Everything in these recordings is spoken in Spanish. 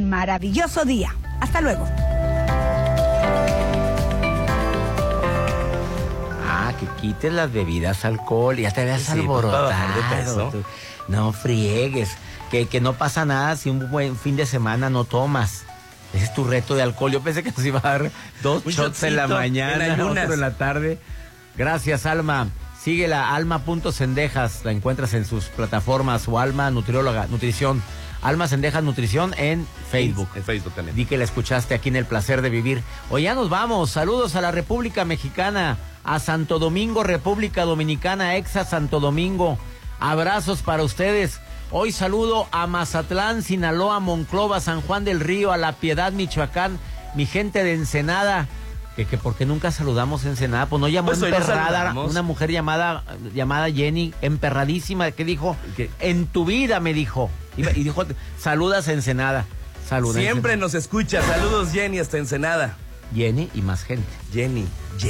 maravilloso día. Hasta luego. Que quites las bebidas alcohol, ya te habías alborotado. No friegues, que no pasa nada si un buen fin de semana no tomas. Ese es tu reto de alcohol. Yo pensé que nos iba a dar 2 shots en la mañana, otro en la tarde. Gracias, Alma. Síguela, alma.cendejas, la encuentras en sus plataformas, o Alma Nutrióloga, Nutrición. Alma Cendejas Nutrición en Facebook. En Facebook también. Di que la escuchaste aquí en El Placer de Vivir. Hoy ya nos vamos. Saludos a la República Mexicana, a Santo Domingo, República Dominicana, Exa Santo Domingo. Abrazos para ustedes. Hoy saludo a Mazatlán, Sinaloa, Monclova, San Juan del Río, a La Piedad, Michoacán, mi gente de Ensenada. Que porque nunca saludamos Ensenada, pues no llamó emperrada, una mujer llamada Jenny, emperradísima, que dijo, en tu vida me dijo, y dijo, saludas a Ensenada. Saluda Siempre Ensenada. Nos escucha, saludos Jenny hasta Ensenada. Jenny y más gente. Jenny.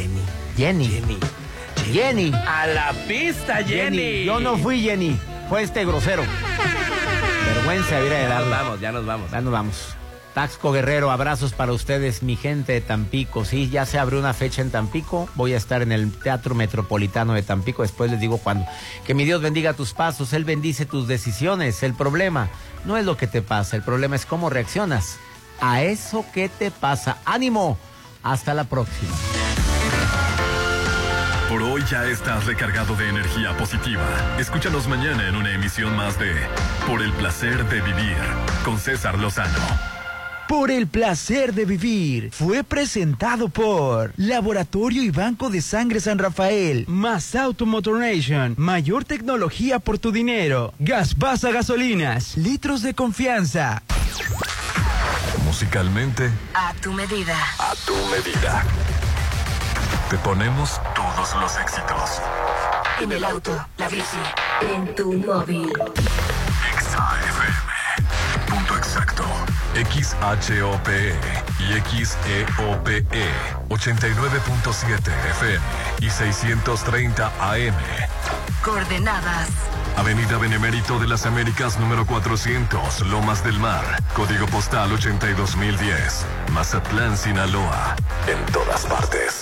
A la pista, Jenny. Yo no fui Jenny, fue este grosero. Vergüenza hubiera de darle. Ya nos vamos. Taxco Guerrero, abrazos para ustedes, mi gente de Tampico. Sí, ya se abrió una fecha en Tampico. Voy a estar en el Teatro Metropolitano de Tampico. Después les digo cuándo. Que mi Dios bendiga tus pasos. Él bendice tus decisiones. El problema no es lo que te pasa. El problema es cómo reaccionas a eso que te pasa. ¡Ánimo! Hasta la próxima. Por hoy ya estás recargado de energía positiva. Escúchanos mañana en una emisión más de Por el Placer de Vivir con César Lozano. Por el Placer de Vivir fue presentado por Laboratorio y Banco de Sangre San Rafael, más Automotoration, mayor tecnología por tu dinero, Gaspasa Gasolinas, litros de confianza. Musicalmente, a tu medida. A tu medida. Te ponemos todos los éxitos. En el auto, la bici, en tu móvil. Exa FM. Punto exacto. XHOPE y XEOPE 89.7 FM y 630 AM. Coordenadas: Avenida Benemérito de las Américas número 400, Lomas del Mar, código postal 82010, Mazatlán, Sinaloa. En todas partes.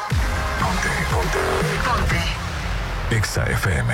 Ponte. Exa FM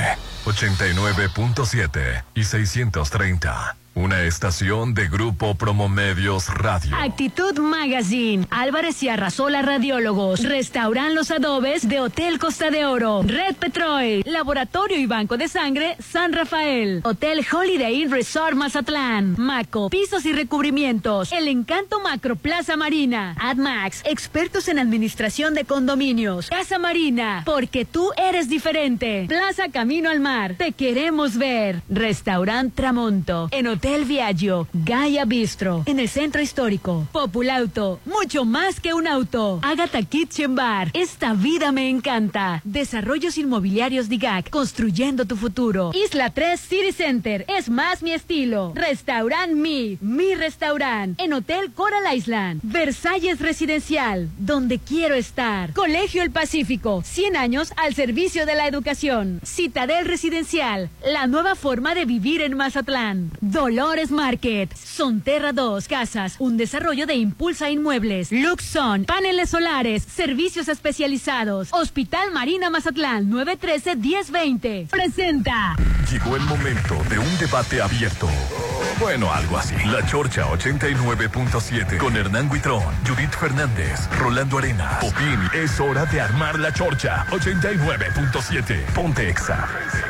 89.7 y 630. Una estación de Grupo Promomedios Radio. Actitud Magazine. Álvarez y Arrasola Radiólogos. Restauran Los Adobes de Hotel Costa de Oro. Red Petrol. Laboratorio y Banco de Sangre San Rafael. Hotel Holiday Inn Resort Mazatlán. Maco. Pisos y recubrimientos. El Encanto Macro Plaza Marina. AdMax. Expertos en administración de condominios. Casa Marina. Porque tú eres diferente. Plaza Camino al Mar. Te queremos ver. Restaurant Tramonto. En Hotel Viaggio, Gaia Bistro, en el Centro Histórico. Populauto, mucho más que un auto. Agatha Kitchen Bar, esta vida me encanta. Desarrollos Inmobiliarios DIGAC, construyendo tu futuro. Isla 3 City Center, es más mi estilo. Restaurant mi restaurant. En Hotel Coral Island. Versalles Residencial, donde quiero estar. Colegio El Pacífico, 100 años al servicio de la educación. Citadel Residencial, la nueva forma de vivir en Mazatlán. Dolores Market, Sonterra 2 Casas, un desarrollo de Impulsa Inmuebles, Luxon, paneles solares, servicios especializados, Hospital Marina Mazatlán, 913-1020. Presenta. Llegó el momento de un debate abierto. Bueno, algo así. La Chorcha 89.7 con Hernán Huitrón, Judith Fernández, Rolando Arenas. Popín, es hora de armar la Chorcha 89.7. Ponte Exa.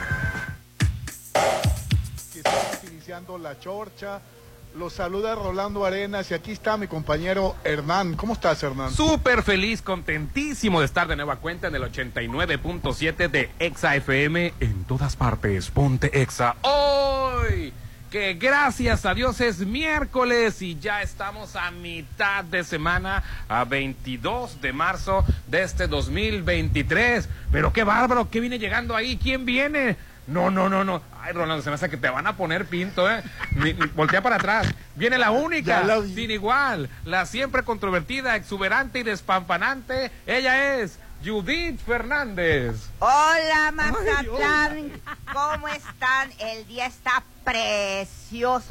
La Chorcha, los saluda Rolando Arenas y aquí está mi compañero Hernán. ¿Cómo estás, Hernán? Súper feliz, contentísimo de estar de nueva cuenta en el 89.7 de Exa FM. En todas partes, ponte Exa. Hoy, que gracias a Dios es miércoles y ya estamos a mitad de semana, a 22 de marzo de este 2023. Pero qué bárbaro, ¿qué viene llegando ahí? ¿Quién viene? No. Ay, Rolando, se me hace que te van a poner pinto, ¿eh? Voltea para atrás. Viene la única, sin igual, la siempre controvertida, exuberante y despampanante. Ella es Judith Fernández. Hola, Mazatlán. ¿Cómo están? El día está precioso.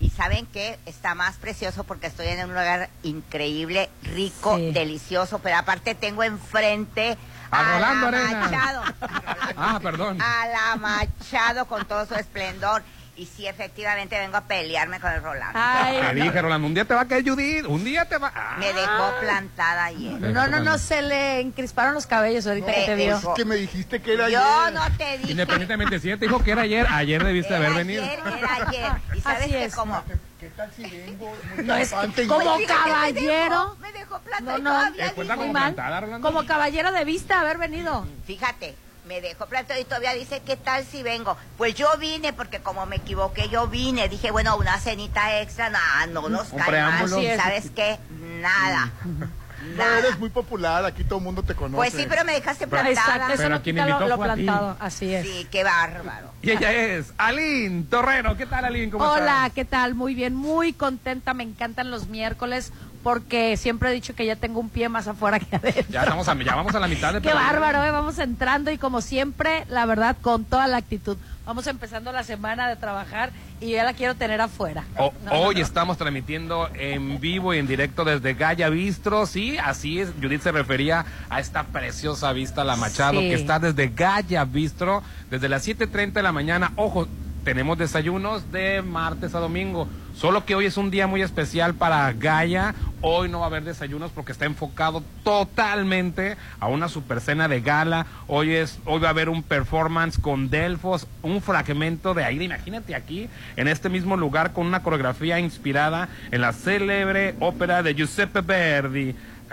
Y ¿saben qué? Está más precioso porque estoy en un lugar increíble, rico, delicioso, pero aparte tengo enfrente a Rolando la Arenas. Machado. Perdón. A la Machado con todo su esplendor. Y sí, efectivamente vengo a pelearme con el Rolando. Te dije, Rolando, un día te va a caer Judith, un día te va... Me dejó plantada ayer. No, se le encrisparon los cabellos ahorita que te vio. Es que me dijiste que era Yo ayer. no te dije. Independientemente, si ella te dijo que era ayer debiste haber venido. Era ayer. Y sabes Así que es. como... ¿Qué tal si vengo muy No, es campante? como Fíjate, caballero. Me dejó plantada. No, todavía cuenta dice- como plantada, Rolando. Como caballero de vista haber venido. Fíjate, me dejó plantada y todavía dice, ¿qué tal si vengo? Pues yo vine, porque como me equivoqué, yo vine. Dije, bueno, una cenita extra, no nos Un cae mal. preámbulo. Así es. ¿Sabes qué? Nada. No, eres muy popular, aquí todo el mundo te conoce. Pues sí, pero me dejaste plantada. Exacto, eso Pero no quien quita invitó lo fue a ti. plantado. Así es. Sí, qué bárbaro. Y ella es Aline Torrero. ¿Qué tal, Aline? ¿Cómo Hola, estás? ¿qué tal? Muy bien, muy contenta. Me encantan los miércoles porque siempre he dicho que ya tengo un pie más afuera que adentro. Ya vamos a la mitad de Qué bárbaro, vamos entrando y como siempre, la verdad, con toda la actitud. Vamos empezando la semana de trabajar y yo ya la quiero tener afuera. Hoy estamos transmitiendo en vivo y en directo desde Gaya Bistro. Sí, así es. Judith se refería a esta preciosa vista, la Machado, Sí. que está desde Gaya Bistro, desde las 7:30 de la mañana. Ojo, tenemos desayunos de martes a domingo. Solo que hoy es un día muy especial para Gaya. Hoy no va a haber desayunos porque está enfocado totalmente a una super cena de gala. Hoy va a haber un performance con Delfos, un fragmento de Aida. Imagínate aquí, en este mismo lugar, con una coreografía inspirada en la célebre ópera de Giuseppe Verdi.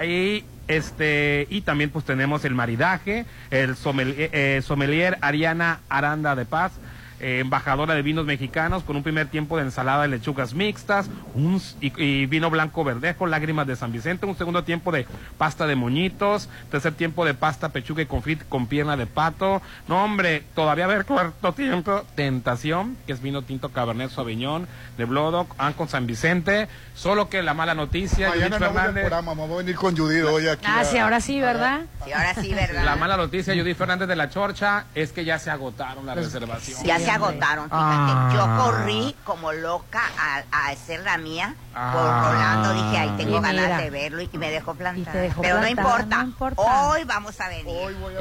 Y también pues tenemos el maridaje, el sommelier Ariana Aranda de Paz, embajadora de vinos mexicanos, con un primer tiempo de ensalada de lechugas mixtas, y vino blanco verdejo, lágrimas de San Vicente, un segundo tiempo de pasta de moñitos, tercer tiempo de pasta pechuga y confit con pierna de pato. No, hombre, todavía haber cuarto tiempo, tentación, que es vino tinto Cabernet Sauvignon de Blodoc, con San Vicente. Solo que la mala noticia, Mañana Judith no voy al Fernández. programa, me voy a venir con Judith hoy aquí. Sí, ahora sí, ¿verdad? Sí, ahora sí, ¿verdad? La mala noticia, Judith Fernández de la Chorcha, es que ya se agotaron las reservaciones. Ya se agotaron, fíjate. Yo corrí como loca a hacer la mía por Rolando. Dije, ahí tengo Y ganas mira. de verlo y me dejó plantada. Y te dejó Pero plantada, no no importa. importa. Hoy vamos a venir.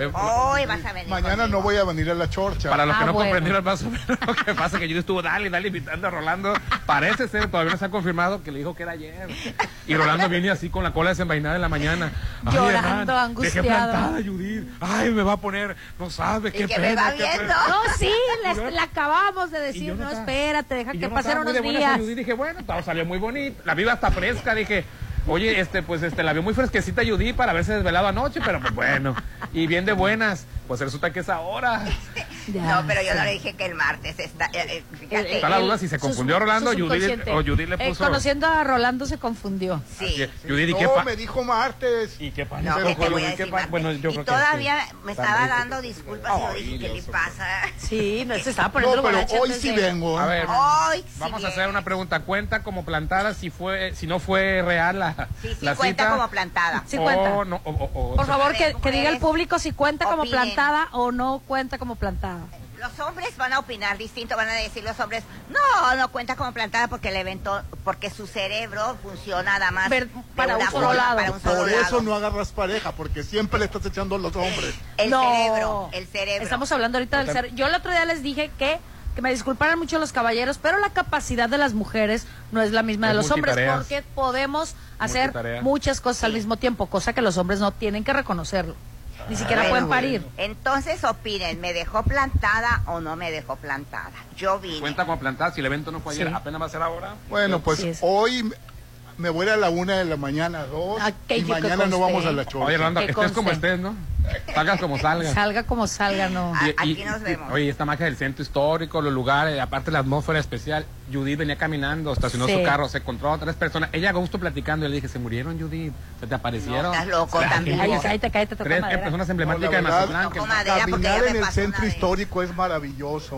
Hoy vas a venir. Mañana conmigo. no voy a venir a la Chorcha. Para los que no bueno. comprendieron más o menos lo que pasa, que yo estuvo dale invitando a Rolando. Parece ser, todavía no se ha confirmado, que le dijo que era ayer. Y Rolando viene así con la cola desenvainada en la mañana. Ay, Llorando, Hernán, angustiado. Dejé plantada, Judith. Ay, me va a poner, no sabe, qué que pena. me va qué viendo. pena. No, sí, le acabamos de decir, yo no no, estaba- espérate, deja Y que yo no pasen estaba muy unos de buenas con días. Judith, dije, bueno, todo salió muy bonito. La viva está fresca, dije. Oye, la vio muy fresquecita Judith para haberse desvelado anoche, pero pues bueno. Y bien de buenas, pues resulta que es ahora. No, pero yo no le dije que el martes está. Fíjate. Está la duda si se confundió Rolando su o Judith subconsciente. le puso. Conociendo a Rolando se confundió. Sí. Judith, ¿y qué No, pa- me dijo martes. ¿Y qué pasa? No, Pero que te voy a ¿qué decir, pa- Marta. Bueno, yo y creo que todavía sí. me estaba dando disculpas y yo dije, ¿qué le pasa? Sí, no se estaba poniendo No, pero borracho hoy antes sí de- vengo. A ver, Hoy sí vamos a hacer viene. una pregunta. ¿Cuenta como plantada si no fue real la Sí, la cuenta cita? como plantada. Sí cuenta. O no, o- Por favor, que Mujeres, diga el público si cuenta como opinen. plantada o no cuenta como plantada. Los hombres van a opinar distinto, van a decir los hombres, no cuenta como plantada porque el evento, porque su cerebro funciona nada más Para de un una solo forma, lado. para un solo Por lado. eso no agarras pareja, porque siempre le estás echando a los hombres. El No. cerebro. Estamos hablando ahorita del cerebro. Yo el otro día les dije que me disculparan mucho los caballeros, pero la capacidad de las mujeres no es la misma de Es los hombres, multitareas. porque podemos hacer Multitarea. muchas cosas al mismo tiempo, cosa que los hombres no tienen que reconocerlo. Ni siquiera Bueno, pueden parir. Entonces opinen, ¿me dejó plantada o no me dejó plantada? Yo vine. Cuenta como plantada, si el evento no fue ayer, Sí. apenas va a ser ahora. Bueno, pues Así es. hoy me voy a la 1 de la mañana, 2, Ah, que y yo que mañana no conste. vamos a la Chorcha. Oye, Rolando, Que estés como conste. estés, ¿no? Salgas como salgas. Salga como salga, no. Aquí nos vemos. Oye, esta magia del centro histórico, los lugares, aparte la atmósfera especial. Judith venía caminando, estacionó Sí. su carro, se encontró a 3 personas. Ella a gusto platicando, y le dije, ¿se murieron, Judith? ¿Se te aparecieron? No, estás loco también. Ay, cállate, toca 3 madera. personas No, emblemáticas la de verdad, Mazatlán. que- Toco madera porque Caminar ya me en el pasó centro una vez. histórico es maravilloso.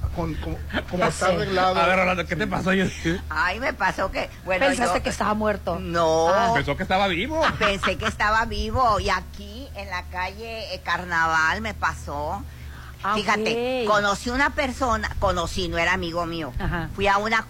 Como está sé. arreglado. A ver, Rolando, ¿qué te pasó, Judith? Ay, me pasó que... Bueno, Pensaste yo- que estaba muerto. No. Pensó que estaba vivo. Pensé que estaba vivo y aquí en la calle Carnaval me pasó Fíjate, conocí una persona, no era amigo mío. Ajá. Fui a una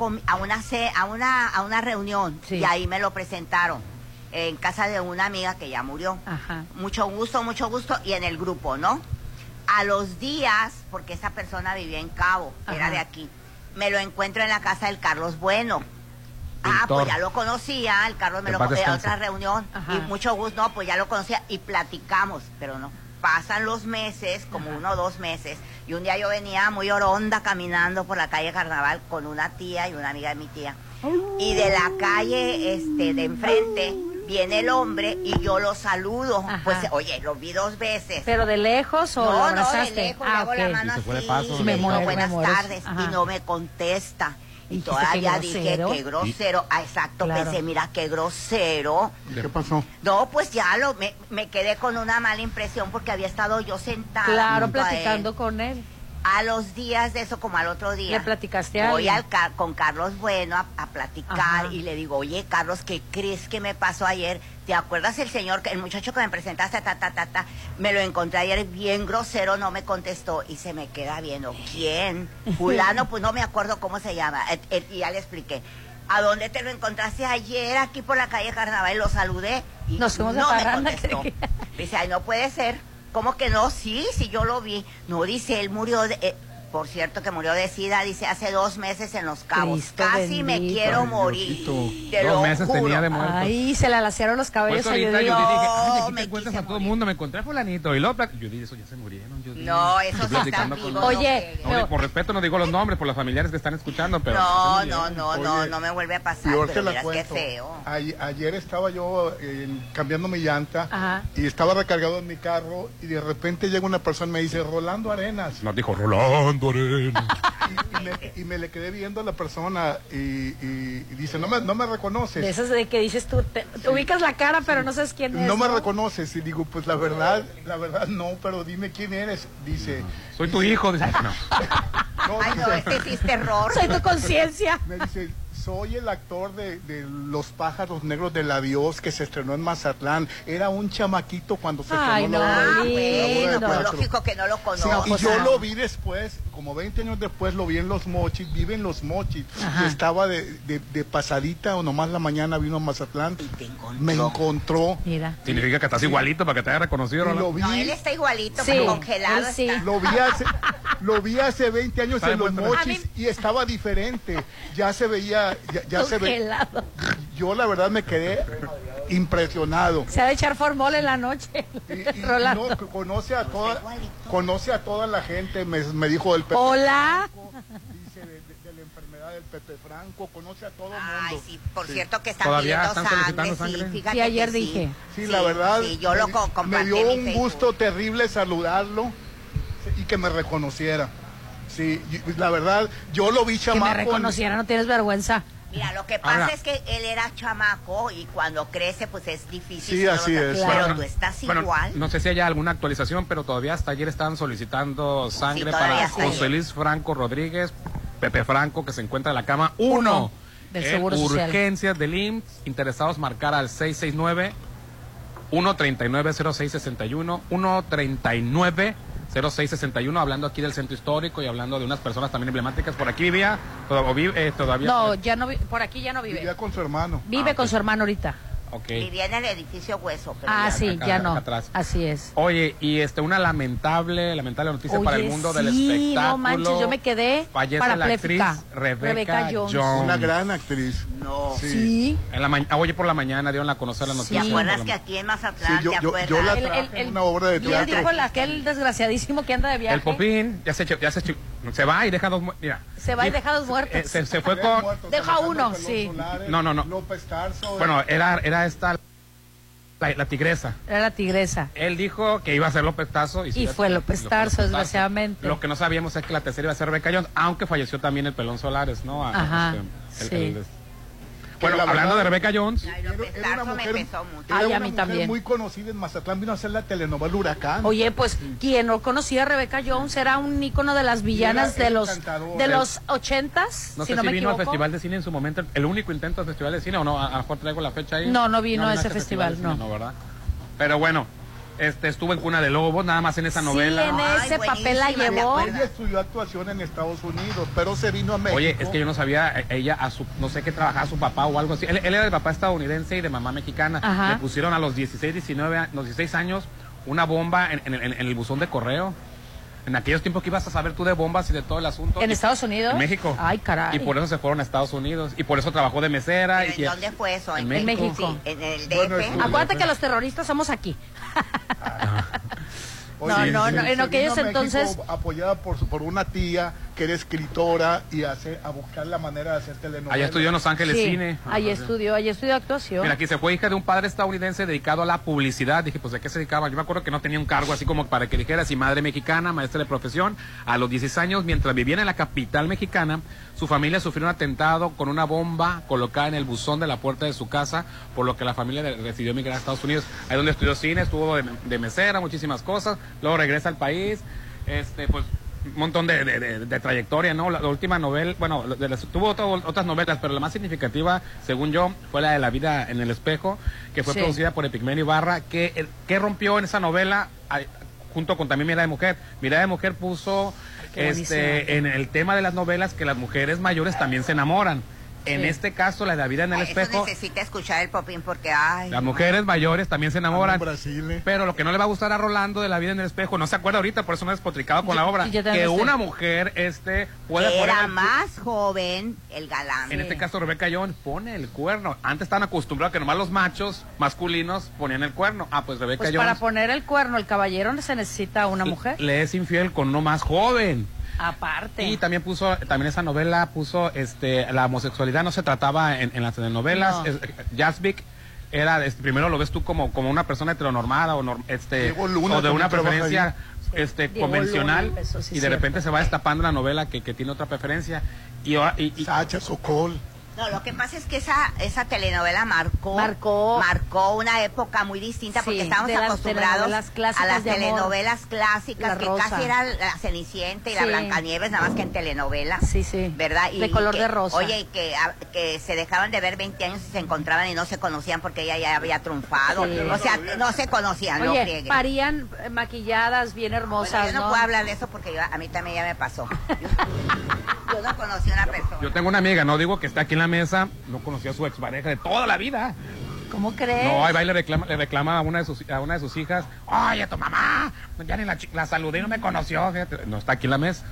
reunión y ahí me lo presentaron en casa de una amiga que ya murió. Ajá. Mucho gusto y en el grupo, ¿no? A los días, porque esa persona vivía en Cabo, era de aquí, me lo encuentro en la casa del Carlos Bueno. Pues ya lo conocía, el Carlos me lo conocía a otra reunión. Ajá. Y mucho gusto, pues ya lo conocía y platicamos, pero no. Pasan los meses, como 1 o 2 meses, y un día yo venía muy oronda caminando por la calle Carnaval con una tía y una amiga de mi tía. Y de la calle de enfrente viene el hombre y yo lo saludo. Ajá. Pues, oye, lo vi 2 veces. ¿Pero de lejos o lo abrazaste? No, de lejos, le hago la mano así, y le digo buenas tardes, y no me contesta. Y todavía dije, qué grosero. Exacto, pensé, mira, qué grosero. ¿Qué pasó? No, pues ya me quedé con una mala impresión porque había estado yo sentada. Claro, platicando con él. A los días de eso, como al otro día. ¿Le platicaste a voy alguien? con Carlos Bueno a platicar. Ajá. Y le digo, oye, Carlos, ¿qué crees que me pasó ayer? ¿Te acuerdas el muchacho que me presentaste, me lo encontré ayer bien grosero, no me contestó y se me queda viendo. ¿Quién? Fulano, pues no me acuerdo cómo se llama. Y ya le expliqué. ¿A dónde te lo encontraste ayer? Aquí por la calle Carnaval. Y lo saludé y nos fuimos no de me parranda. contestó. Dice, ay, no puede ser. ¿Cómo que no? Sí, yo lo vi. No, dice, él murió por cierto que murió de SIDA, dice, hace 2 meses en Los Cabos. Cristo Casi bendito. me quiero morir. Te 2 lo meses juro. tenía de muerto. Ay, se le alaciaron los cabellos a Judy. Judy. Yo dije, ay, aquí me te encuentras quise a todo el morir. mundo, me encontré a fulanito. Y luego, Judy, eso ya se murieron, Judy. No, eso Estoy sí platicando está con vivo. ellos. Oye, No, por respeto no digo los nombres, por los familiares que están escuchando, pero... No me vuelve a pasar, Peor pero te la miras qué cuento. feo. Ayer estaba yo cambiando mi llanta. Ajá. Y estaba recargado en mi carro y de repente llega una persona y me dice, Rolando Arenas. Nos dijo, Rolando Arenas. Y me le quedé viendo a la persona y dice, no me reconoces. De esas de que dices tú, te ubicas la cara, pero no sabes quién es. No me reconoces. Y digo, pues la verdad no, pero dime quién eres. Dice, soy tu hijo. Dice, no. Ay, no, este sí es terror. Soy tu conciencia. Me dice, soy el actor de Los Pájaros Negros del Adiós que se estrenó en Mazatlán. Era un chamaquito cuando se Ay, estrenó no, la obra Bueno, de pues teatro. lógico que no lo Sí, conozco. y yo lo vi después, como 20 años después, lo vi en Los Mochis, vive en Los Mochis. Ajá. Y estaba de pasadita o nomás la mañana vino a Mazatlán. Me encontró. Mira. Significa que estás igualito para que te haya reconocido, Y Rolando. lo vi, No, él está igualito, Sí, pero congelado él sí. está. lo vi hace 20 años Está en Los de vuelta. Mochis y estaba diferente. Ya se veía, ya se veía. Congelado. Yo la verdad me quedé impresionado. Se ha de echar formol en la noche. Y Rolando. no, conoce a toda la gente, me dijo el Pepe Hola. Franco, dice de la enfermedad del Pepe Franco, conoce a todo el mundo. Ay, sí, por cierto que están ¿Todavía pidiendo están solicitando sangre, sangre? sí, fíjate Sí, ayer que dije. Sí, la verdad, Sí, yo lo me compartí dio en mi un Facebook. gusto terrible saludarlo y que me reconociera. Sí, la verdad, yo lo vi Que chamaco. me reconociera, no tienes vergüenza. Mira, lo que pasa Ahora- es que él era chamaco y cuando crece pues es difícil. Sí, si no así lo- es. Pero Claro. tú estás Bueno, igual. no sé si haya alguna actualización, pero todavía hasta ayer estaban solicitando sangre todavía para hasta José ayer. Luis Franco Rodríguez, Pepe Franco, que se encuentra en la cama 1 del en Seguro Social. urgencias del IMSS. Interesados marcar al 669-139-0661, 139-0661, hablando aquí del centro histórico y hablando de unas personas también emblemáticas. Por aquí vivía, todavía. No, ya no por aquí ya no vive. Vivía con su hermano. Vive Ah, con ok. su hermano ahorita. Ok. Vivía en el edificio Hueso. Pero Ah, ya sí, acá- ya acá no. atrás. Así es. Oye, y una lamentable noticia Oye, para el mundo del sí, espectáculo. no manches, yo me quedé Fallece la actriz parapléjica. Rebeca Jones. Una gran actriz. No. Sí. Hoy por la mañana dieron a conocer la ¿Te noticia. acuerdas que aquí en Mazatlán, Sí, yo te acuerdas? la El- traje el- en una obra de ¿Quién dijo teatro. aquel desgraciadísimo que anda de viaje? El Popín se va y deja dos mira. Se va y deja dos muertos. Se fue Habían con muerto Deja Alejandro uno, Pelón sí. Solares, No. López Tarso. bueno, era esta la tigresa. Era la tigresa. Él dijo que iba a ser López Tarso Y fue López Tarso, desgraciadamente. Lo que no sabíamos es que la tercera iba a ser Rebeca Jones, aunque falleció también el Pelón Solares, ¿no? Ajá, sí. Bueno, la hablando verdad- de Rebeca Jones, Ay, López Tarso me pesó mucho. Era Ay, a una mí mujer también. muy conocida en Mazatlán, vino a hacer la telenovela Huracán. Oye, pues quien no conocía a Rebeca Jones era un ícono de las villanas Era de los encantadora. 80s, no si sé no si me vino al equivoco. Festival de Cine en su momento, el único intento de Festival de Cine, o no, a lo mejor traigo la fecha ahí. No vino a ese de festival, Cine, no. ¿verdad? Pero bueno, estuvo en Cuna de Lobos, nada más en esa novela. Sí, en ese papel la llevó. Ella estudió actuación en Estados Unidos, pero se vino a México. Oye, es que yo no sabía, ella, no sé qué trabajaba su papá o algo así. Él era de papá estadounidense y de mamá mexicana. Ajá. Le pusieron a los 16 años una bomba en el buzón de correo. En aquellos tiempos que ibas a saber tú de bombas y de todo el asunto. ¿En Estados Unidos? En México. Ay, caray. Y por eso se fueron a Estados Unidos. Y por eso trabajó de mesera. ¿En dónde fue eso? En México. Sí, en el DF. Bueno, Acuérdate que los terroristas somos aquí. Oye, No, se en vino aquellos a México entonces... apoyada por una tía que era escritora y a buscar la manera de hacer telenovelas. Allá estudió en Los Ángeles Cine. Allí estudió actuación. Mira, aquí se fue hija de un padre estadounidense dedicado a la publicidad. Dije, pues, ¿de qué se dedicaba? Yo me acuerdo que no tenía un cargo así como para que dijera, si madre mexicana, maestra de profesión. A los 16 años, mientras vivía en la capital mexicana, su familia sufrió un atentado con una bomba colocada en el buzón de la puerta de su casa, por lo que la familia decidió emigrar a Estados Unidos. Ahí donde estudió cine, estuvo de mesera, muchísimas cosas. Luego regresa al país, pues un montón de trayectoria, ¿no? La última novela, bueno, tuvo otras novelas, pero la más significativa, según yo, fue la de La vida en el espejo, que fue producida por Epigmenio Ibarra, que rompió en esa novela, junto con también Mirada de Mujer. Mirada de Mujer puso en el tema de las novelas que las mujeres mayores también se enamoran. En este caso, la de La vida en el espejo. Eso necesita escuchar el Popín porque, ay. Las mujeres mayores también se enamoran. Brasil, Pero lo que no le va a gustar a Rolando de La vida en el espejo, no se acuerda ahorita, por eso no es despotricado con la obra. Que una mujer puede poner. Era más joven el galán. En este caso, Rebeca Jones pone el cuerno. Antes estaban acostumbrados a que nomás los machos masculinos ponían el cuerno. Pues Rebeca Jones. Para poner el cuerno, el caballero se necesita una mujer. Le es infiel con uno más joven. Aparte. Y también esa novela puso la homosexualidad no se trataba en las telenovelas. No. Jasvik era, primero lo ves tú como una persona heteronormada o de una preferencia convencional, y de repente se va destapando la novela que tiene otra preferencia. Y Sacha Sokol. No, lo que pasa es que esa telenovela marcó una época muy distinta, porque estábamos acostumbrados a las telenovelas clásicas, que casi era la Cenicienta y la Blancanieves, nada más que en telenovelas. Sí, sí. ¿Verdad? De color de rosa. Oye, que se dejaban de ver 20 años y se encontraban y no se conocían porque ella ya había triunfado. Sí. O sea, no se conocían. Oye, parían maquilladas, bien hermosas. Bueno, yo no puedo hablar de eso porque a mí también ya me pasó. Yo no conocí a una persona. Yo tengo una amiga, no digo que está aquí en la mesa, no conocía a su expareja de toda la vida. ¿Cómo crees? No, ahí va y le reclama a una de sus hijas, oye, tu mamá, ya ni la saludé y no me conoció. Fíjate. No está aquí en la mesa.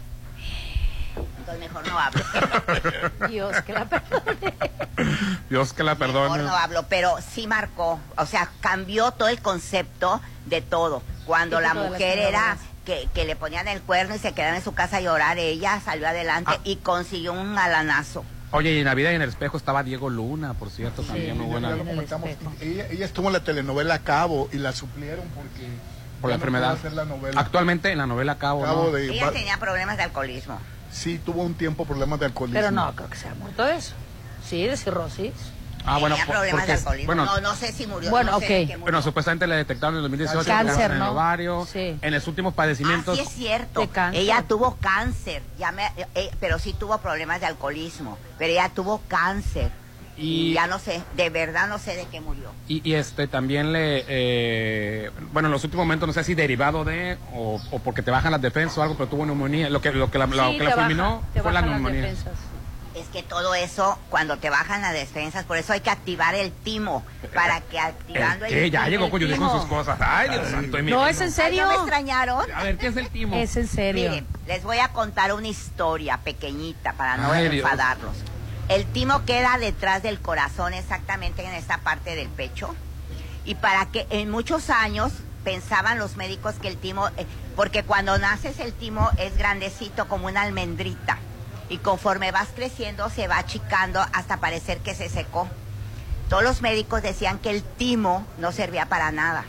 Entonces mejor no hablo. Dios que la perdone. Dios que la perdone. Mejor no hablo, pero sí marcó, o sea, cambió todo el concepto de todo. Cuando la mujer era... Que le ponían el cuerno y se quedaban en su casa a llorar, ella salió adelante y consiguió un galanazo. Oye, y en La vida y en el espejo estaba Diego Luna, por cierto, también muy buena. Ella estuvo en la telenovela Cabo y la suplieron por la enfermedad. Actualmente en la novela Cabo, ¿no? Ella tenía problemas de alcoholismo. Sí, tuvo un tiempo problemas de alcoholismo. Pero no, creo que se ha muerto de eso. Sí, de cirrosis. Tenía problemas de alcoholismo. No sé si murió. Bueno, no sé Bueno, supuestamente le detectaron en el 2018 cáncer, en el ovario, en los últimos padecimientos. Sí, es cierto. Ella tuvo cáncer, pero sí tuvo problemas de alcoholismo. Pero ella tuvo cáncer. Y ya no sé, de verdad no sé de qué murió. Y también bueno, en los últimos momentos, no sé si derivado de, o porque te bajan las defensas o algo, pero tuvo neumonía. Lo que la fulminó fue la neumonía. Es que todo eso, cuando te bajan las defensas, por eso hay que activar el timo, para que activando el timo... Ya llegó Coyudí con sus cosas. Ay, Dios santo. No, es en serio. ¿No me extrañaron? A ver, ¿qué es el timo? Es en serio. Miren, les voy a contar una historia pequeñita para no enfadarlos. El timo queda detrás del corazón, exactamente en esta parte del pecho. Y para que en muchos años pensaban los médicos que el timo... porque cuando naces el timo es grandecito como una almendrita. Y conforme vas creciendo se va achicando hasta parecer que se secó. Todos los médicos decían que el timo no servía para nada.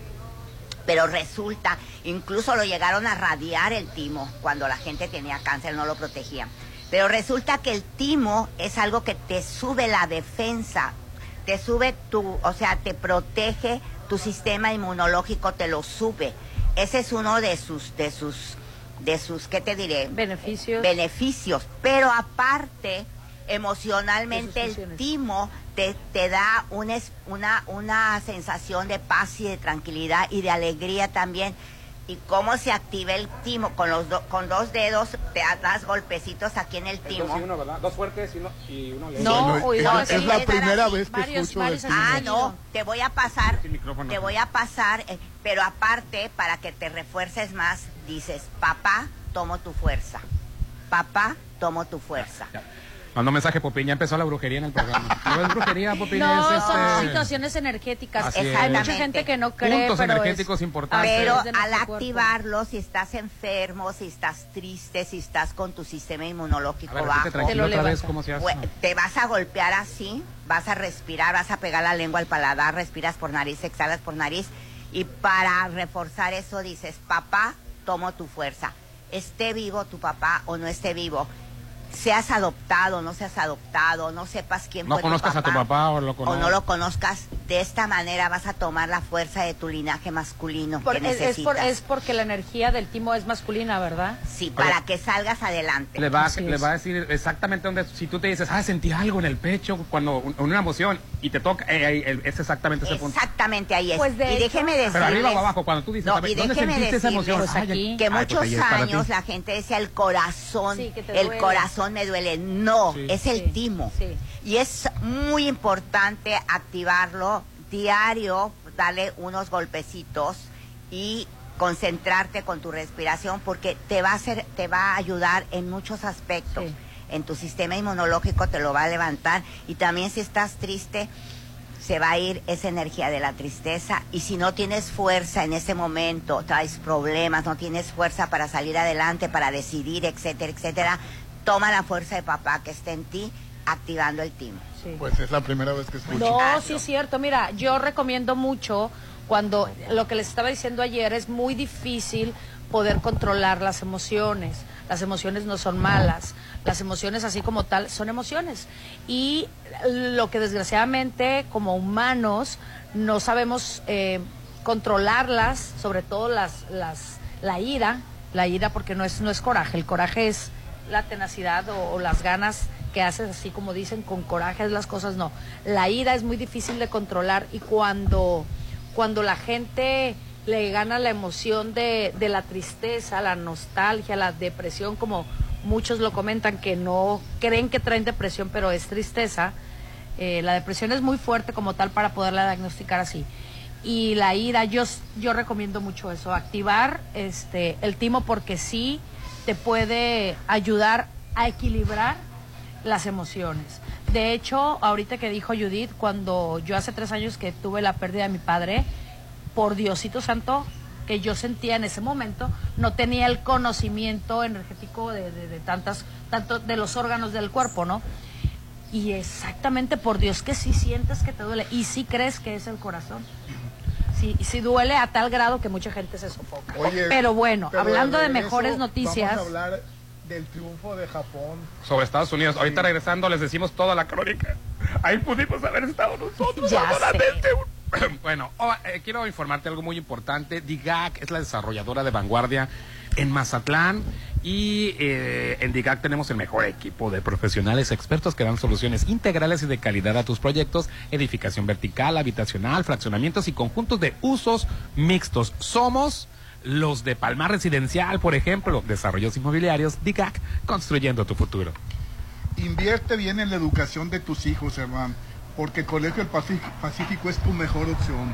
Pero resulta, incluso lo llegaron a radiar el timo cuando la gente tenía cáncer, no lo protegían. Pero resulta que el timo es algo que te sube la defensa, te sube te protege tu sistema inmunológico, te lo sube. Ese es uno de sus, ¿qué te diré? Beneficios. Pero aparte, emocionalmente el timo te da una sensación de paz y de tranquilidad y de alegría también. Y cómo se activa el timo, con 2 dedos te das golpecitos aquí en el timo. Entonces, uno, ¿verdad? 2 fuertes y uno lento. No, es la primera vez que escucho varios eso. No, te voy a pasar, pero aparte, para que te refuerces más, dices, papá, tomo tu fuerza. Papá, tomo tu fuerza. Ya. Mandó mensaje, Popín, ya empezó la brujería en el programa. No es brujería, Popín, no, es son situaciones energéticas. Hay mucha gente que no cree, puntos energéticos importantes. Pero al activarlo, si estás enfermo, si estás triste, si estás con tu sistema inmunológico bajo, ¿cómo se hace? Te vas a golpear así, vas a respirar, vas a pegar la lengua al paladar, respiras por nariz, exhalas por nariz, y para reforzar eso dices, papá, tomo tu fuerza. Esté vivo tu papá o no esté vivo. Seas adoptado, no seas adoptado, no sepas quién fue tu papá. No conozcas a tu papá o no lo conozcas, de esta manera vas a tomar la fuerza de tu linaje masculino que necesitas. Es porque la energía del timo es masculina, ¿verdad? Sí, para que salgas adelante. Le va a decir exactamente dónde, si tú te dices, sentí algo en el pecho, cuando una emoción, y te toca, es exactamente ese punto. Exactamente ahí es. Pues y déjeme decirles... Pero arriba o abajo, cuando tú dices, ¿dónde sentiste esa emoción? Pues aquí, que muchos años la gente decía, el corazón, el corazón me duele. No, es el timo. Sí. Y es muy importante activarlo diario, darle unos golpecitos y concentrarte con tu respiración, porque te va a ayudar en muchos aspectos. Sí. En tu sistema inmunológico te lo va a levantar, y también si estás triste se va a ir esa energía de la tristeza, y si no tienes fuerza en ese momento, traes problemas, no tienes fuerza para salir adelante, para decidir, etcétera, etcétera, toma la fuerza de papá que está en ti, activando el timo. Sí. Pues es la primera vez que escucho. No, sí es cierto. Mira, yo recomiendo mucho, cuando lo que les estaba diciendo ayer, es muy difícil poder controlar las emociones. Las emociones no son malas. Las emociones, así como tal, son emociones. Y lo que desgraciadamente, como humanos, no sabemos controlarlas, sobre todo la ira, porque no es coraje. El coraje es la tenacidad o las ganas que haces, así como dicen, con coraje las cosas, no. La ira es muy difícil de controlar, y cuando la gente le gana la emoción de la tristeza, la nostalgia, la depresión, como muchos lo comentan, que no creen que traen depresión, pero es tristeza. La depresión es muy fuerte como tal para poderla diagnosticar así. Y la ira, yo recomiendo mucho eso, activar el timo, porque sí te puede ayudar a equilibrar las emociones. De hecho, ahorita que dijo Judith, cuando yo hace 3 años que tuve la pérdida de mi padre, por Diosito Santo, que yo sentía en ese momento, no tenía el conocimiento energético de tanto de los órganos del cuerpo, ¿no? Y exactamente, por Dios, que sí sientes que te duele, y sí crees que es el corazón. Sí duele a tal grado que mucha gente se sofoca. Oye, pero bueno, hablando de mejores noticias... Vamos a hablar del triunfo de Japón sobre Estados Unidos. Sí. Ahorita regresando les decimos toda la crónica. Ahí pudimos haber estado nosotros. Bueno, quiero informarte algo muy importante. DIGAC es la desarrolladora de vanguardia en Mazatlán, y en DIGAC tenemos el mejor equipo de profesionales expertos que dan soluciones integrales y de calidad a tus proyectos: edificación vertical, habitacional, fraccionamientos y conjuntos de usos mixtos. Somos los de Palmar Residencial, por ejemplo. Desarrollos inmobiliarios, DIGAC, construyendo tu futuro. Invierte bien en la educación de tus hijos, hermano, porque el Colegio del Pacífico es tu mejor opción.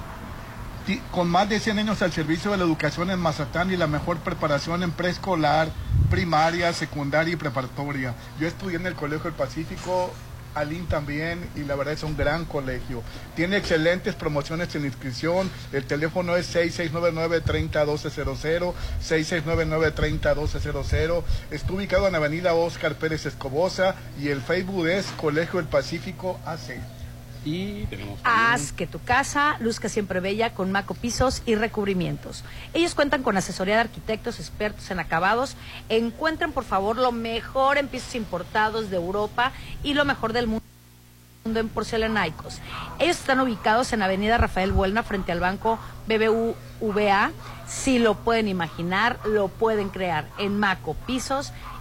Con más de 100 años al servicio de la educación en Mazatlán, y la mejor preparación en preescolar, primaria, secundaria y preparatoria. Yo estudié en el Colegio del Pacífico, Alín también, y la verdad es un gran colegio. Tiene excelentes promociones en inscripción. El teléfono es 6699-301200, 6699-301200. Está ubicado en la avenida Óscar Pérez Escobosa, y el Facebook es Colegio del Pacífico AC. Y tenemos haz que tu casa luzca siempre bella con Maco Pisos y Recubrimientos. Ellos cuentan con asesoría de arquitectos expertos en acabados. Encuentren, por favor, lo mejor en pisos importados de Europa y lo mejor del mundo en porcelanicos. Ellos están ubicados en avenida Rafael Buelna, frente al banco BBVA. Si lo pueden imaginar, lo pueden crear, en Maco Pisos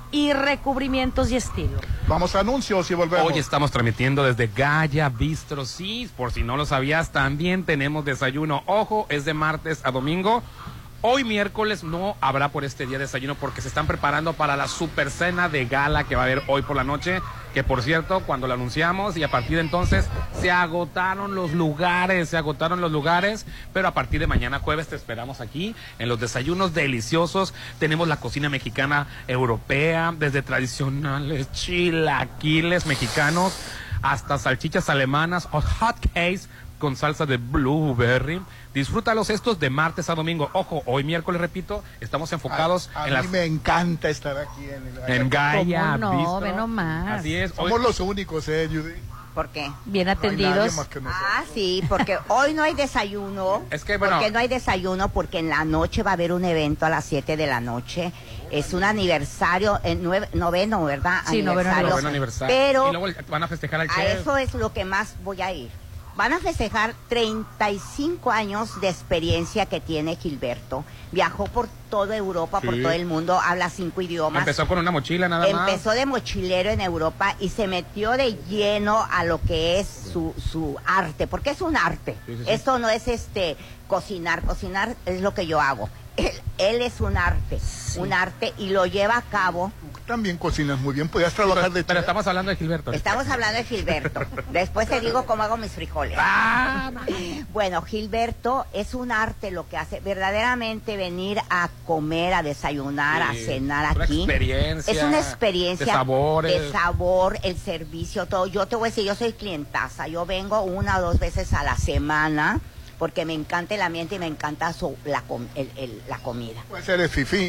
y recubrimientos y estilo. Vamos a anuncios y volvemos. Hoy estamos transmitiendo desde Gaya Bistro. Sí, por si no lo sabías, también tenemos desayuno. Ojo, es de martes a domingo. Hoy miércoles no habrá por este día desayuno porque se están preparando para la super cena de gala que va a haber hoy por la noche, que por cierto, cuando lo anunciamos y a partir de entonces se agotaron los lugares, pero a partir de mañana jueves te esperamos aquí en los desayunos deliciosos. Tenemos la cocina mexicana europea, desde tradicionales chilaquiles mexicanos hasta salchichas alemanas o hot cakes con salsa de blueberry. Disfrútalos estos de martes a domingo. Ojo, hoy miércoles, repito, estamos enfocados a mí me encanta estar aquí en Gaya. ¿Cómo no? Bistro. Ve nomás. Así es. Somos los únicos, Judy. ¿Por qué? Bien No hay nadie atendidos. más que nosotros. Sí, porque hoy no hay desayuno. Es que, bueno. Porque no hay desayuno, porque en la noche va a haber un evento a las 7 de la noche. Es un aniversario, noveno, ¿verdad? Sí, noveno aniversario. Pero y luego van a festejar al a chef. eso es lo que más voy a ir. Van a festejar 35 años de experiencia que tiene Gilberto. Viajó por toda Europa, por todo el mundo, habla 5 idiomas. Empezó con una mochila nada más. Empezó de mochilero en Europa y se metió de lleno a lo que es su arte, porque es un arte. Sí. Esto no es cocinar es lo que yo hago. Él es un arte y lo lleva a cabo. También cocinas muy bien, podías trabajar de Pero estamos hablando de Gilberto. Estamos hablando de Gilberto. Después te digo cómo hago mis frijoles. Bueno, Gilberto es un arte lo que hace. Verdaderamente venir a comer, a desayunar, a cenar aquí. Es una experiencia de sabores. De sabor, el servicio, todo. Yo te voy a decir, yo soy clientaza. Yo vengo 1 o 2 veces a la semana porque me encanta el ambiente y me encanta la comida. Puede ser el fifí.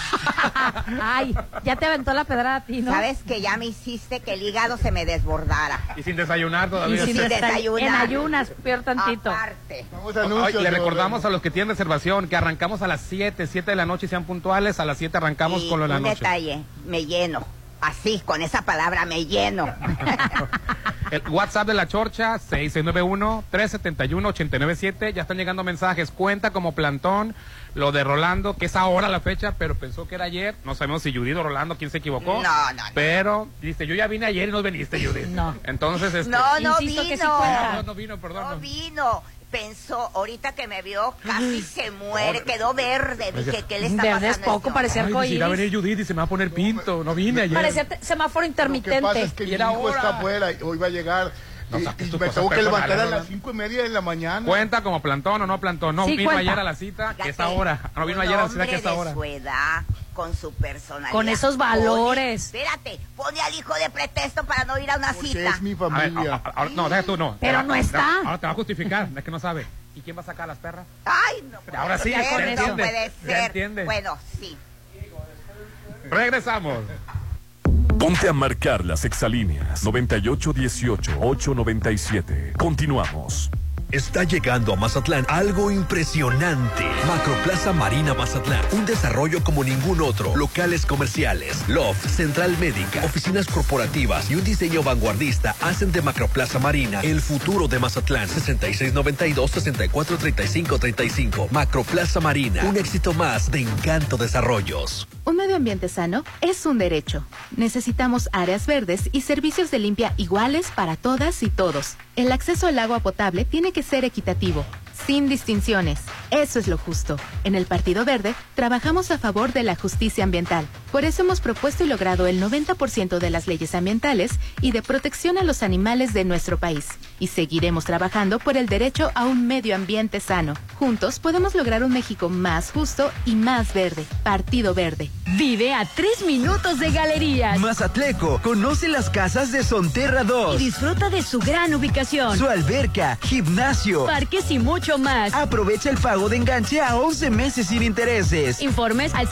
Ay, ya te aventó la pedrada a ti, ¿no? Sabes que ya me hiciste que el hígado se me desbordara. Y sin desayunar todavía. Y sin desayunar. En ayunas, peor tantito. Aparte. Vamos a anuncios. Le recordamos a los que tienen reservación que arrancamos a las 7 de la noche y sean puntuales. A las 7 arrancamos Y con lo de la un noche. detalle, me lleno. Así, con esa palabra, me lleno. El WhatsApp de La Chorcha, 6691-371-897. Ya están llegando mensajes. Cuenta como plantón lo de Rolando, que es ahora la fecha, pero pensó que era ayer. No sabemos si Judith o Rolando, quién se equivocó. No. Pero dice, yo ya vine ayer y no viniste, Judith. No. Entonces, No Insisto vino. que sí cuenta. No vino, perdón. No vino. Pensó, ahorita que me vio, casi se muere, quedó verde. Dije, ¿qué le está pasando? Verde es poco, parecía Ay, arcoíris. va a venir Judith y se me va a poner pinto. No vine ayer. Parecía semáforo Lo que pasa intermitente. es que Y mi era hijo hora. está afuera y hoy va a llegar. No y saques tus me cosas tengo que levantar a personales, las 5:30 de la mañana. Cuenta como plantón o no plantón. No Sí, vino cuenta. ayer a la cita, que es Fíjate, ahora. No vino un ayer a la cita, que hombre es ahora. de su edad, con su personalidad. Con esos valores. Espérate, pone al hijo de pretexto para no ir a una Porque cita. es mi A ver, familia. no, deja tú, no. Pero no está. Ahora te va a justificar, es que no sabe. ¿Y quién va a sacar a las perras? Ay, no. Ahora sí, puede ya ser, entiende, no puede ya ser. entiende. Bueno, sí. Regresamos. Ponte a marcar las exalíneas 9818-897. Continuamos. Está llegando a Mazatlán algo impresionante. Macroplaza Marina Mazatlán. Un desarrollo como ningún otro. Locales comerciales, loft, central médica, oficinas corporativas y un diseño vanguardista hacen de Macroplaza Marina el futuro de Mazatlán. 6692-643535. Macroplaza Marina. Un éxito más de Encanto Desarrollos. Un medio ambiente sano es un derecho. Necesitamos áreas verdes y servicios de limpia iguales para todas y todos. El acceso al agua potable tiene que ser equitativo, sin distinciones. Eso es lo justo. En el Partido Verde trabajamos a favor de la justicia ambiental. Por eso hemos propuesto y logrado el 90% de las leyes ambientales y de protección a los animales de nuestro país. Y seguiremos trabajando por el derecho a un medio ambiente sano. Juntos podemos lograr un México más justo y más verde. Partido Verde. Vive a 3 minutos de Galerías. Mazatleco, conoce las casas de Sonterra 2. Y disfruta de su gran ubicación. Su alberca, gimnasio, parques y mucho más. Aprovecha el pago de enganche a 11 meses sin intereses. Informes al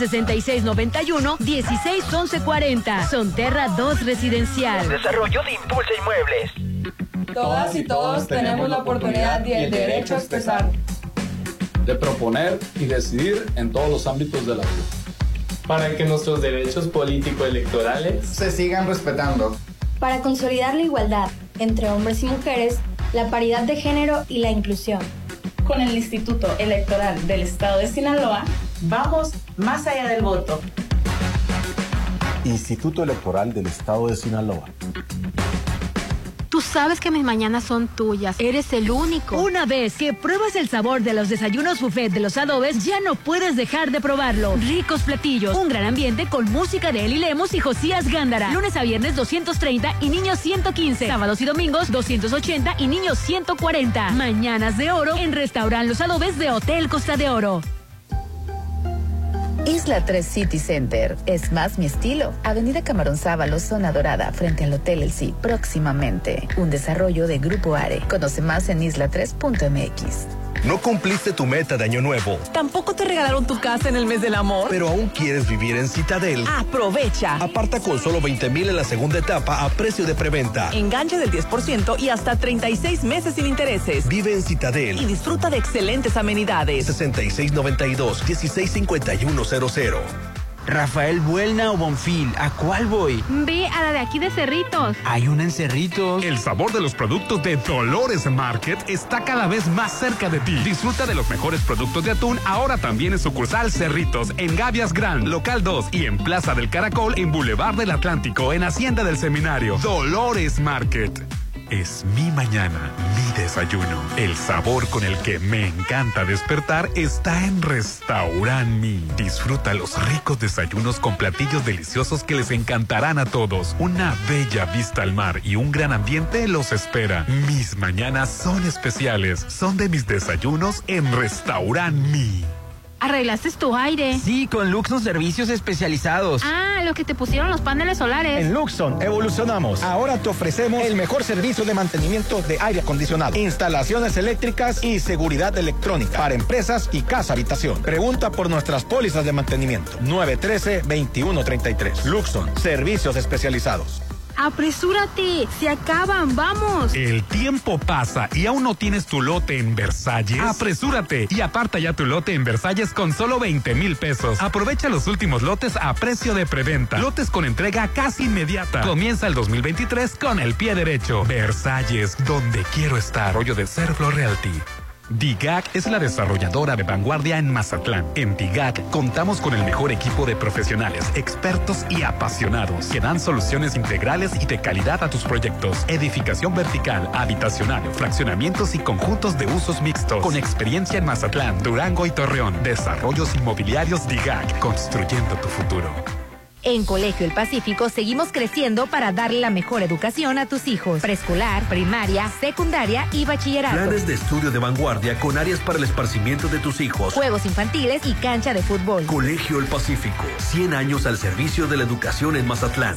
6691-161140. Sonterra 2 Residencial. Desarrollo de Impulsa Inmuebles. Todas y todos tenemos la oportunidad y el derecho a expresar, de proponer y decidir en todos los ámbitos de la vida, para que nuestros derechos político-electorales se sigan respetando, para consolidar la igualdad entre hombres y mujeres, la paridad de género y la inclusión. Con el Instituto Electoral del Estado de Sinaloa, vamos más allá del voto. Instituto Electoral del Estado de Sinaloa. Tú sabes que mis mañanas son tuyas. Eres el único. Una vez que pruebas el sabor de los desayunos buffet de los Adobes, ya no puedes dejar de probarlo. Ricos platillos, un gran ambiente con música de Eli Lemos y Josías Gándara. Lunes a viernes 230 y niños 115. Sábados y domingos 280 y niños 140. Mañanas de oro en Restaurant Los Adobes de Hotel Costa de Oro. Isla 3 City Center. Es más mi estilo. Avenida Camarón Sábalo, zona dorada, frente al Hotel El Sí. Próximamente. Un desarrollo de Grupo Are. Conoce más en isla3.mx. ¿No cumpliste tu meta de año nuevo? ¿Tampoco te regalaron tu casa en el mes del amor? ¿Pero aún quieres vivir en Citadel? ¡Aprovecha! Aparta con solo 20,000 en la segunda etapa a precio de preventa. Enganche del 10% y hasta 36 meses sin intereses. Vive en Citadel y disfruta de excelentes amenidades. 6692-165100. Rafael Buelna o Bonfil, ¿a cuál voy? Ve a la de aquí de Cerritos. Hay una en Cerritos. El sabor de los productos de Dolores Market está cada vez más cerca de ti. Disfruta de los mejores productos de atún ahora también en sucursal Cerritos, en Gavias Grand, Local 2 y en Plaza del Caracol, en Boulevard del Atlántico, en Hacienda del Seminario. Dolores Market. Es mi mañana, mi desayuno. El sabor con el que me encanta despertar está en Restaurant Mi. Disfruta los ricos desayunos con platillos deliciosos que les encantarán a todos. Una bella vista al mar y un gran ambiente los espera. Mis mañanas son especiales. Son de mis desayunos en Restaurant Mi. ¿Arreglaste tu aire? Sí, con Luxon Servicios Especializados. Ah, lo que te pusieron los paneles solares. En Luxon evolucionamos. Ahora te ofrecemos el mejor servicio de mantenimiento de aire acondicionado, instalaciones eléctricas y seguridad electrónica para empresas y casa habitación. Pregunta por nuestras pólizas de mantenimiento. 913-2133. Luxon, servicios especializados. ¡Apresúrate! ¡Se acaban! ¡Vamos! El tiempo pasa y aún no tienes tu lote en Versalles. ¡Apresúrate! Y aparta ya tu lote en Versalles con solo 20,000 pesos. Aprovecha los últimos lotes a precio de preventa. Lotes con entrega casi inmediata. Comienza el 2023 con el pie derecho. Versalles, donde quiero estar. Rollo de Serflo Realty. DIGAC es la desarrolladora de vanguardia en Mazatlán. En DIGAC contamos con el mejor equipo de profesionales, expertos y apasionados que dan soluciones integrales y de calidad a tus proyectos. Edificación vertical, habitacional, fraccionamientos y conjuntos de usos mixtos. Con experiencia en Mazatlán, Durango y Torreón. Desarrollos inmobiliarios DIGAC, construyendo tu futuro. En Colegio El Pacífico seguimos creciendo para darle la mejor educación a tus hijos. Preescolar, primaria, secundaria y bachillerato. Planes de estudio de vanguardia con áreas para el esparcimiento de tus hijos. Juegos infantiles y cancha de fútbol. Colegio El Pacífico, 100 años al servicio de la educación en Mazatlán.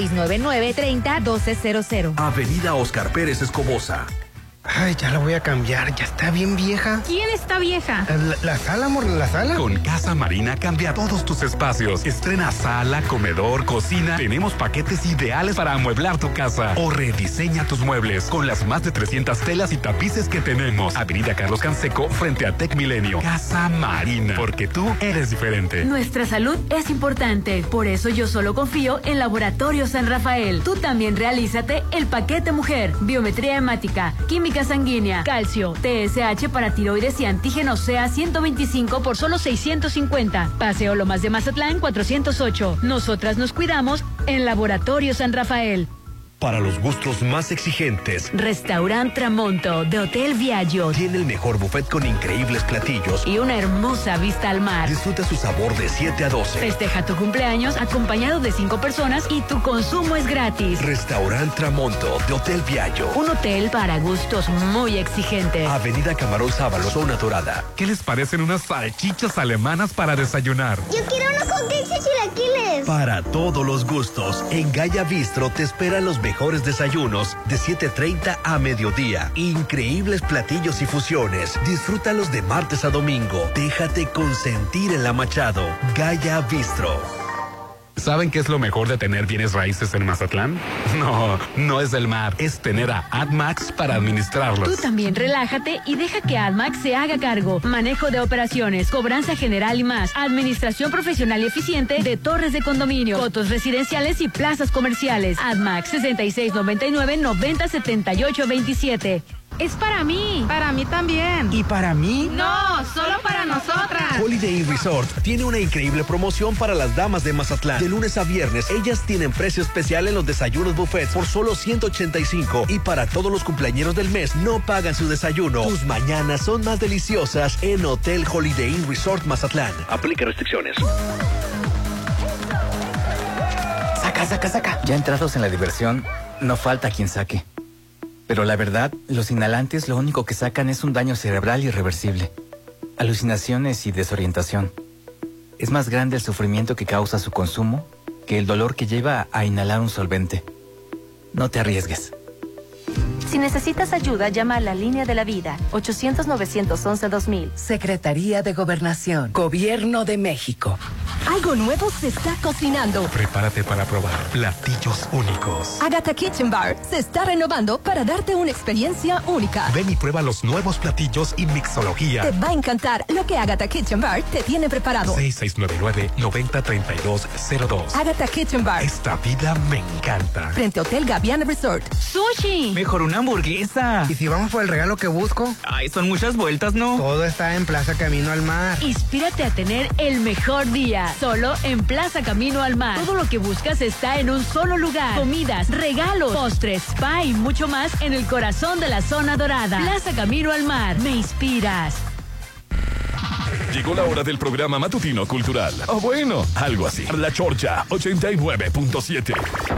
6699-301200. Avenida Oscar Pérez Escobosa. Ay, ya la voy a cambiar, ya está bien vieja. ¿Quién está vieja? La sala, amor, la sala. Con Casa Marina cambia todos tus espacios. Estrena sala, comedor, cocina. Tenemos paquetes ideales para amueblar tu casa. O rediseña tus muebles con las más de 300 telas y tapices que tenemos. Avenida Carlos Canseco, frente a Tec Milenio. Casa Marina, porque tú eres diferente. Nuestra salud es importante. Por eso yo solo confío en Laboratorio San Rafael. Tú también realízate el paquete mujer. Biometría hemática, química sanguínea, calcio, TSH para tiroides y antígeno CA 125 por solo 650. Paseo Lomas de Mazatlán 408. Nosotras nos cuidamos en Laboratorio San Rafael. Para los gustos más exigentes, Restaurant Tramonto de Hotel Viaggio tiene el mejor buffet con increíbles platillos y una hermosa vista al mar. Disfruta su sabor de 7 a 12. Festeja tu cumpleaños acompañado de 5 personas y tu consumo es gratis. Restaurant Tramonto de Hotel Viaggio. Un hotel para gustos muy exigentes. Avenida Camarón Sábalo, zona dorada. ¿Qué les parecen unas salchichas alemanas para desayunar? Yo quiero unos hotcakes y chilaquiles. Para todos los gustos, en Gaya Bistro te esperan los mejores desayunos de 7:30 a mediodía. Increíbles platillos y fusiones. Disfrútalos de martes a domingo. Déjate consentir en la Machado. Gaya Bistro. ¿Saben qué es lo mejor de tener bienes raíces en Mazatlán? No es el mar, es tener a AdMax para administrarlos. Tú también relájate y deja que AdMax se haga cargo. Manejo de operaciones, cobranza general y más. Administración profesional y eficiente de torres de condominio, cotos residenciales y plazas comerciales. AdMax 6699-907827. Es para mí. Para mí también. ¿Y para mí? No, solo para nosotras. Holiday Inn Resort tiene una increíble promoción para las damas de Mazatlán. De lunes a viernes, ellas tienen precio especial en los desayunos buffet por solo 185. Y para todos los cumpleañeros del mes, no pagan su desayuno. Tus mañanas son más deliciosas en Hotel Holiday Inn Resort Mazatlán. Aplica restricciones. Saca. Ya entrados en la diversión, no falta quien saque. Pero la verdad, los inhalantes lo único que sacan es un daño cerebral irreversible. Alucinaciones y desorientación. Es más grande el sufrimiento que causa su consumo que el dolor que lleva a inhalar un solvente. No te arriesgues. Si necesitas ayuda, llama a la Línea de la Vida, 800-911-2000. Secretaría de Gobernación, Gobierno de México. Algo nuevo se está cocinando. Prepárate para probar platillos únicos. Agatha Kitchen Bar se está renovando para darte una experiencia única. Ven y prueba los nuevos platillos y mixología. Te va a encantar lo que Agatha Kitchen Bar te tiene preparado. 6699-903202. Agatha Kitchen Bar. Esta vida me encanta. Frente a Hotel Gaviana Resort. ¡Sushi! Mejor una hamburguesa. ¿Y si vamos por el regalo que busco? Ay, son muchas vueltas, ¿no? Todo está en Plaza Camino al Mar. Inspírate a tener el mejor día. Solo en Plaza Camino al Mar. Todo lo que buscas está en un solo lugar. Comidas, regalos, postres, spa y mucho más en el corazón de la zona dorada. Plaza Camino al Mar. Me inspiras. Llegó la hora del programa matutino cultural. O bueno, algo así. La Chorcha 89.7.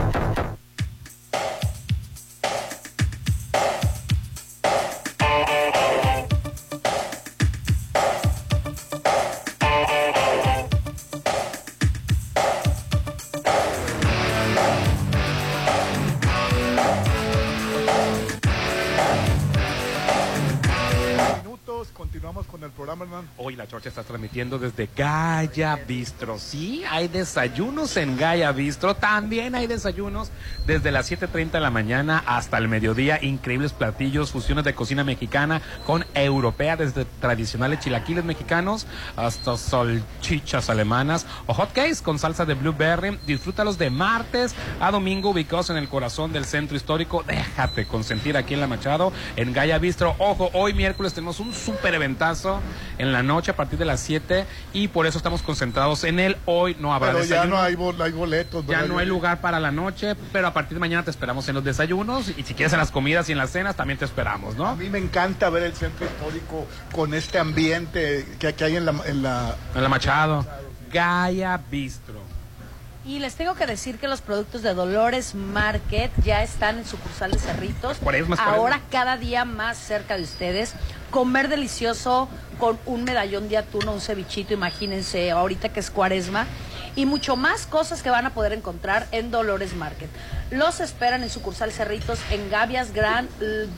Hoy la Chorcha está transmitiendo desde Gaya Bistro. Sí, hay desayunos en Gaya Bistro. También hay desayunos desde las 7:30 de la mañana hasta el mediodía. Increíbles platillos, fusiones de cocina mexicana con europea, desde tradicionales chilaquiles mexicanos hasta salchichas alemanas o hotcakes con salsa de blueberry. Disfrútalos de martes a domingo, ubicados en el corazón del centro histórico. Déjate consentir aquí en La Machado, en Gaya Bistro. Ojo, hoy miércoles tenemos un súper eventazo en la noche a partir de las 7 y por eso estamos concentrados en él. Hoy no habrá desayuno. Ya no hay boletos. Ya no hay lugar para la noche, pero a partir de mañana te esperamos en los desayunos y si quieres en las comidas y en las cenas también te esperamos, ¿no? A mí me encanta ver el centro histórico con este ambiente que hay en la Machado. Gaya Bistro. Y les tengo que decir que los productos de Dolores Market ya están en sucursal de Cerritos. Ahora cada día más cerca de ustedes. Comer delicioso con un medallón de atún o un cevichito, imagínense, ahorita que es Cuaresma. Y mucho más cosas que van a poder encontrar en Dolores Market. Los esperan en sucursal Cerritos en Gavias Gran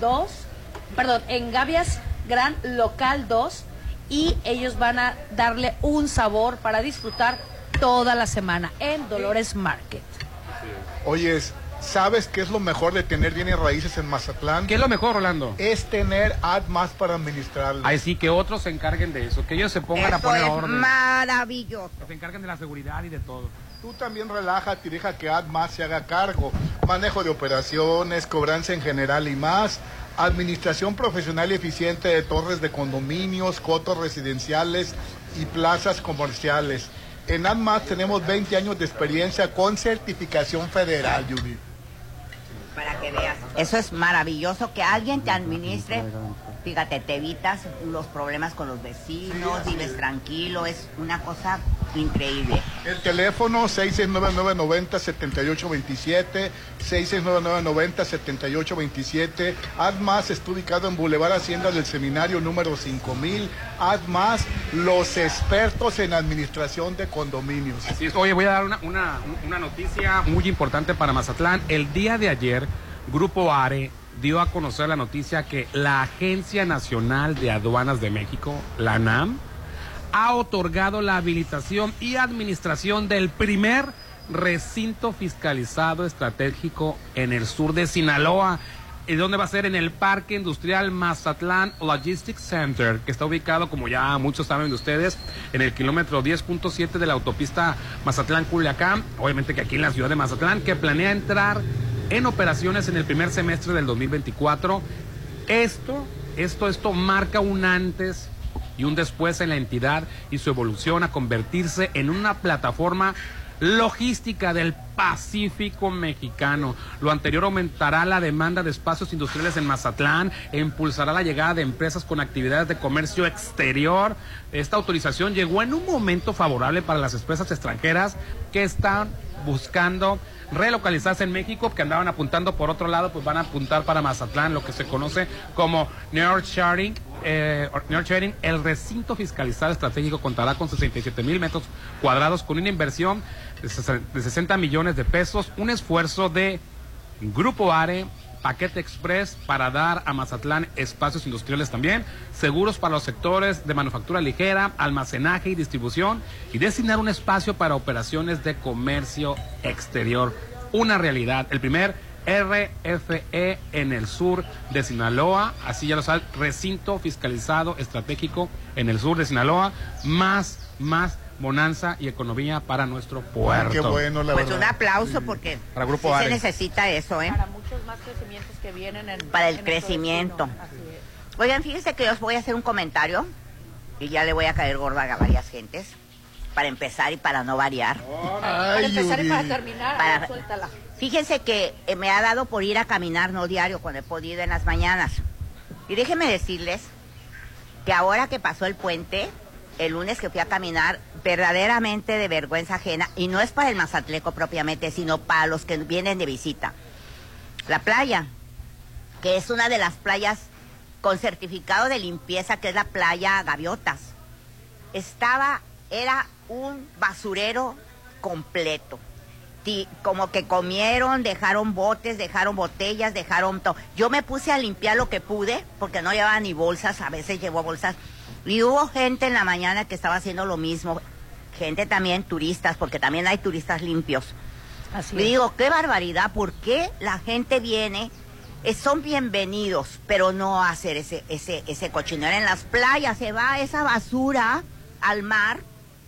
Local 2. Y ellos van a darle un sabor para disfrutar toda la semana en Dolores Market. Oye, ¿sabes qué es lo mejor de tener bienes raíces en Mazatlán? ¿Qué es lo mejor, Rolando? Es tener ADMAS para administrarlo. Ay, sí, que otros se encarguen de eso, que ellos se pongan a poner orden. Maravilloso. Que se encarguen de la seguridad y de todo. Tú también relájate y deja que ADMAS se haga cargo. Manejo de operaciones, cobranza en general y más. Administración profesional y eficiente de torres de condominios, cotos residenciales y plazas comerciales. En ADMAS tenemos 20 años de experiencia con certificación federal, Judith. Para que veas. Eso es maravilloso, que alguien te administre. Fíjate, te evitas los problemas con los vecinos, vives tranquilo, es una cosa increíble. El teléfono 669-990-7827, 669-990-7827. ADMAS está ubicado en Boulevard Hacienda del Seminario número 5000. ADMAS, los expertos en administración de condominios. Así es. Oye, voy a dar una noticia muy importante para Mazatlán. El día de ayer, Grupo ARE dio a conocer la noticia que la Agencia Nacional de Aduanas de México, la ANAM, ha otorgado la habilitación y administración del primer recinto fiscalizado estratégico en el sur de Sinaloa. ¿Y dónde va a ser? En el Parque Industrial Mazatlán Logistics Center, que está ubicado, como ya muchos saben de ustedes, en el kilómetro 10.7 de la autopista Mazatlán-Culiacán, obviamente que aquí en la ciudad de Mazatlán, que planea entrar en operaciones en el primer semestre del 2024. Esto marca un antes y un después en la entidad y su evolución a convertirse en una plataforma logística del Pacífico mexicano. Lo anterior aumentará la demanda de espacios industriales en Mazatlán e impulsará la llegada de empresas con actividades de comercio exterior. Esta autorización llegó en un momento favorable para las empresas extranjeras que están buscando relocalizarse en México, que andaban apuntando por otro lado, pues van a apuntar para Mazatlán, lo que se conoce como nearshoring. El recinto fiscalizado estratégico contará con 67,000 metros cuadrados, con una inversión de 60 millones de pesos, un esfuerzo de Grupo ARE, Paquete Express, para dar a Mazatlán espacios industriales también, seguros para los sectores de manufactura ligera, almacenaje y distribución, y designar un espacio para operaciones de comercio exterior. Una realidad, el primer RFE en el sur de Sinaloa, así ya lo saben, recinto fiscalizado estratégico en el sur de Sinaloa, más bonanza y economía para nuestro puerto. Qué bueno, la pues verdad. Un aplauso, porque para Grupo sí ARE se necesita eso, ¿eh? Para muchos más crecimientos que vienen para el crecimiento. Oigan, fíjense que yo os voy a hacer un comentario y ya le voy a caer gorda a varias gentes, para empezar y para no variar. Para empezar y para terminar, suéltala. Fíjense que me ha dado por ir a caminar, no diario, cuando he podido en las mañanas. Y déjenme decirles que ahora que pasó el puente, el lunes que fui a caminar, verdaderamente de vergüenza ajena, y no es para el mazatleco propiamente, sino para los que vienen de visita. La playa, que es una de las playas con certificado de limpieza, que es la playa Gaviotas, era un basurero completo. Como que comieron, dejaron botes, dejaron botellas, dejaron todo. Yo me puse a limpiar lo que pude, porque no llevaba ni bolsas, a veces llevo bolsas. Y hubo gente en la mañana que estaba haciendo lo mismo. Gente también, turistas, porque también hay turistas limpios. Así y digo, qué barbaridad, ¿por qué la gente viene? Son bienvenidos, pero no a hacer ese cochinero en las playas. Se va esa basura al mar.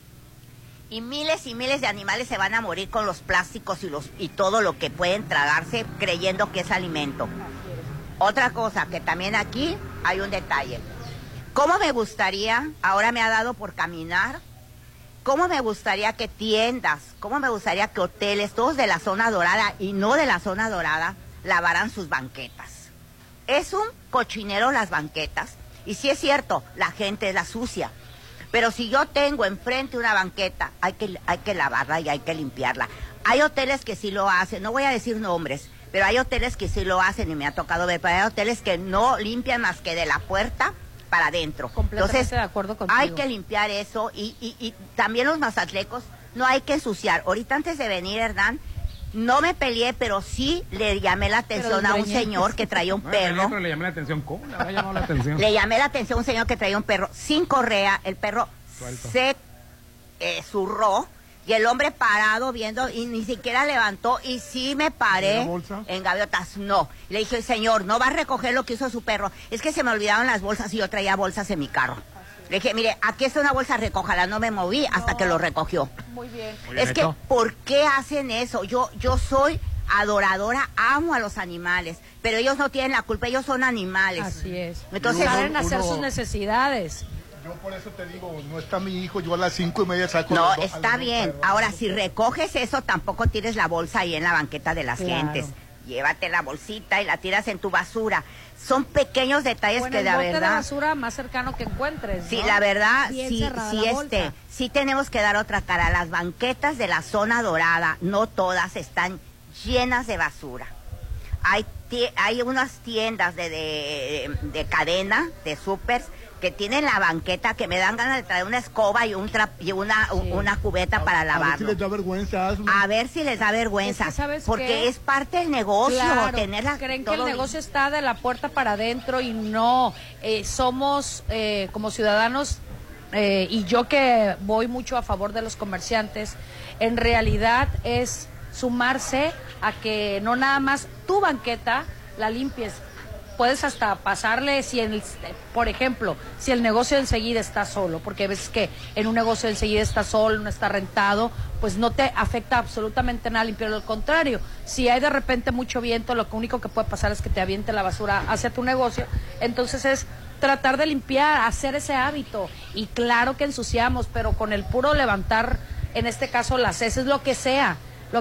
Y miles de animales se van a morir con los plásticos y todo lo que pueden tragarse creyendo que es alimento. Otra cosa, que también aquí hay un detalle. ¿Cómo me gustaría, ahora me ha dado por caminar, cómo me gustaría que tiendas, cómo me gustaría que hoteles, todos de la zona dorada y no de la zona dorada, lavaran sus banquetas? Es un cochinero las banquetas. Y sí es cierto, la gente es la sucia. Pero si yo tengo enfrente una banqueta, hay que lavarla y hay que limpiarla. Hay hoteles que sí lo hacen, no voy a decir nombres, pero hay hoteles que sí lo hacen y me ha tocado ver, pero hay hoteles que no limpian más que de la puerta para adentro. Completamente Entonces, de acuerdo contigo. Hay que limpiar eso y también los mazatlecos no hay que ensuciar. Ahorita antes de venir, Hernán, no me peleé, pero sí le llamé la atención a un señor que traía un perro. Le llamé la atención. ¿Cómo le habrá llamado la atención? Le llamé la atención a un señor que traía un perro sin correa. El perro Suelto. se zurró y el hombre parado viendo y ni siquiera levantó. Y sí me paré en gaviotas. No. Le dije, señor, no va a recoger lo que hizo su perro. Es que se me olvidaron las bolsas y yo traía bolsas en mi carro. Le dije, mire, aquí está una bolsa, recójala. No me moví hasta que lo recogió. Muy bien. Es que, ¿por qué hacen eso? Yo soy adoradora, amo a los animales, pero ellos no tienen la culpa, ellos son animales. Así es. Entonces, saben hacer sus necesidades. Yo por eso te digo, no está mi hijo, yo a las 5:30 saco. No, está bien. Ahora, si recoges eso, tampoco tires la bolsa ahí en la banqueta de las gentes. Llévate la bolsita y la tiras en tu basura. Son pequeños detalles que la verdad. de basura más cercano que encuentres, ¿no? Sí, la verdad, Bien sí, cerrada sí tenemos que dar otra cara. Las banquetas de la zona dorada, no todas están llenas de basura. Hay unas tiendas de cadena, de supers, que tienen la banqueta que me dan ganas de traer una escoba y una cubeta para lavarlo. A ver si les da vergüenza. A ver si les da vergüenza. Es que, ¿sabes porque qué? es parte del negocio. Claro, tenerla creen que el negocio está de la puerta para adentro y no. Somos como ciudadanos, y yo que voy mucho a favor de los comerciantes, en realidad es sumarse a que no nada más tu banqueta la limpies. puedes hasta pasarle por ejemplo, si el negocio enseguida está solo, porque ves que en un negocio enseguida está solo, no está rentado, pues no te afecta absolutamente nada limpiarlo. Al contrario, si hay de repente mucho viento, lo único que puede pasar es que te aviente la basura hacia tu negocio. Entonces es tratar de limpiar, hacer ese hábito. Y claro que ensuciamos, pero con el puro levantar, en este caso las heces, lo que sea,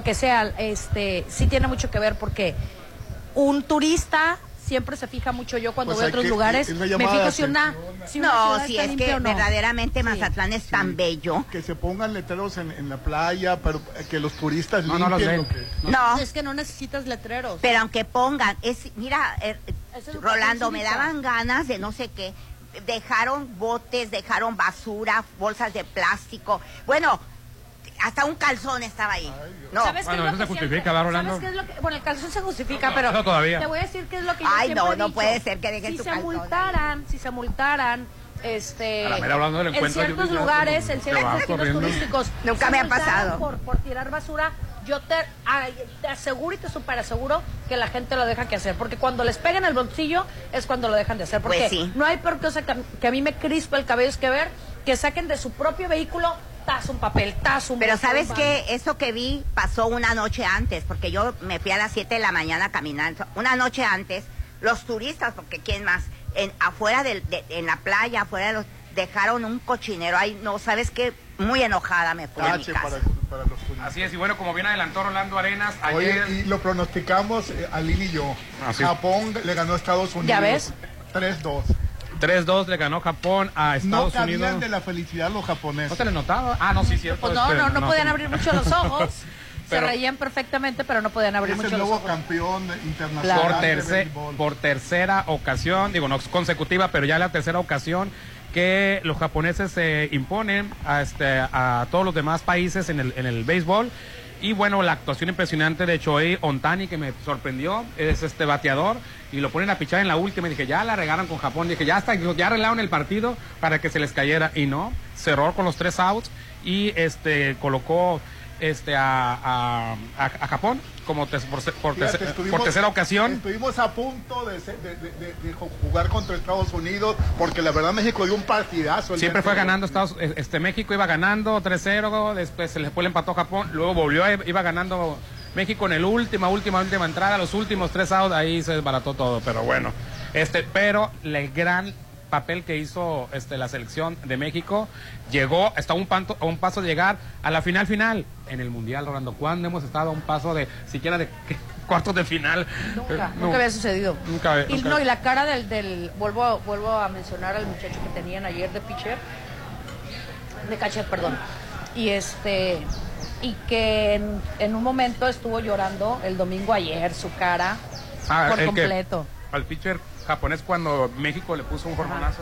sí tiene mucho que ver, porque un turista siempre se fija mucho. Yo cuando voy a otros lugares me fijo si una si es que verdaderamente Mazatlán es tan bello. Que se pongan letreros en la playa, pero que los turistas limpien. No, es que no necesitas letreros. Pero aunque pongan, mira, Rolando, me daban ganas de no sé qué. Dejaron botes, dejaron basura, bolsas de plástico. Bueno, hasta un calzón estaba ahí. No. ¿Sabes qué es lo que se justifica, ¿verdad, Rolando? ¿Sabes qué es lo que, bueno, el calzón se justifica, pero no todavía. Te voy a decir qué es lo que yo siempre he dicho. No puede ser que dejen tu calzón. Si se multaran, en ciertos lugares, en ciertos destinos turísticos, nunca me ha pasado por tirar basura. Yo te aseguro y te super aseguro que la gente lo deja que hacer, porque cuando les pegan el bolsillo es cuando lo dejan de hacer, porque pues sí. No hay peor cosa que a mí me crispa el cabello, es que ver que saquen de su propio vehículo un papel, un pero ¿sabes qué? Eso que vi pasó una noche antes, porque yo me fui a las 7 de la mañana caminando. Una noche antes, los turistas, porque ¿quién más? Afuera en la playa, dejaron un cochinero ahí. No, ¿sabes qué? Muy enojada me fui a mi casa. Para los turistas. Así es, y bueno, como bien adelantó Rolando Arenas, ayer... Oye, y lo pronosticamos, Aline y yo. Japón le ganó a Estados Unidos. ¿Ya ves? 3-2. 3-2 le ganó Japón a Estados Unidos. No cabían de la felicidad los japoneses. ¿No se les notaba? Ah, no, sí, cierto. Pues no podían abrir mucho los ojos. Se reían perfectamente, pero no podían abrir mucho los ojos. Es el nuevo campeón internacional por tercera ocasión, digo, no consecutiva, pero ya la tercera ocasión que los japoneses se imponen a todos los demás países en el béisbol. Y bueno, la actuación impresionante de Shohei Ohtani, que me sorprendió, es bateador, y lo ponen a pichar en la última, y dije, ya la regaron con Japón, dije, ya arreglaron el partido para que se les cayera, y no, cerró con los 3 outs, y colocó a Japón como por tercera ocasión. Estuvimos a punto de jugar contra Estados Unidos, porque la verdad México dio un partidazo. Siempre fue ganando México iba ganando 3-0, después le empató Japón, luego iba ganando México en el última entrada, los últimos 3 outs, ahí se desbarató todo, pero bueno, pero el gran papel que hizo la selección de México, llegó, está a un paso de llegar a la final en el Mundial, Rolando. ¿Cuándo hemos estado a un paso de siquiera de cuartos de final? Nunca había sucedido. Nunca. Y la cara del vuelvo a mencionar al muchacho que tenían ayer de catcher, perdón. Y que en un momento estuvo llorando el domingo ayer, su cara por completo. Al pitcher japonés cuando México le puso un jormanazo.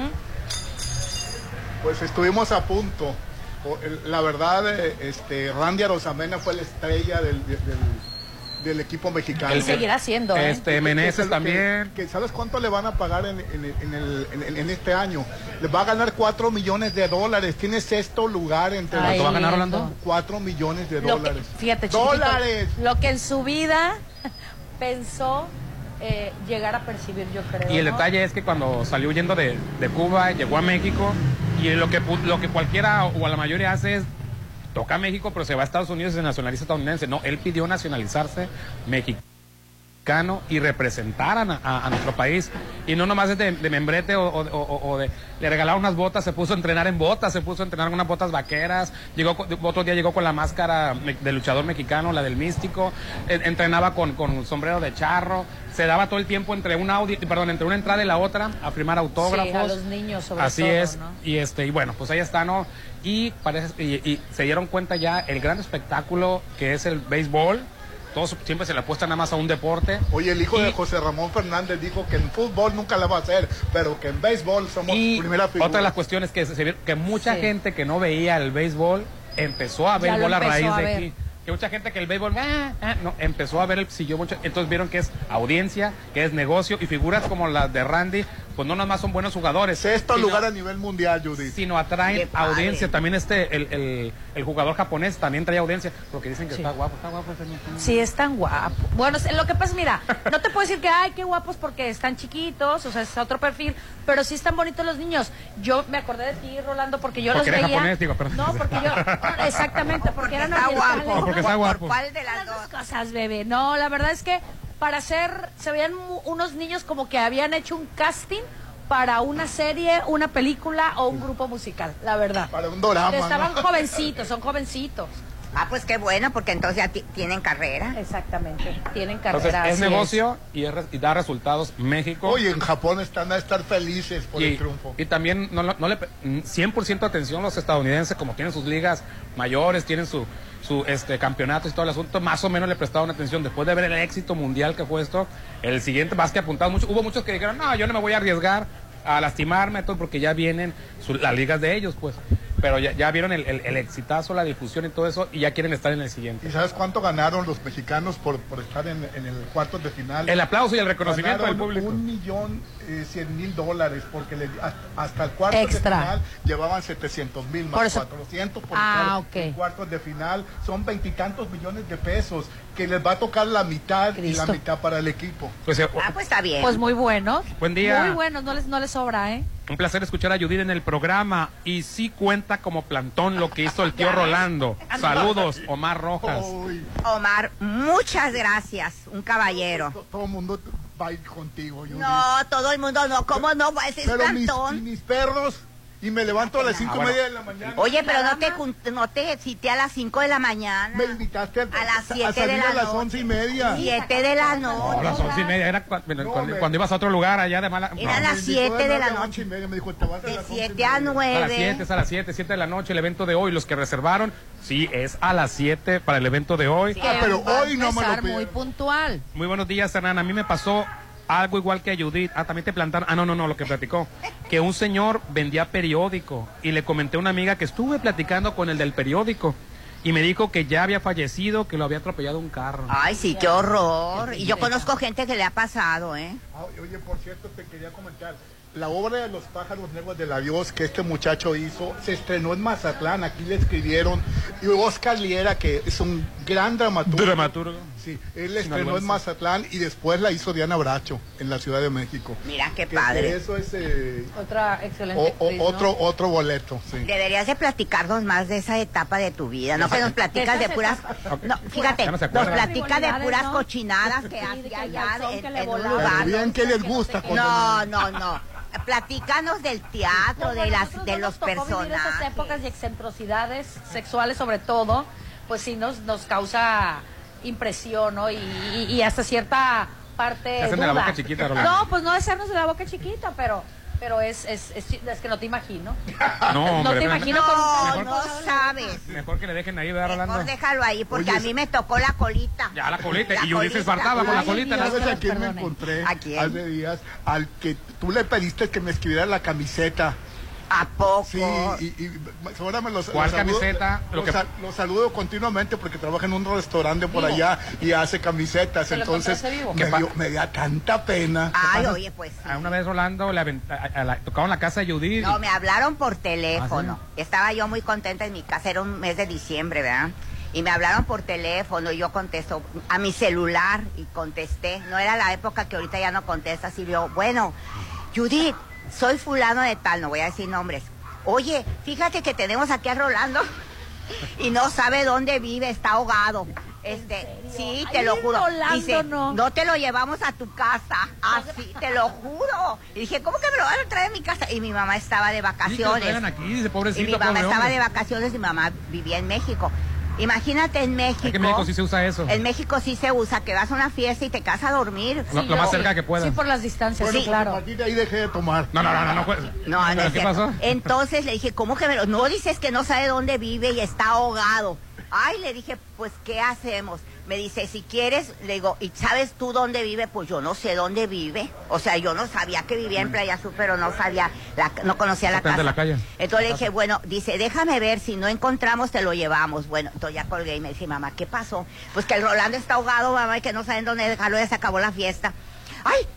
Pues estuvimos a punto. La verdad, Randy Arosamena fue la estrella del equipo mexicano. Él seguirá siendo. Meneses también. ¿Sabes cuánto le van a pagar en este año? Le va a ganar $4 millones. Tiene sexto lugar entre los... ¿Cuánto va a ganar, Rolando? $4 millones. Fíjate, ¡dólares! Lo que en su vida pensó llegar a percibir, yo creo. Y el detalle es que cuando salió huyendo de Cuba, llegó a México, y lo que cualquiera o a la mayoría hace es toca a México, pero se va a Estados Unidos y se nacionaliza estadounidense. No, él pidió nacionalizarse mexicano y representar a nuestro país, y no nomás de membrete le regalaron unas botas, se puso a entrenar en botas, se puso a entrenar con unas botas vaqueras, otro día llegó con la máscara de luchador mexicano, la del Místico, entrenaba con sombrero de charro, se daba todo el tiempo entre una entrada y la otra a firmar autógrafos. Sí, a los niños sobre todo. Así es, ¿no? y bueno, pues ahí está, ¿no? Y se dieron cuenta ya el gran espectáculo que es el béisbol. Todos siempre se le apuesta nada más a un deporte. Oye, el hijo de José Ramón Fernández dijo que en fútbol nunca la va a hacer, pero que en béisbol somos primera figura. Otra de las cuestiones que mucha gente que no veía el béisbol empezó a ver béisbol a raíz de aquí. Que mucha gente que el béisbol no, empezó a ver siguió mucho, entonces vieron que es audiencia, que es negocio, y figuras como las de Randy pues no nomás son buenos jugadores. Sexto lugar a nivel mundial, Judith. Sino atraen audiencia. También el jugador japonés también trae audiencia, porque dicen que está guapo. Sí, es tan guapo. Bueno, lo que pasa, mira, no te puedo decir que, ay, qué guapos porque están chiquitos, o sea, es otro perfil, pero sí están bonitos los niños. Yo me acordé de ti, Rolando, porque yo porque los veía. Japonés, digo, perdón. No, porque yo, porque porque eran está guapo. Porque está guapo. ¿Cuál de las dos cosas, bebé? No, la verdad es que se veían unos niños como que habían hecho un casting para una serie, una película o un grupo musical, la verdad. Para un dorama. Estaban jovencitos, son jovencitos. Ah, pues qué bueno, porque entonces ya tienen carrera. Exactamente, tienen carrera. Entonces, es negocio y da resultados. México. Oye, en Japón están a estar felices por el triunfo. Y también no le 100% atención los estadounidenses, como tienen sus ligas mayores, tienen su campeonatos y todo el asunto, más o menos le prestaron atención. Después de ver el éxito mundial que fue esto, el siguiente, más que apuntado, hubo muchos que dijeron, no, yo no me voy a arriesgar a lastimarme, todo, porque ya vienen las ligas de ellos, pues. Pero ya vieron el exitazo, la difusión y todo eso, y ya quieren estar en el siguiente. ¿Y sabes cuánto ganaron los mexicanos por estar en el cuartos de final? El aplauso y el reconocimiento del público. $1,100,000, porque hasta el cuarto de final llevaban 700,000 más 400 por estar en cuartos de final. Son 20 y tantos millones de pesos que les va a tocar la mitad y la mitad para el equipo. Pues está bien. Pues muy buenos. Buen día. Muy buenos, no les sobra, ¿eh? Un placer escuchar a Judith en el programa, y sí cuenta como plantón lo que hizo el tío Rolando. Saludos, Omar Rojas. Omar, muchas gracias, un caballero. Todo el mundo va a ir contigo, Judith. No, todo el mundo no, ¿cómo no? Ese es plantón. Mis perros, y me levanto a las 5:30 de la mañana. Oye, pero no te cité a las 5 de la mañana. Me invitaste a las 7 de la noche. A las 11:30. 7 de la noche. No, a las 11:30 era cuando ibas a otro lugar allá de mala. Era a las 7 de la noche. Me dijo, te vas a las 7 a 9. Es a las 7 de la noche el evento de hoy. Los que reservaron, sí, es a las 7 para el evento de hoy. Sí, pero hoy no me lo pido. Muy puntual. Muy buenos días, Hernán. A mí me pasó algo igual que a Judith. También te plantaron. No, lo que platicó. Que un señor vendía periódico, y le comenté a una amiga que estuve platicando con el del periódico, y me dijo que ya había fallecido, que lo había atropellado un carro. Ay, sí, qué horror. Y yo conozco gente que le ha pasado, ¿eh? Oye, por cierto, te quería comentar. La obra de Los pájaros negros del adiós que este muchacho hizo se estrenó en Mazatlán. Aquí le escribieron, y Oscar Liera, que es un gran dramaturgo. Sí, él la estrenó en Mazatlán, y después la hizo Diana Bracho en la Ciudad de México. Mira qué padre. Eso es otra excelente actriz, otro boleto. Sí. Deberías de platicarnos más de esa etapa de tu vida, no que nos platicas de puras. No, fíjate, nos platicas de puras cochinadas que hacía allá en un lugar. Bien que les gusta. No. Platícanos del teatro, de los personajes. Esas épocas y excentrocidades sexuales, sobre todo, pues sí nos causa impresión, ¿no? Y hasta cierta parte hacen duda. De la boca chiquita, Rolando. No, pues no hacernos de la boca chiquita, pero es que no te imagino. No te imagino con no sabes. Mejor que le dejen ahí, ¿verdad, Rolando? Mejor déjalo ahí, porque a mí me tocó la colita. Ya, la colita. Y Judith se espartaba con la colita. ¿Sabes a quién me encontré? Hace días, al que tú le pediste que me escribiera la camiseta. ¿A poco? Sí, y ahora me los ¿Cuál camiseta? Lo saludo continuamente porque trabaja en un restaurante por allá y hace camisetas. Entonces me da tanta pena. Ay, oye, pues sí. Una vez, Rolando, tocaron la casa de Judith. No, me hablaron por teléfono. ¿Sí? Estaba yo muy contenta en mi casa, era un mes de diciembre, ¿verdad? Y me hablaron por teléfono, y yo contesto a mi celular, y contesté. No era la época que ahorita ya no contestas, y yo, bueno, Judith, soy fulano de tal, no voy a decir nombres. Oye, fíjate que tenemos aquí a Rolando y no sabe dónde vive, está ahogado. Sí, te lo juro. Rolando, dice, no te lo llevamos a tu casa. Así, te lo juro. Y dije, ¿cómo que me lo van a traer a mi casa? Y mi mamá estaba de vacaciones. Sí, aquí, dice, pobrecito, y mi mamá estaba de vacaciones, y mi mamá vivía en México. Imagínate en México. Es que en México sí se usa eso. En México sí se usa, que vas a una fiesta y te casas a dormir. Lo más cerca que puedas. Sí, por las distancias, bueno, sí, claro. A partir de ahí dejé de tomar. No. ¿Qué pasó? Entonces le dije, ¿cómo que me lo...? No, dices que no sabe dónde vive y está ahogado. Ay, le dije, pues, ¿qué hacemos? Me dice, si quieres, le digo, ¿y sabes tú dónde vive? Pues yo no sé dónde vive. O sea, yo no sabía que vivía en Playa Azul, pero no sabía, no conocía la casa. De la calle. Entonces le dije, bueno, dice, déjame ver, si no encontramos, te lo llevamos. Bueno, entonces ya colgué y me dice, mamá, ¿qué pasó? Pues que el Rolando está ahogado, mamá, y que no saben dónde dejarlo, ya se acabó la fiesta. Ay,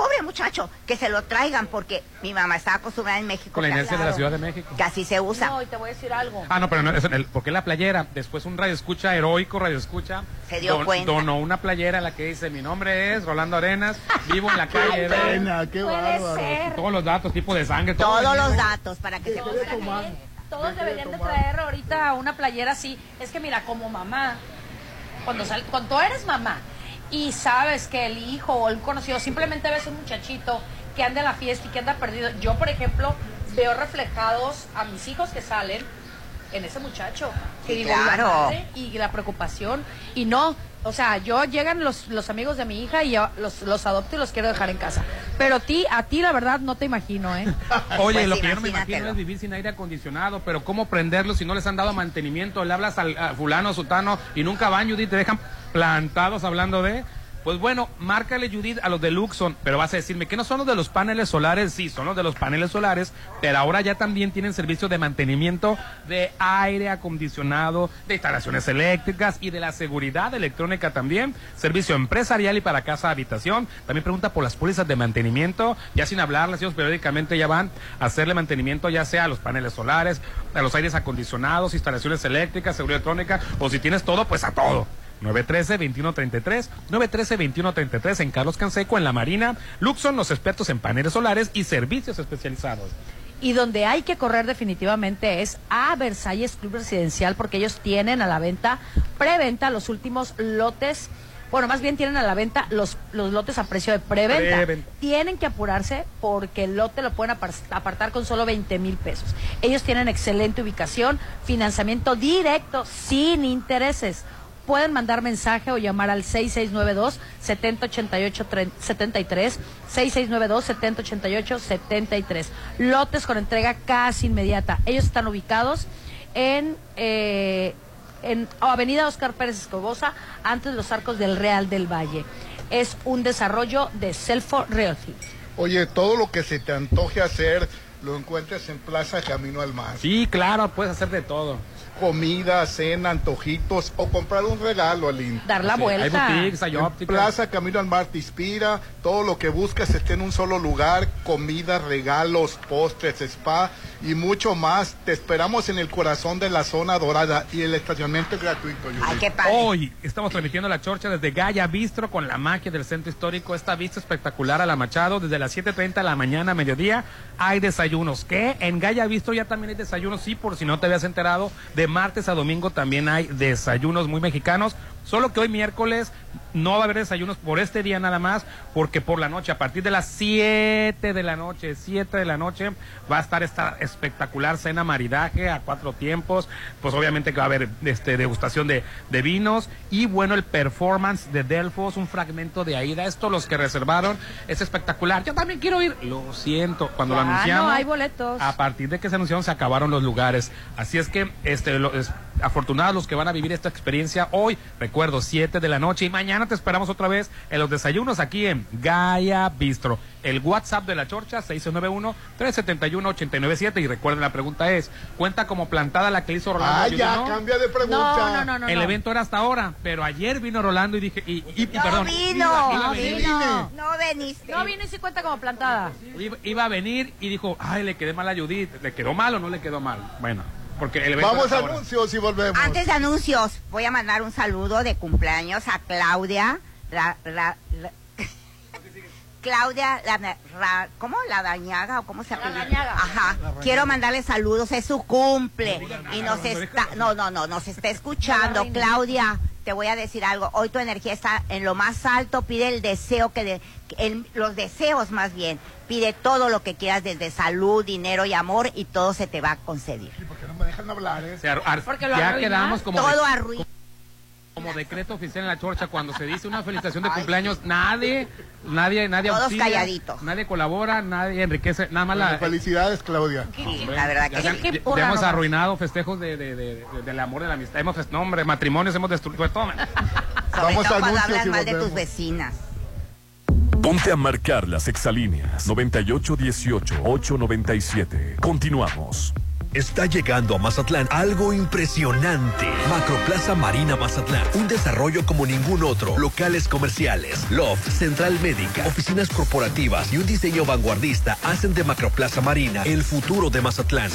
pobre muchacho, que se lo traigan, porque mi mamá estaba acostumbrada en México. Con la inercia de la Ciudad de México. Que así se usa. No, y te voy a decir algo. No, pero no, porque la playera, después un radioescucha, heroico radioescucha, se dio cuenta. Donó una playera en la que dice, mi nombre es Rolando Arenas, vivo en la calle. Qué bárbaro. Todos los datos, tipo de sangre. Todos los datos, para que se pongan. Todos deberían de traer ahorita una playera así. Es que mira, como mamá, cuando tú eres mamá y sabes que el hijo o el conocido, simplemente ves un muchachito que anda en la fiesta y que anda perdido. Yo, por ejemplo, veo reflejados a mis hijos que salen en ese muchacho. Que Sí, digo, claro. la madre y la preocupación. Y no, o sea, llegan los amigos de mi hija y yo los adopto y los quiero dejar en casa. Pero a ti la verdad no te imagino, ¿eh? Oye, Pues lo que yo no me imagino es vivir sin aire acondicionado, pero ¿cómo prenderlo si no les han dado mantenimiento? Le hablas a fulano, sutano y nunca van, Judith, te dejan plantados hablando de... Pues bueno, márcale, Judith, a los de Luxon, pero vas a decirme que no son los de los paneles solares. Sí, son los de los paneles solares, pero ahora ya también tienen servicio de mantenimiento de aire acondicionado, de instalaciones eléctricas y de la seguridad electrónica también. Servicio empresarial y para casa, habitación. También pregunta por las pólizas de mantenimiento, ya sin hablarles, ellos periódicamente ya van a hacerle mantenimiento ya sea a los paneles solares, a los aires acondicionados, instalaciones eléctricas, seguridad electrónica, o si tienes todo, pues a todo. 913-2133, 913-2133 en Carlos Canseco, en La Marina. Luxon, los expertos en paneles solares y servicios especializados. Y donde hay que correr definitivamente es a Versalles Club Residencial, porque ellos tienen a la venta, preventa, los últimos lotes. Bueno, más bien tienen a la venta los lotes a precio de preventa. Tienen que apurarse porque el lote lo pueden apartar con solo 20,000 pesos. Ellos tienen excelente ubicación, financiamiento directo, sin intereses. Pueden mandar mensaje o llamar al 6692-7088-73, 6692-7088-73. Lotes con entrega casi inmediata. Ellos están ubicados en Avenida Oscar Pérez Escobosa, antes de los Arcos del Real del Valle. Es un desarrollo de Selfo Realty. Oye, todo lo que se te antoje hacer, lo encuentras en Plaza Camino al Mar. Sí, claro, puedes hacer de todo. Comida, cena, antojitos o comprar un regalo, Aline. Dar la vuelta. Hay boutiques, hay ópticas. Plaza Camino al Mar te inspira, todo lo que buscas está en un solo lugar, comida, regalos, postres, spa y mucho más. Te esperamos en el corazón de la zona dorada y el estacionamiento es gratuito. Ay, qué padre. Hoy estamos transmitiendo la Chorcha desde Gaya Bistro con la magia del centro histórico. Esta vista espectacular a la Machado desde las 7:30 de la mañana a mediodía. Hay desayunos. ¿Qué? En Gaya Bistro ya también hay desayunos, sí, por si no te habías enterado. De martes a domingo también hay desayunos muy mexicanos. Solo que hoy miércoles no va a haber desayunos por este día nada más, porque por la noche, a partir de las 7 de la noche, va a estar esta espectacular cena maridaje a 4 tiempos. Pues obviamente que va a haber degustación de vinos y bueno, el performance de Delfos, un fragmento de Aida. Esto los que reservaron es espectacular. Yo también quiero ir. Lo siento, cuando lo anunciamos. No hay boletos. A partir de que se anunciaron se acabaron los lugares. Así es que afortunados los que van a vivir esta experiencia hoy. Recuerdo, 7 de la noche y mañana te esperamos otra vez en los desayunos aquí en Gaya Bistro. El WhatsApp de la Chorcha, 691-371-897. Y recuerden, la pregunta es, ¿cuenta como plantada la que hizo Rolando? Ya, cambia de pregunta. No. El evento era hasta ahora, pero ayer vino Rolando y dije, No vino. No vino y sí cuenta como plantada. Iba a venir y dijo, ay, le quedé mal a Judith. ¿Le quedó mal o no le quedó mal? Bueno, porque el evento vamos a anuncios y volvemos. Antes de anuncios, voy a mandar un saludo de cumpleaños a Claudia. Claudia, ¿cómo? ¿La Dañaga o cómo se apellida? Ajá. Quiero mandarle saludos, es su cumple. Y nos está escuchando. Claudia, te voy a decir algo. Hoy tu energía está en lo más alto. Pide el deseo, los deseos más bien. Pide todo lo que quieras, desde salud, dinero y amor, y todo se te va a conceder. ¿Por qué no me dejan hablar? Ya quedamos como... Todo arruina. Como decreto oficial en la Chorcha, cuando se dice una felicitación de cumpleaños, nadie todos auxilia, calladitos. Nadie colabora, nadie enriquece, nada más felicidades, Claudia. Sí, la verdad que sí. Hemos arruinado festejos del amor, de la amistad, matrimonios hemos destruido todo. Vamos a cuando hablas mal de tus vecinas. Ponte a marcar las exalíneas 9818-897. Continuamos. Está llegando a Mazatlán algo impresionante. Macroplaza Marina Mazatlán, un desarrollo como ningún otro. Locales comerciales, loft, central médica, oficinas corporativas y un diseño vanguardista hacen de Macroplaza Marina el futuro de Mazatlán.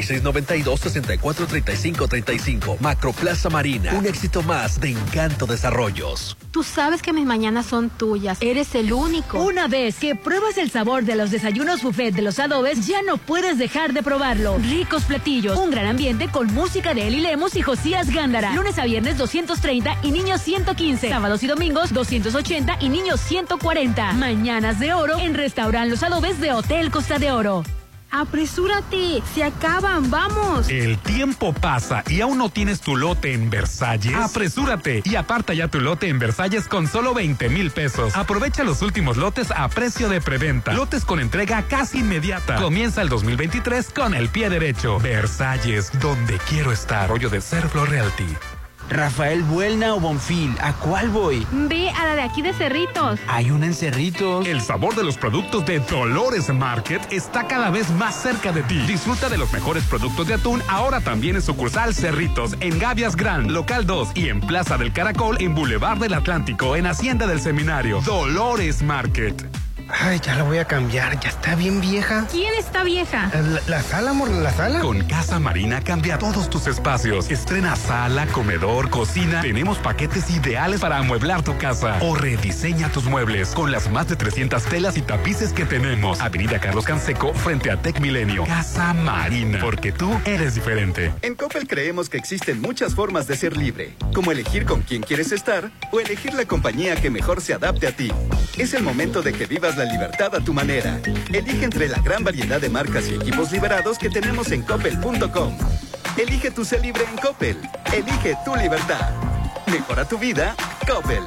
6692-643535. Macroplaza Marina, un éxito más de Encanto Desarrollos. Tú sabes que mis mañanas son tuyas. Eres el único. Una vez que pruebas el sabor de los desayunos buffet de los Adobes, ya no puedes dejar de probarlo. Ricos platillos, un gran ambiente con música de Eli Lemus y Josías Gándara. Lunes a viernes 230 y niños 115. Sábados y domingos 280 y niños 140. Mañanas de oro en Restaurant Los Adobes de Hotel Costa de Oro. ¡Apresúrate! ¡Se acaban! ¡Vamos! El tiempo pasa y aún no tienes tu lote en Versalles. ¡Apresúrate! Y aparta ya tu lote en Versalles con solo 20,000 pesos. Aprovecha los últimos lotes a precio de preventa. Lotes con entrega casi inmediata. Comienza el 2023 con el pie derecho. Versalles, donde quiero estar. Rollo de Serflo Realty. Rafael Buelna o Bonfil, ¿a cuál voy? Ve a la de aquí de Cerritos. Hay una en Cerritos. El sabor de los productos de Dolores Market está cada vez más cerca de ti. Disfruta de los mejores productos de atún ahora también en sucursal Cerritos, en Gavias Grand, local 2 y en Plaza del Caracol, en Boulevard del Atlántico, en Hacienda del Seminario. Dolores Market. Ay, ya la voy a cambiar, ya está bien vieja. ¿Quién está vieja? La sala, amor, la sala. Con Casa Marina cambia todos tus espacios. Estrena sala, comedor, cocina. Tenemos paquetes ideales para amueblar tu casa. O rediseña tus muebles con las más de 300 telas y tapices que tenemos. Avenida Carlos Canseco, frente a Tec Milenio. Casa Marina, porque tú eres diferente. En Coppel creemos que existen muchas formas de ser libre, como elegir con quién quieres estar o elegir la compañía que mejor se adapte a ti. Es el momento de que vivas la libertad a tu manera. Elige entre la gran variedad de marcas y equipos liberados que tenemos en coppel.com. Elige tu ser libre en Coppel. Elige tu libertad. Mejora tu vida, Coppel.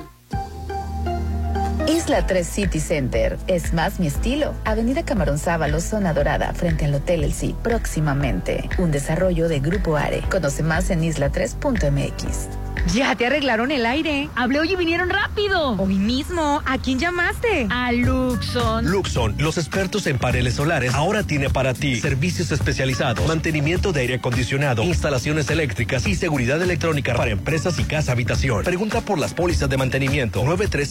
Isla 3 City Center. Es más mi estilo. Avenida Camarón Sábalo, zona dorada, frente al Hotel El Sí, próximamente. Un desarrollo de Grupo Are. Conoce más en isla3.mx. Ya te arreglaron el aire. Hablé hoy y vinieron rápido. Hoy mismo. ¿A quién llamaste? A Luxon. Luxon, los expertos en paneles solares, ahora tiene para ti servicios especializados, mantenimiento de aire acondicionado, instalaciones eléctricas y seguridad electrónica para empresas y casa habitación. Pregunta por las pólizas de mantenimiento.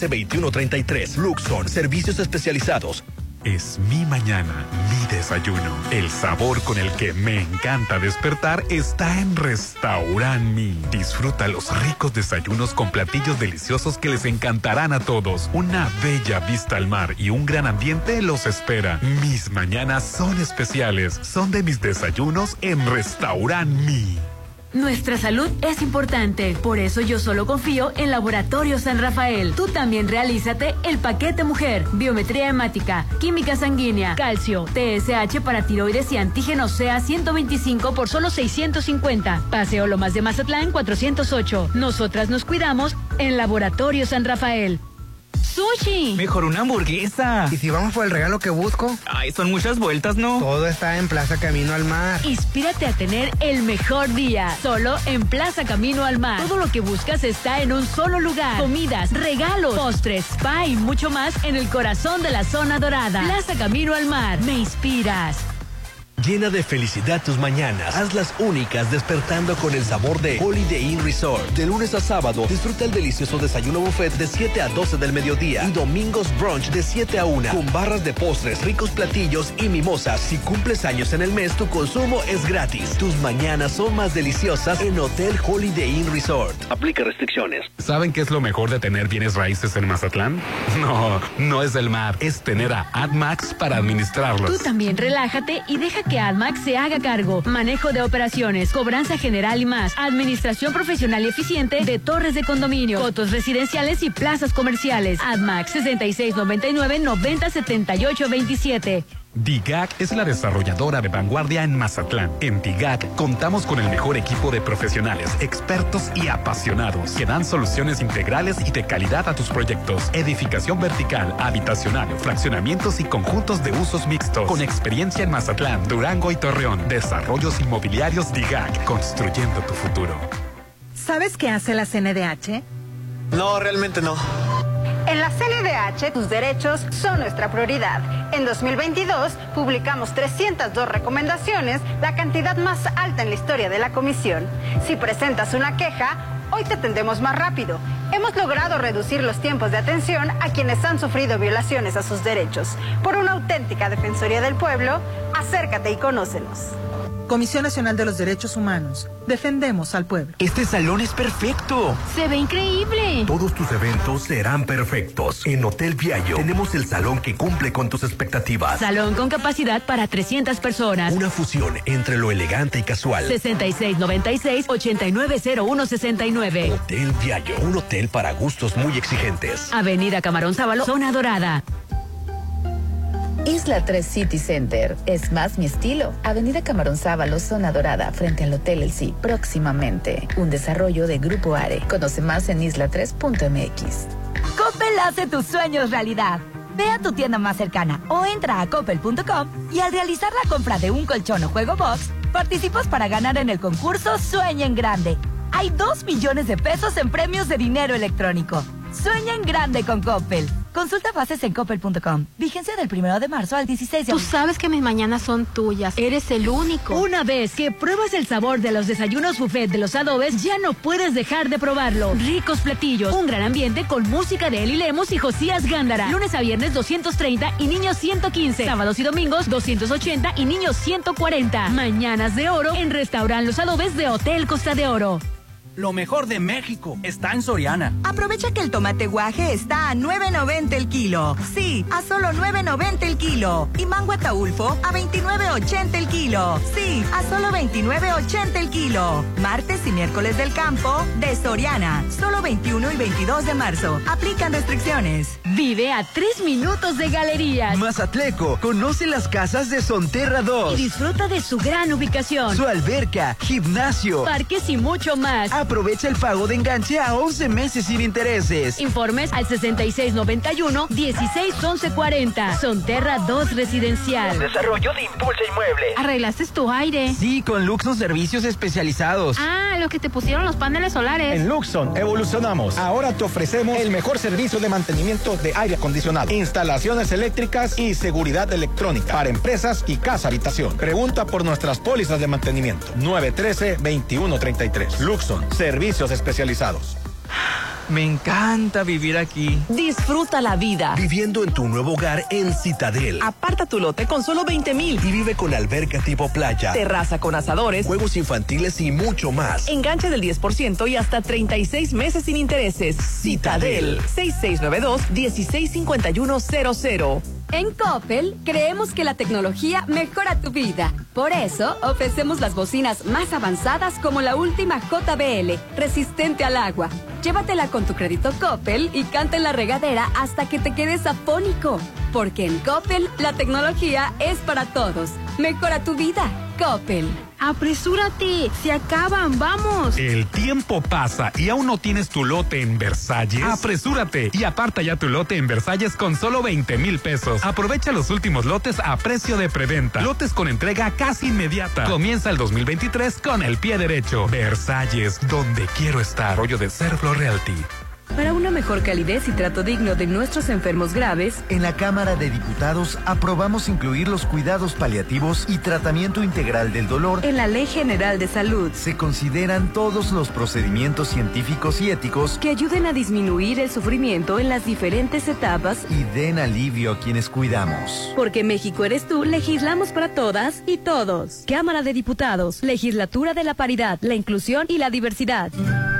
913-2133. Luxon, servicios especializados. Es mi mañana, mi desayuno. El sabor con el que me encanta despertar está en Restaurant Mi. Disfruta los ricos desayunos con platillos deliciosos que les encantarán a todos. Una bella vista al mar y un gran ambiente los espera. Mis mañanas son especiales. Son de mis desayunos en Restaurant Mi. Nuestra salud es importante, por eso yo solo confío en Laboratorio San Rafael. Tú también realízate el paquete mujer, biometría hemática, química sanguínea, calcio, TSH para tiroides y antígeno CA 125 por solo 650. Paseo Lomas de Mazatlán 408. Nosotras nos cuidamos en Laboratorio San Rafael. ¡Sushi! Mejor una hamburguesa. ¿Y si vamos por el regalo que busco? Ay, son muchas vueltas, ¿no? Todo está en Plaza Camino al Mar. Inspírate a tener el mejor día. Solo en Plaza Camino al Mar. Todo lo que buscas está en un solo lugar. Comidas, regalos, postres, spa y mucho más en el corazón de la zona dorada. Plaza Camino al Mar. Me inspiras. Llena de felicidad tus mañanas. Hazlas únicas despertando con el sabor de Holiday Inn Resort. De lunes a sábado, disfruta el delicioso desayuno buffet de 7 a 12 del mediodía. Y domingos brunch de 7 a 1. Con barras de postres, ricos platillos y mimosas. Si cumples años en el mes, tu consumo es gratis. Tus mañanas son más deliciosas en Hotel Holiday Inn Resort. Aplica restricciones. ¿Saben qué es lo mejor de tener bienes raíces en Mazatlán? No es el mar. Es tener a AdMax para administrarlos. Tú también relájate y deja que AdMax se haga cargo. Manejo de operaciones, cobranza general y más. Administración profesional y eficiente de torres de condominio, cotos residenciales y plazas comerciales. AdMax 6699-907827. DIGAC es la desarrolladora de vanguardia en Mazatlán. En DIGAC contamos con el mejor equipo de profesionales, expertos y apasionados que dan soluciones integrales y de calidad a tus proyectos. Edificación vertical, habitacional, fraccionamientos y conjuntos de usos mixtos. Con experiencia en Mazatlán, Durango y Torreón. Desarrollos inmobiliarios DIGAC, construyendo tu futuro. ¿Sabes qué hace la CNDH? No, realmente no. En la CNDH, tus derechos son nuestra prioridad. En 2022 publicamos 302 recomendaciones, la cantidad más alta en la historia de la comisión. Si presentas una queja, hoy te atendemos más rápido. Hemos logrado reducir los tiempos de atención a quienes han sufrido violaciones a sus derechos. Por una auténtica Defensoría del Pueblo, acércate y conócenos. Comisión Nacional de los Derechos Humanos. Defendemos al pueblo. Este salón es perfecto. Se ve increíble. Todos tus eventos serán perfectos. En Hotel Viallo tenemos el salón que cumple con tus expectativas. Salón con capacidad para 300 personas. Una fusión entre lo elegante y casual. 6696-890169. Hotel Viallo, un hotel para gustos muy exigentes. Avenida Camarón Sábalo, Zona Dorada. Isla 3 City Center. Es más mi estilo. Avenida Camarón Sábalo, Zona Dorada, frente al Hotel El Sí, próximamente. Un desarrollo de Grupo Are. Conoce más en isla3.mx. Coppel hace tus sueños realidad. Ve a tu tienda más cercana o entra a coppel.com y al realizar la compra de un colchón o juego box, participas para ganar en el concurso Sueña en Grande. Hay 2 millones de pesos en premios de dinero electrónico. Sueña en grande con Coppel. Consulta bases en coppel.com. Vigencia del 1 de marzo al 16 de abril. Tú sabes que mis mañanas son tuyas. Eres el único. Una vez que pruebas el sabor de los desayunos buffet de Los Adobes, ya no puedes dejar de probarlo. Ricos platillos, un gran ambiente con música de Eli Lemos y Josías Gándara. Lunes a viernes 230 y niños 115. Sábados y domingos 280 y niños 140. Mañanas de oro en Restaurant Los Adobes de Hotel Costa de Oro. Lo mejor de México está en Soriana. Aprovecha que el tomate guaje está a $9.90 el kilo. Sí, a solo $9.90 el kilo. Y mango ataulfo a $29.80 el kilo. Sí, a solo $29.80 el kilo. Martes y miércoles del campo de Soriana. Solo 21 y 22 de marzo. Aplican restricciones. Vive a 3 minutos de Galerías. Mazatleco, conoce las casas de Sonterra 2. Y disfruta de su gran ubicación. Su alberca, gimnasio, parques y mucho más. Aprovecha el pago de enganche a 11 meses sin intereses. Informes al 6691-161140. Sonterra 2 Residencial. Desarrollo de Impulsa Inmueble. ¿Arreglaste tu aire? Sí, con Luxon Servicios Especializados. Ah, los que te pusieron los paneles solares. En Luxon evolucionamos. Ahora te ofrecemos el mejor servicio de mantenimiento de aire acondicionado, instalaciones eléctricas y seguridad electrónica para empresas y casa habitación. Pregunta por nuestras pólizas de mantenimiento. 913-2133. Luxon. Servicios especializados. Me encanta vivir aquí. Disfruta la vida. Viviendo en tu nuevo hogar en Citadel. Aparta tu lote con solo 20,000. Y vive con alberca tipo playa. Terraza con asadores. Juegos infantiles y mucho más. Enganche del 10% y hasta 36 meses sin intereses. Citadel. 6692-165100. En Coppel, creemos que la tecnología mejora tu vida. Por eso, ofrecemos las bocinas más avanzadas como la última JBL, resistente al agua. Llévatela con tu crédito Coppel y canta en la regadera hasta que te quedes afónico. Porque en Coppel, la tecnología es para todos. Mejora tu vida. Coppel. ¡Apresúrate! ¡Se acaban! ¡Vamos! El tiempo pasa y aún no tienes tu lote en Versalles. ¡Apresúrate! Y aparta ya tu lote en Versalles con solo 20,000 pesos. Aprovecha los últimos lotes a precio de preventa. Lotes con entrega casi inmediata. Comienza el 2023 con el pie derecho. Versalles, donde quiero estar. Rollo de Serflo Realty. Para una mejor calidez y trato digno de nuestros enfermos graves, en la Cámara de Diputados aprobamos incluir los cuidados paliativos y tratamiento integral del dolor en la Ley General de Salud. Se consideran todos los procedimientos científicos y éticos que ayuden a disminuir el sufrimiento en las diferentes etapas y den alivio a quienes cuidamos. Porque México eres tú, legislamos para todas y todos. Cámara de Diputados, Legislatura de la Paridad, la Inclusión y la Diversidad.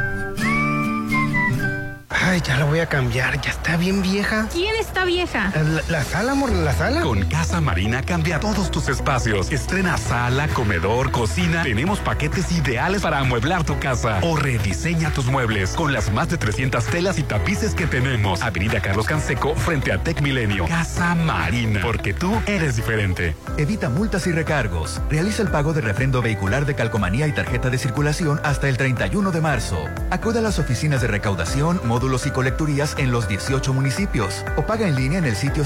Ay, ya la voy a cambiar, ya está bien vieja. ¿Quién está vieja? La sala, amor, la sala. Con Casa Marina cambia todos tus espacios. Estrena sala, comedor, cocina. Tenemos paquetes ideales para amueblar tu casa. O rediseña tus muebles con las más de 300 telas y tapices que tenemos. Avenida Carlos Canseco, frente a Tec Milenio. Casa Marina, porque tú eres diferente. Evita multas y recargos. Realiza el pago de refrendo vehicular de calcomanía y tarjeta de circulación hasta el 31 de marzo. Acude a las oficinas de recaudación, módulos y colecturías en los 18 municipios o paga en línea en el sitio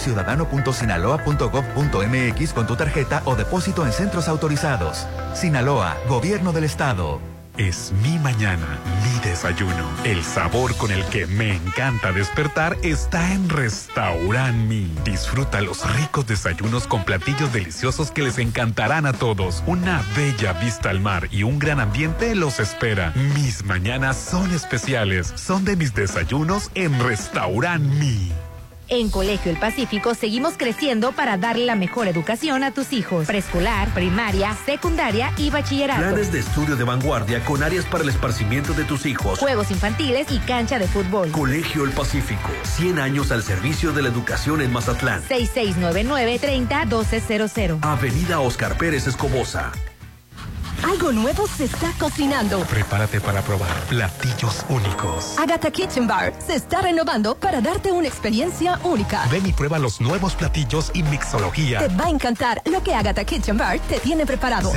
ciudadano.sinaloa.gov.mx con tu tarjeta o depósito en centros autorizados. Sinaloa, Gobierno del Estado. Es mi mañana, mi desayuno. El sabor con el que me encanta despertar está en Restaurant Mi. Disfruta los ricos desayunos con platillos deliciosos que les encantarán a todos. Una bella vista al mar y un gran ambiente los espera. Mis mañanas son especiales. Son de mis desayunos en Restaurant Mi. En Colegio El Pacífico seguimos creciendo para darle la mejor educación a tus hijos. Preescolar, primaria, secundaria y bachillerato. Planes de estudio de vanguardia con áreas para el esparcimiento de tus hijos. Juegos infantiles y cancha de fútbol. Colegio El Pacífico. 100 años al servicio de la educación en Mazatlán. 6699-301200. Avenida Oscar Pérez Escobosa. Algo nuevo se está cocinando. Prepárate para probar platillos únicos. Agatha Kitchen Bar se está renovando para darte una experiencia única. Ven y prueba los nuevos platillos y mixología. Te va a encantar lo que Agatha Kitchen Bar te tiene preparado.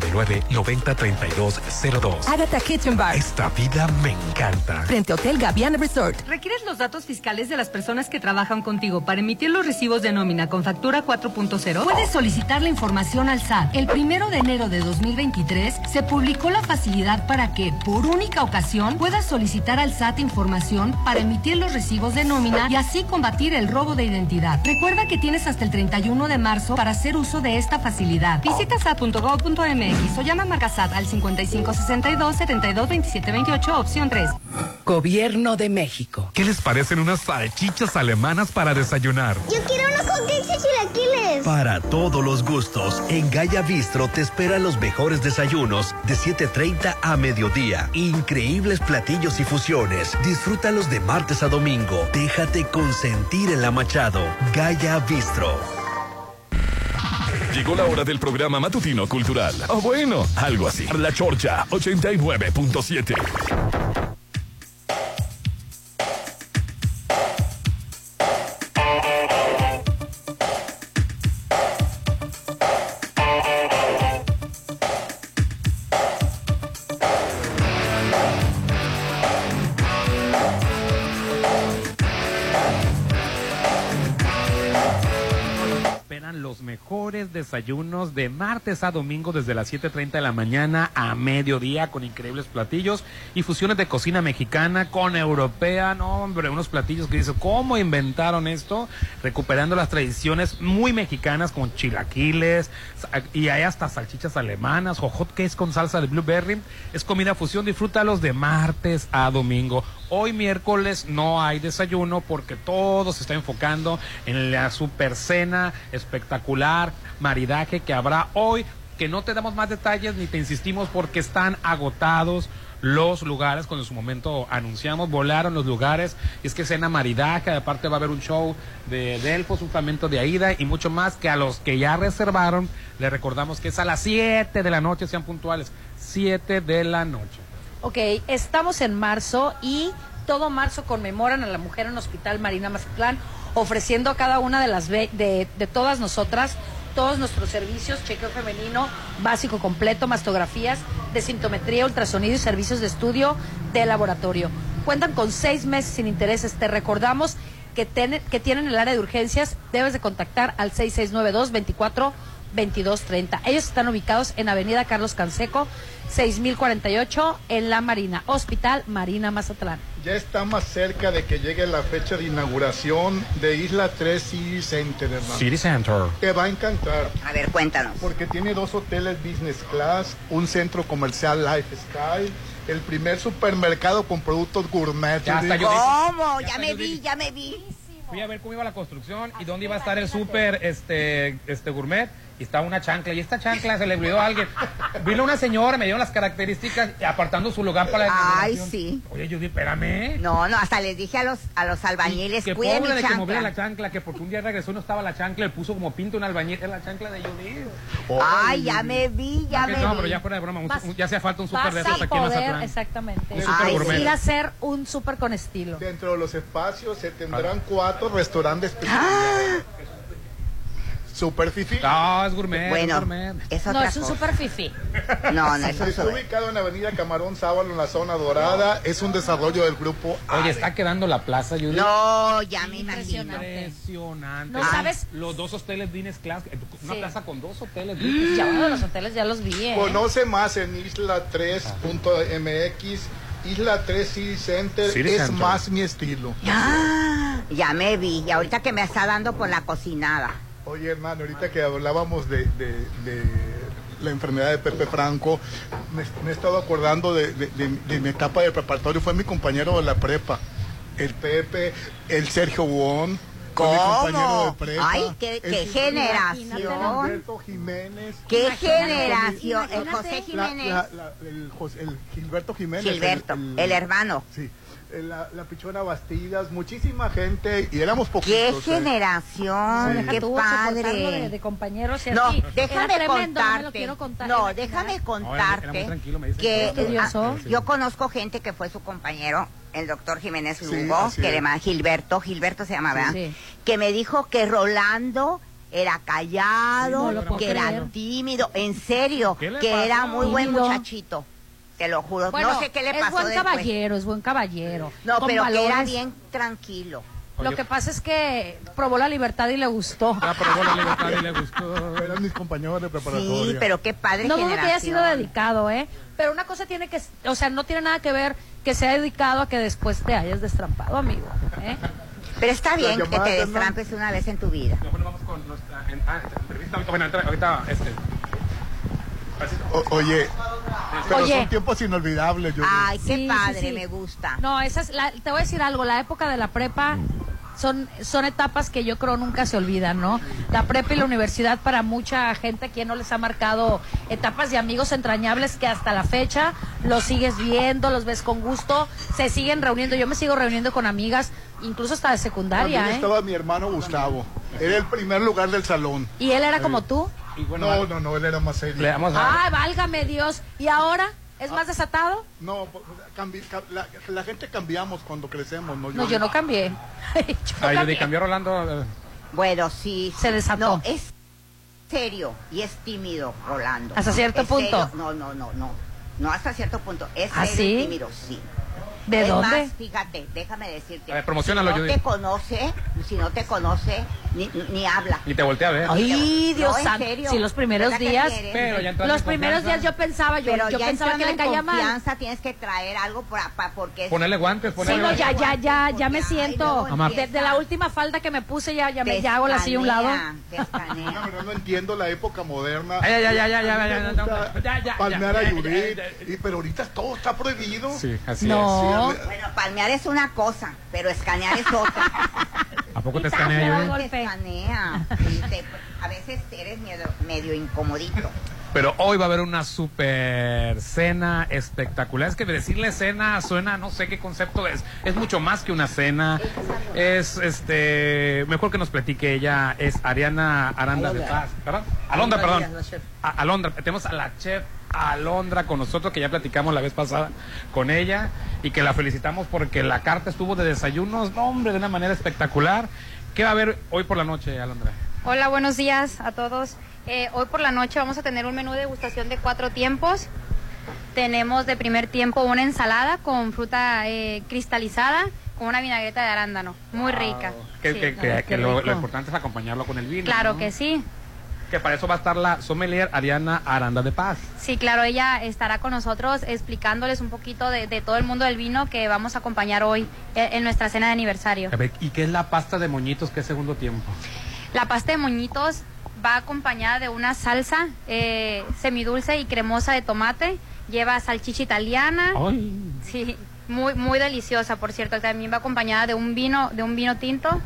6699-903202. Agatha Kitchen Bar. Esta vida me encanta. Frente a Hotel Gaviana Resort. ¿Requieres los datos fiscales de las personas que trabajan contigo para emitir los recibos de nómina con factura 4.0? Puedes solicitar la información al SAT. El 1 de enero de 2023 se publicó la facilidad para que, por única ocasión, puedas solicitar al SAT información para emitir los recibos de nómina y así combatir el robo de identidad. Recuerda que tienes hasta el 31 de marzo para hacer uso de esta facilidad. Visita sat.gov.mx o llama a Marcasat al 5562-722728, opción 3. Gobierno de México. ¿Qué les parecen unas salchichas alemanas para desayunar? Yo quiero unos hotcakes y chilaquiles. Para todos los gustos, en Gaya Bistro te esperan los mejores desayunos de 7:30 a mediodía. Increíbles platillos y fusiones. Disfrútalos de martes a domingo. Déjate consentir en la Machado. Gaya Bistro. Llegó la hora del programa matutino cultural. O bueno, algo así. La Chorcha 89.7. Desayunos de martes a domingo desde las 7:30 de la mañana a mediodía con increíbles platillos y fusiones de cocina mexicana con europea. No, hombre, unos platillos que dicen, ¿cómo inventaron esto? Recuperando las tradiciones muy mexicanas con chilaquiles y hay hasta salchichas alemanas o hot cakes con salsa de blueberry. Es comida fusión, disfrútalos de martes a domingo. Hoy miércoles no hay desayuno porque todo se está enfocando en la super cena espectacular, maridaje que habrá hoy, que no te damos más detalles ni te insistimos porque están agotados los lugares. Cuando en su momento anunciamos, volaron los lugares, y es que cena maridaje, aparte va a haber un show de Delfos, un fragmento de Aida y mucho más, que a los que ya reservaron, les recordamos que es a las 7 de la noche, sean puntuales, 7 de la noche. Ok, estamos en marzo y todo marzo conmemoran a la mujer en Hospital Marina Mazatlán, ofreciendo a cada una de las de todas nosotras todos nuestros servicios: chequeo femenino básico completo, mastografías, desintometría, ultrasonido y servicios de estudio de laboratorio. Cuentan con 6 meses sin intereses. Te recordamos que tienen el área de urgencias. Debes de contactar al 6692-24-2230. Ellos están ubicados en Avenida Carlos Canseco, 6048, en La Marina, Hospital Marina Mazatlán. Ya está más cerca de que llegue la fecha de inauguración de Isla 3 City Center, hermano. City Center. Te va a encantar. A ver, cuéntanos. Porque tiene 2 hoteles business class, un centro comercial lifestyle, el primer supermercado con productos gourmet. ¿Cómo? Ya me vi. Fui a ver cómo iba la construcción y dónde iba a estar el súper gourmet, y estaba una chancla, y esta chancla se le olvidó a alguien. Vino una señora, me dio las características, apartando su lugar para la inauguración. Ay, sí. Oye, Judy, espérame. No, hasta les dije a los albañiles, que cuiden mi pobre de chancla. que moviera la chancla, que porque un día regresó y no estaba la chancla, le puso como pinto un albañil, es la chancla de Judy. Ay, ya me vi. No, pero ya fuera de broma, ya hacía falta un súper de esos aquí en Mazatlán. Exactamente. Ir a hacer un súper con estilo. Dentro de los espacios se tendrán 4 restaurantes especiales. Super fifi. No, es gourmet. Bueno, es gourmet. No, es un super fifi. No, Está ubicado en Avenida Camarón Sábalo, en la zona dorada. Es un desarrollo del grupo ADE. Oye, está quedando la plaza, Judith. No, ya me imagino. Impresionante. No sabes. Los 2 hoteles Business Class. Una plaza con 2 hoteles. Ya uno de los hoteles ya los vi. Conoce más en isla3.mx. Isla 3 City Center es más mi estilo. Ya me vi. Y ahorita que me está dando por la cocinada. Oye, hermano, ahorita que hablábamos de la enfermedad de Pepe Franco, me he estado acordando de mi etapa de preparatorio. Fue mi compañero de la prepa. El Pepe, el Sergio Won. ¿Cómo? Mi compañero de prepa. Ay, qué generación. Gilberto Jiménez. ¿Qué generación? El José Jiménez. El Gilberto Jiménez. Gilberto, el hermano. Sí. La Pichona Bastidas, muchísima gente y éramos poquitos. ¡Qué generación! Sí. ¡Qué padre! De compañeros y no, así. déjame contarte. No, déjame contarte que yo conozco gente que fue su compañero, el doctor Jiménez Lugo, que le llama Gilberto se llama, ¿verdad? Sí. Que me dijo que Rolando era callado, que era tímido, en serio, que era muy buen muchachito. Te lo juro, bueno, no sé qué le pasó después. Es buen caballero. No, pero valores. Que era bien tranquilo. Lo que pasa es que probó la libertad y le gustó. Probó la libertad y le gustó. Eran mis compañeros de preparatoria. Sí, pero qué padre no generación. No que haya sido dedicado, Pero una cosa tiene que, o sea, no tiene nada que ver que sea dedicado a que después te hayas destrampado, amigo. Pero está bien que te destrampes una vez en tu vida. Bueno, vamos con nuestra entrevista. Bueno, ahorita Oye, pero son tiempos inolvidables. Ay, qué padre, me gusta. No, te voy a decir algo, la época de la prepa son etapas que yo creo nunca se olvidan, ¿no? La prepa y la universidad para mucha gente que no les ha marcado etapas de amigos entrañables que hasta la fecha los sigues viendo, los ves con gusto, se siguen reuniendo. Yo me sigo reuniendo con amigas, incluso hasta de secundaria. También estaba mi hermano Gustavo, era el primer lugar del salón. ¿Y él era como tú? Bueno, no, él era más serio. Ay, válgame Dios. ¿Y ahora? ¿Es más desatado? No, la gente cambiamos cuando crecemos. No, yo no cambié. Cambió Rolando. Bueno, sí. Se desató. No, es serio y es tímido, Rolando. ¿Hasta cierto punto? Serio. No, hasta cierto punto. Es serio y tímido, sí. ¿De dónde? Más, fíjate, déjame decirte. A ver, promocionalo, si no te conoce, ni habla. Ni te voltea a ver. Ay, Dios santo. Sí, los primeros días. Pero ya los primeros días yo pensaba, yo pensaba que le caía mal. Confianza, tienes que traer algo porque ponerle guantes, ponerle. Sí, ya me siento. Desde la última falda que me puse ya hago la silla a un lado. No entiendo la época moderna. Ya. Palmear a Judith. Pero ahorita todo está prohibido. Sí, así es. Bueno, palmear es una cosa, pero escanear es otra. ¿A poco te escanea yo? Te escanea. A veces eres medio incomodito. Pero hoy va a haber una super cena espectacular. Es que decirle cena suena, no sé qué concepto es. Es mucho más que una cena. Es mejor que nos platique ella. Es Ariana Aranda de Paz. ¿Perdón? Alondra, perdón. Alondra. Tenemos a la chef Alondra con nosotros, que ya platicamos la vez pasada con ella y que la felicitamos porque la carta estuvo de desayunos, no, hombre, de una manera espectacular. ¿Qué va a haber hoy por la noche, Alondra? Hola, buenos días a todos. Hoy por la noche vamos a tener un menú de degustación de 4 tiempos. Tenemos de primer tiempo una ensalada con fruta cristalizada con una vinagreta de arándano, muy rica. Lo importante es acompañarlo con el vino. Claro, ¿no? Que sí. Que para eso va a estar la sommelier Ariana Aranda de Paz. Sí, claro, ella estará con nosotros explicándoles un poquito de todo el mundo del vino que vamos a acompañar hoy en nuestra cena de aniversario. A ver, ¿y qué es la pasta de moñitos, que es segundo tiempo? La pasta de moñitos va acompañada de una salsa semidulce y cremosa de tomate, lleva salchicha italiana. ¡Ay! Sí, muy, muy deliciosa, por cierto. También va acompañada de un vino tinto.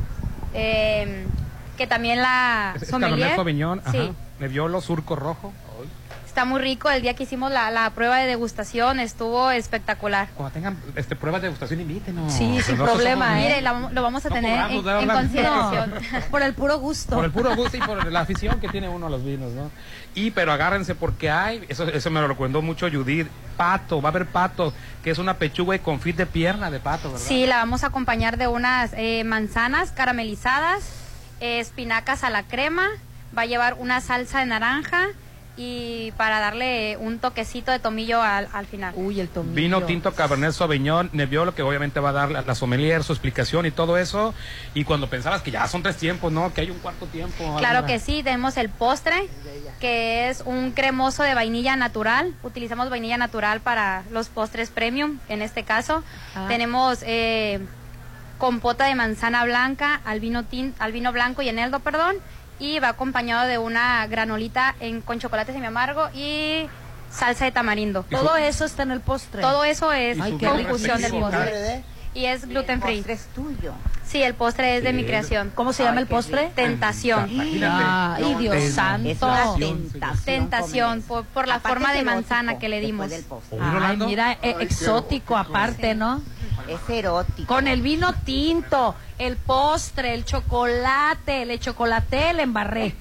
Que también la sommelier, Sauvignon, sí. Nebbiolo, Surco Rojo. Está muy rico. El día que hicimos la prueba de degustación estuvo espectacular. Cuando tengan pruebas de degustación, invítenos. Sí, sin problema. Mire, lo vamos a tener en consideración. Por el puro gusto. Por el puro gusto y por la afición que tiene uno a los vinos, ¿no? Pero agárrense porque eso me lo recomendó mucho Judith, pato, va a haber pato, que es una pechuga y confit de pierna de pato, ¿verdad? Sí, la vamos a acompañar de unas manzanas caramelizadas espinacas a la crema, va a llevar una salsa de naranja y para darle un toquecito de tomillo al final. Uy, el tomillo. Vino tinto Cabernet Sauvignon, Nebbiolo, que obviamente va a dar la sommelier, su explicación y todo eso. Y cuando pensabas que ya son 3 tiempos, ¿no? Que hay un cuarto tiempo. Claro que sí, tenemos el postre, que es un cremoso de vainilla natural. Utilizamos vainilla natural para los postres premium, en este caso. Tenemos compota de manzana blanca al vino blanco y eneldo, perdón. Y va acompañado de una granolita con chocolate semiamargo y salsa de tamarindo. Todo eso está en el postre. Todo eso es confusión del postre. Y es gluten free. El postre es tuyo. Sí, el postre es de mi creación. ¿Cómo se llama el postre? Tentación. Ay, Dios santo. Es una tentación. Tentación, por la Aparte forma de es manzana erótico que le dimos. Ay, mira, exótico aparte, ¿no? Es erótico. Con el vino tinto, el postre, el chocolate, le chocolaté, le embarré.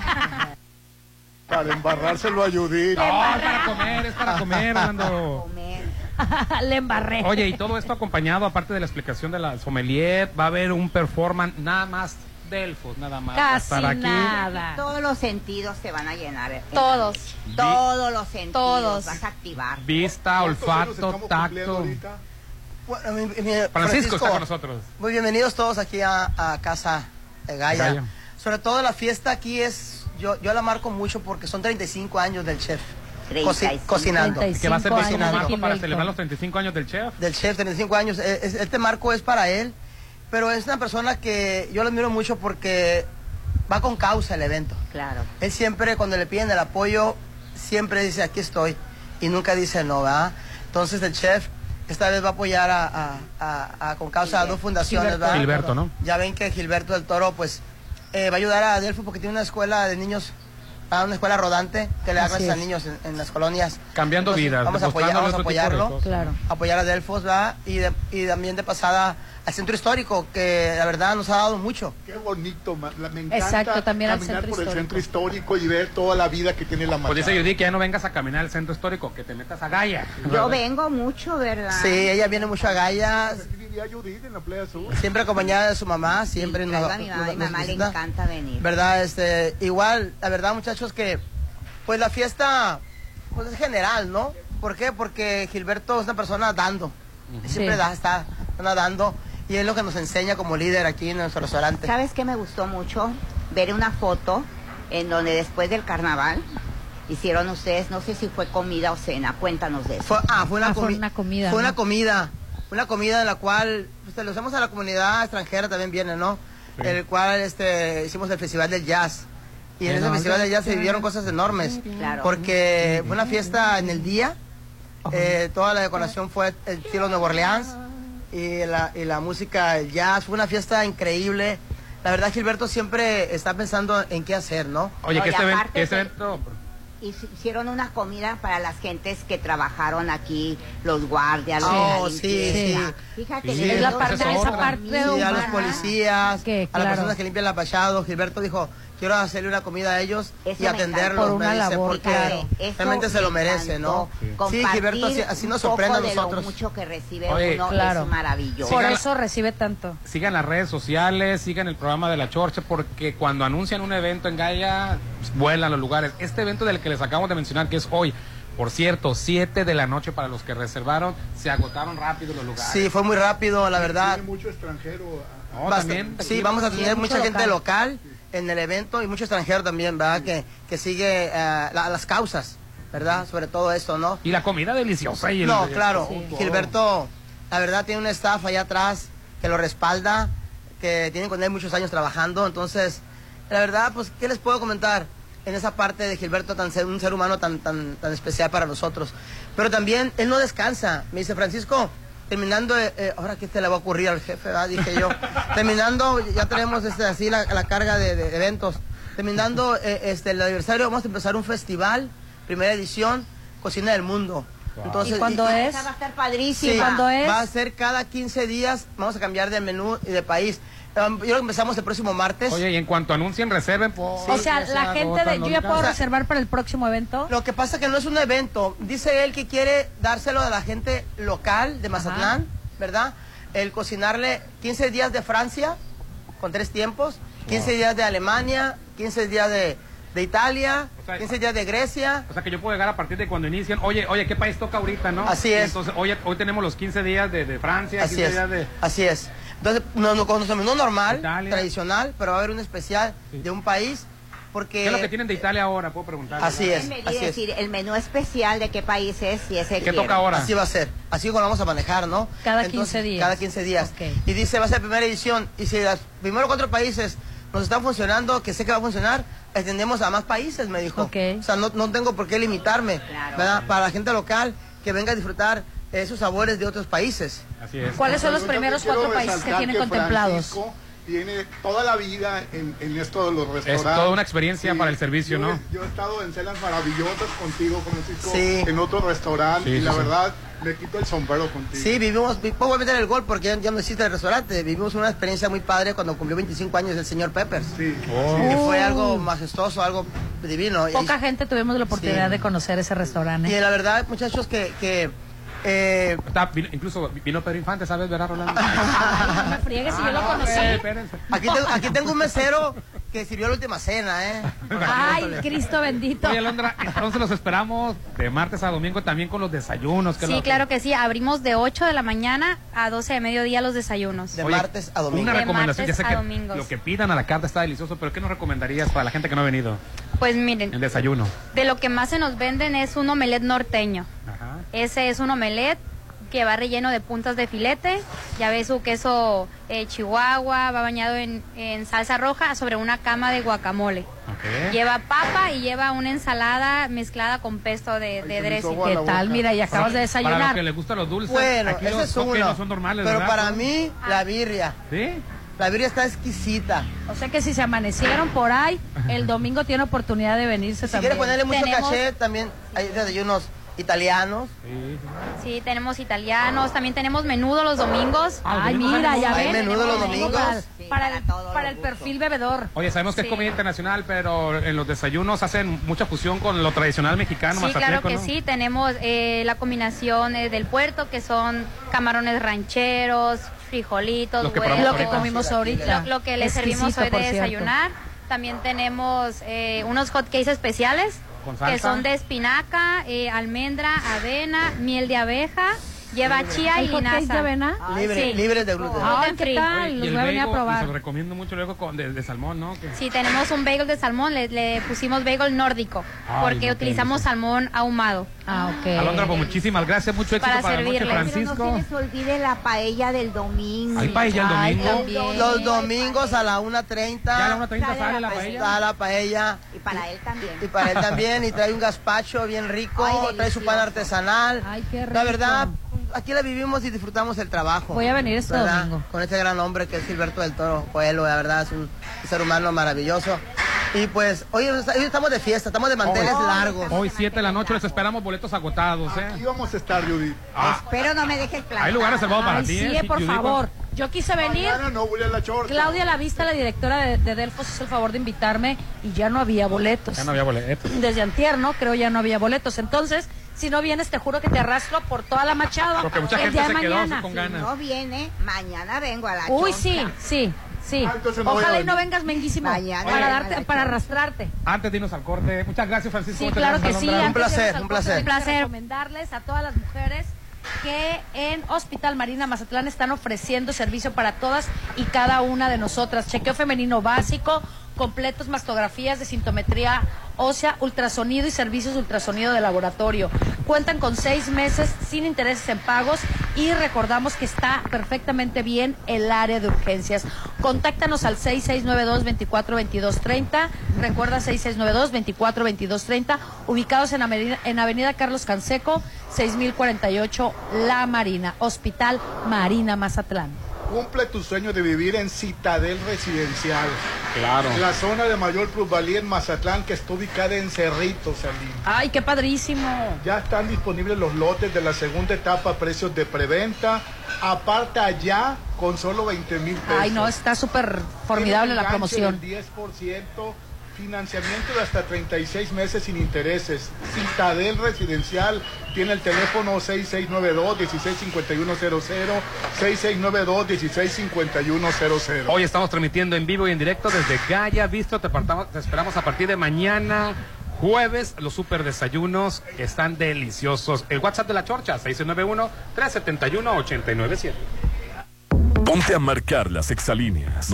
Para embarrárselo a Judith. No, es para comer, Orlando. Le embarré. Oye, y todo esto acompañado, aparte de la explicación de la sommelier, va a haber un performance nada más Delfos, nada más. Casi nada. Todos los sentidos se van a llenar. Todos. Todos los sentidos. Todos. Vas a activar. Vista, olfato, tacto. Bueno, Francisco está con nosotros. Muy bienvenidos todos aquí a Casa Gaia. Sobre todo la fiesta aquí es, yo la marco mucho porque son 35 años del chef. Cocinando. Que va a ser un marco para celebrar los 35 años del chef. Del chef, 35 años. Este marco es para él, pero es una persona que yo lo admiro mucho porque va con causa el evento. Claro. Él siempre, cuando le piden el apoyo, siempre dice, aquí estoy, y nunca dice no, ¿verdad? Entonces el chef esta vez va a apoyar con causa a 2 fundaciones, ¿verdad? Gilberto, ¿no? Ya ven que Gilberto del Toro, pues, va a ayudar a Delfos porque tiene una escuela de niños, una escuela rodante que le da clases a niños en las colonias. Cambiando vidas. Vamos a apoyarlo, claro. Apoyar a Delfos, ¿verdad? Y también de pasada al centro histórico, que la verdad nos ha dado mucho. Qué bonito, me encanta. Exacto, también caminar por el centro histórico y ver toda la vida que tiene la Machada. Pues dice Judy que ya no vengas a caminar al centro histórico, que te metas a Gaia. Yo vengo mucho, ¿verdad? Sí, ella viene mucho a Gaia. Aquí vivía Judith en la Playa Sur. Siempre acompañada de su mamá, siempre. Sí, mi mamá le encanta venir. ¿Verdad? Igual, la verdad, muchachos, que pues la fiesta pues es general, ¿no? ¿Por qué? Porque Gilberto es una persona dando. Siempre está dando. Y es lo que nos enseña como líder aquí en nuestro restaurante. ¿Sabes qué me gustó mucho? Ver una foto en donde después del carnaval hicieron ustedes, no sé si fue comida o cena, cuéntanos de eso. Fue una comida. Fue una comida. Una comida en la cual, pues, lo hacemos a la comunidad extranjera también viene, ¿no? Sí. El cual hicimos el Festival del Jazz. Y en ese Festival del Jazz se vivieron cosas enormes. Claro. Porque fue una fiesta en el día. Toda la decoración fue el estilo Nueva Orleans. Y la música, el jazz, fue una fiesta increíble. La verdad, Gilberto siempre está pensando en qué hacer, ¿no? Oye, que este evento... Hicieron una comida para las gentes que trabajaron aquí, los guardias, los sí. Fíjate, sí, es esa parte a los policías, que, a las personas que limpian la fachada. Gilberto dijo, quiero hacerle una comida a ellos y atenderlos, por una labor, porque realmente se lo merece, ¿no? Sí, Gilberto así nos sorprende a nosotros. Lo mucho que recibe uno es maravilloso. Por eso recibe tanto. Sigan las redes sociales, sigan el programa de La Chorcha, porque cuando anuncian un evento en Gaia, pues, vuelan los lugares. Este evento del que les acabamos de mencionar, que es hoy, por cierto, 7 de la noche para los que reservaron, se agotaron rápido los lugares. Sí, fue muy rápido, la verdad. Tiene mucho extranjero. También. Sí, vamos a tener mucha gente local en el evento y mucho extranjero también, ¿verdad? Que sigue las causas, ¿verdad? Sobre todo esto, ¿no? Y la comida deliciosa. Claro. Sí. Gilberto, la verdad, tiene un staff allá atrás que lo respalda, que tienen con él muchos años trabajando. Entonces, la verdad, pues, ¿qué les puedo comentar en esa parte de Gilberto, un ser humano tan especial para nosotros? Pero también, él no descansa. Me dice, Francisco, terminando, ahora que le va a ocurrir al jefe, ¿verdad? Dije yo, terminando, ya tenemos así la carga de eventos. Terminando el aniversario, vamos a empezar un festival, primera edición, Cocina del Mundo. Wow. Entonces, ¿Y cuándo es? Va a estar padrísimo. Sí, ¿Cuándo es? Va a ser cada 15 días, vamos a cambiar de menú y de país. Yo creo que empezamos el próximo martes. Oye, y en cuanto anuncien, reserven. O sea, la gente yo ya puedo reservar para el próximo evento. Lo que pasa que no es un evento. Dice él que quiere dárselo a la gente local de Mazatlán, ¿verdad? El cocinarle 15 días de Francia, con 3 tiempos, 15 días de Alemania, 15 días de Italia, o sea, 15 días de Grecia. O sea, que yo puedo llegar a partir de cuando inician. Oye, ¿qué país toca ahorita, no? Así es. Entonces, hoy tenemos los 15 días de Francia, Así 15 es. días de... Así es. Entonces, con nuestro menú normal, Italia. tradicional, pero va a haber un especial de un país, porque... ¿Qué es lo que tienen de Italia ahora? Puedo preguntar. Así es. Déjenme decir, el menú especial de qué país es, si ese ¿Qué toca ahora? Así va a ser, así como lo vamos a manejar, ¿no? Cada 15 días. Cada 15 días. Okay. Y dice, va a ser primera edición, y si los primeros 4 países nos están funcionando, que sé que va a funcionar, extendemos a más países, me dijo. Okay. O sea, no tengo por qué limitarme, ¿verdad? Para la gente local que venga a disfrutar esos sabores de otros países. Así es. ¿Cuáles son los primeros 4 países que tienen contemplados? Francisco tiene toda la vida en esto de los restaurantes. Es toda una experiencia para el servicio, ¿no? Yo he estado en cenas maravillosas contigo, Francisco, Sí. en otro restaurante, Sí, y la sí. verdad, me quito el sombrero contigo. Sí, voy a meter el gol porque ya no existe el restaurante. Vivimos una experiencia muy padre cuando cumplió 25 años el señor Peppers. Sí. Y fue algo majestuoso, algo divino. Poca gente tuvimos la oportunidad de conocer ese restaurante. Y la verdad, muchachos, Incluso vino Pedro Infante, ¿sabes, verdad, Rolando? No me friegues, si yo lo conocí. Espérense. aquí tengo un mesero que sirvió la última cena, ¿eh? Ay, Cristo bendito. Oye, Alondra, entonces los esperamos de martes a domingo también con los desayunos. Sí, claro que sí. Abrimos de 8 de la mañana a 12 de mediodía los desayunos. De martes a domingo. Una De recomendación, ya martes sé a que domingos. lo que pidan a la carta está delicioso, pero ¿qué nos recomendarías para la gente que no ha venido Pues miren, en desayuno? de lo que más se nos venden es un omelette norteño. Ajá. Ese es un omelette que va relleno de puntas de filete, ya ves su queso chihuahua, va bañado en salsa roja sobre una cama de guacamole. Okay. Lleva papa y lleva una ensalada mezclada con pesto de dressing. ¿Qué tal? Mira, y acabas de Para desayunar. los que les gustan los dulces, Bueno, aquí ese los es cupcakes uno. no son normales, Pero ¿verdad? para mí, la birria. ¿Sí? La birria está exquisita. O sea que si se amanecieron por ahí, el domingo tiene oportunidad de venirse Si también. quieres ponerle mucho Tenemos- caché, también hay desayunos italianos. Sí, tenemos italianos, también tenemos menudo los domingos. Ay, mira, ya Hay ven. menudo los Tenemos domingos. Para el perfil bebedor. Oye, sabemos que Sí. es comida internacional, pero en los desayunos hacen mucha fusión con lo tradicional mexicano, Sí, claro mazatleco, que ¿no? sí, tenemos la combinación del puerto, que son camarones rancheros, frijolitos, Lo que huevos. probamos Lo que comimos ahorita. Lo que le servimos Exquisito, hoy por de cierto. desayunar. También tenemos unos hot cakes especiales, ¿Con salsa? que son de espinaca, almendra, avena, miel de abeja, lleva chía ¿Hay y hot cakes linaza. de avena? Libres de gluten. Ay, Gluten ¿qué free. tal? Y Los el voy a venir a bagel, probar. se lo recomiendo mucho luego de salmón, ¿no? Que- Sí, tenemos un bagel de salmón, le pusimos bagel nórdico, Ay, porque no, utilizamos salmón ahumado. Ah, ok. Alondra, pues muchísimas gracias, mucho éxito Para para la noche, servirles. Pero no Francisco. se les olvide la paella del domingo. ¿Hay paella el Ay, domingo? también. Los domingos a la 1:30. Ya a la 1:30 sale la paella. Está la paella. Y para él también. Y para él también. Y trae un gazpacho bien rico. Ay, trae su pan delicioso. artesanal. Ay, qué rico. La verdad, aquí la vivimos y disfrutamos el trabajo. Voy a venir este ¿verdad? domingo. Con este gran hombre que es Gilberto del Toro Coelho. La verdad, es un ser humano maravilloso. Y pues, hoy estamos de fiesta, estamos de manteles largos. Hoy 7 de la noche les esperamos boletos agotados, ¿eh? Aquí vamos a estar, Judith. Espero no me dejes plan. Hay lugares salvados para Ay, ti, sí, ¿eh? por Yo digo- favor. Yo quise venir. Mañana no voy a la chorcha. Claudia Lavista, la directora de Delfos, hizo el favor de invitarme y ya no había boletos. Ya no había boletos. Desde antier, ¿no? Creo ya no había boletos. Entonces, si no vienes, te juro que te arrastro por toda la Machado. Porque mucha el gente día se de quedó mañana. con Si ganas. no viene, mañana vengo a la Uy, choncha. sí. entonces no voy a Ojalá y venir. no vengas menguísimo Mañana para vengo a darte, la para choncha. arrastrarte. Antes de irnos al corte, muchas gracias, Francisco. Sí, Muchas claro gracias, que sí. Alondra. Antes de placer, irnos al un corte, placer. hay que Un placer. recomendarles a todas las mujeres que en Hospital Marina Mazatlán están ofreciendo servicio para todas y cada una de nosotras. Chequeo femenino básico, completos, mastografías de sintometría ósea, ultrasonido y servicios de ultrasonido de laboratorio. Cuentan con 6 meses sin intereses en pagos y recordamos que está perfectamente bien el área de urgencias. Contáctanos al 6692-242230. Recuerda 6692-242230. Ubicados en Avenida Carlos Canseco, 6048 La Marina. Hospital Marina Mazatlán. Cumple tu sueño de vivir en Citadel Residencial. Claro. La zona de mayor plusvalía en Mazatlán, que está ubicada en Cerritos, Salim. ¡Ay, qué padrísimo! Ya están disponibles los lotes de la segunda etapa a precios de preventa. Aparta ya con solo 20,000 pesos. Ay, no, está súper formidable la Tiene un promoción. enganche del 10% Financiamiento de hasta 36 meses sin intereses. Citadel Residencial tiene el teléfono 6692-165100, 6692-165100. Hoy estamos transmitiendo en vivo y en directo desde Gaya Bistro. Te esperamos a partir de mañana, jueves. Los super desayunos están deliciosos. El WhatsApp de La Chorcha, 691-371-897. Ponte a marcar las exalíneas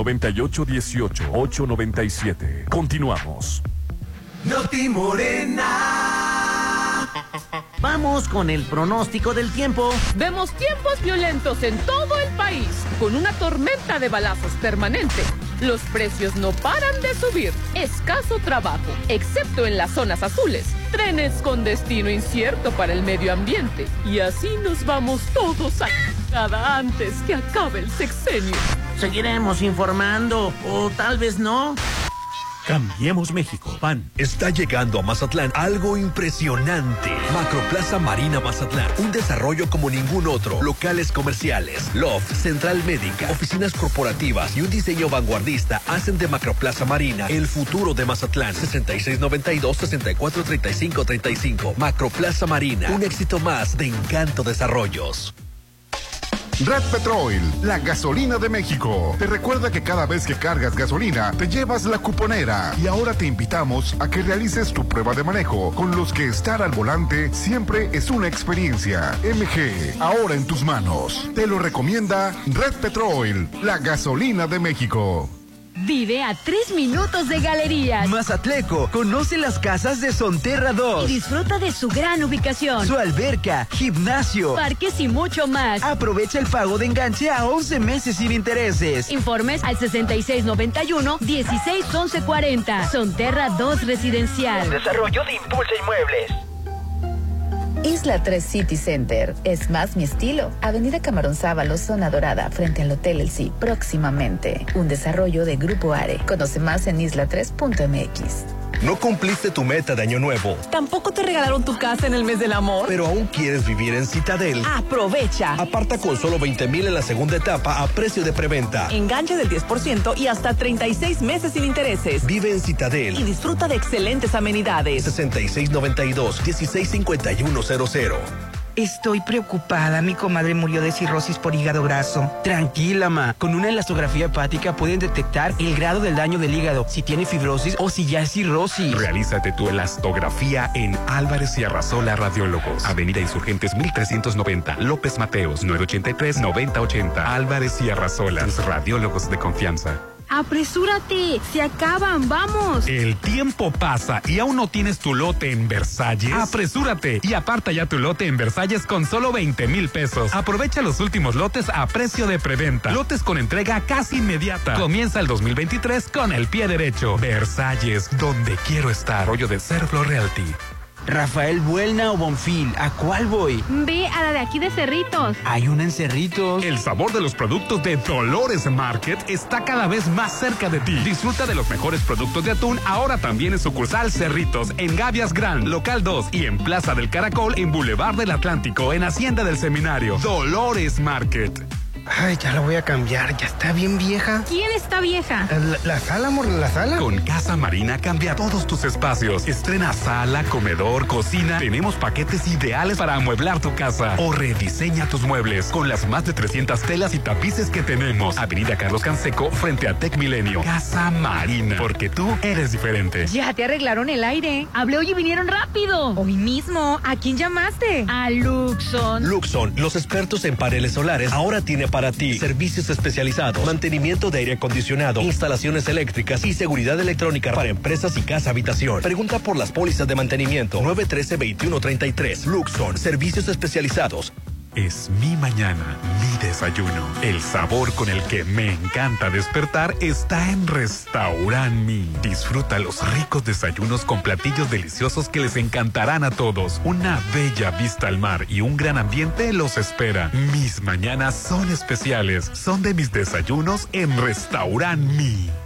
9818-897. Continuamos. Noti Morena. Vamos con el pronóstico del tiempo. Vemos tiempos violentos en todo el país, con una tormenta de balazos permanente. Los precios no paran de subir. Escaso trabajo, excepto en las zonas azules. Trenes con destino incierto para el medio ambiente. Y así nos vamos todos a cada antes que acabe el sexenio. Seguiremos informando, o tal vez no. Cambiemos México, PAN. Está llegando a Mazatlán algo impresionante. Macroplaza Marina Mazatlán. Un desarrollo como ningún otro. Locales comerciales, loft, central médica, oficinas corporativas y un diseño vanguardista hacen de Macroplaza Marina el futuro de Mazatlán. 6692-643535. Macroplaza Marina. Un éxito más de Encanto Desarrollos. Red Petrol, la gasolina de México. Te recuerda que cada vez que cargas gasolina, te llevas la cuponera. Y ahora te invitamos a que realices tu prueba de manejo, con los que estar al volante siempre es una experiencia. MG, ahora en tus manos. Te lo recomienda Red Petrol, la gasolina de México. Vive a 3 minutos de Galerías. Mazatleco, conoce las casas de Sonterra 2. Y disfruta de su gran ubicación. Su alberca, gimnasio, parques y mucho más. Aprovecha el pago de enganche a 11 meses sin intereses. Informes al 6691-161140. Sonterra 2 Residencial. Desarrollo de Impulsa Inmuebles. Isla 3 City Center. Es más mi estilo. Avenida Camarón Sábalo, zona dorada, frente al Hotel El Sí. Próximamente. Un desarrollo de Grupo Are. Conoce más en isla3.mx. ¿No cumpliste tu meta de año nuevo? ¿Tampoco te regalaron tu casa en el mes del amor? ¿Pero aún quieres vivir en Citadel? ¡Aprovecha! Aparta con solo 20,000 en la segunda etapa a precio de preventa. Enganche del 10% y hasta 36 meses sin intereses. Vive en Citadel y disfruta de excelentes amenidades. 6692-165100. Estoy preocupada. Mi comadre murió de cirrosis por hígado graso. Tranquila, ma. Con una elastografía hepática pueden detectar el grado del daño del hígado, si tiene fibrosis o si ya es cirrosis. Realízate tu elastografía en Álvarez y Arrasola Radiólogos. Avenida Insurgentes 1390. López Mateos 983-9080. Álvarez y Arrasola. Tus radiólogos de confianza. ¡Apresúrate! ¡Se acaban! ¡Vamos! El tiempo pasa y aún no tienes tu lote en Versalles. ¡Apresúrate! Y aparta ya tu lote en Versalles con solo 20,000 pesos. Aprovecha los últimos lotes a precio de preventa. Lotes con entrega casi inmediata. Comienza el 2023 con el pie derecho. Versalles, donde quiero estar. Rollo de Serflo Realty. Rafael Buelna o Bonfil, ¿a cuál voy? Ve a la de aquí de Cerritos. Hay una en Cerritos. El sabor de los productos de Dolores Market está cada vez más cerca de ti. Disfruta de los mejores productos de atún ahora también en sucursal Cerritos, en Gavias Grand, local 2 y en Plaza del Caracol, en Boulevard del Atlántico, en Hacienda del Seminario. Dolores Market. Ay, ya la voy a cambiar, ya está bien vieja. ¿Quién está vieja? La sala, amor, la sala. Con Casa Marina cambia todos tus espacios. Estrena sala, comedor, cocina. Tenemos paquetes ideales para amueblar tu casa. O rediseña tus muebles con las más de 300 telas y tapices que tenemos. Avenida Carlos Canseco, frente a Tec Milenio. Casa Marina, porque tú eres diferente. Ya te arreglaron el aire. Hablé hoy y vinieron rápido. Hoy mismo. ¿A quién llamaste? A Luxon. Luxon, los expertos en paneles solares, ahora tiene para ti servicios especializados, mantenimiento de aire acondicionado, instalaciones eléctricas y seguridad electrónica para empresas y casa habitación. Pregunta por las pólizas de mantenimiento 913-2133. Luxon, servicios especializados. Es mi mañana, mi desayuno. El sabor con el que me encanta despertar está en Restaurant Mi. Disfruta los ricos desayunos con platillos deliciosos que les encantarán a todos. Una bella vista al mar y un gran ambiente los espera. Mis mañanas son especiales. Son de mis desayunos en Restaurant Mi.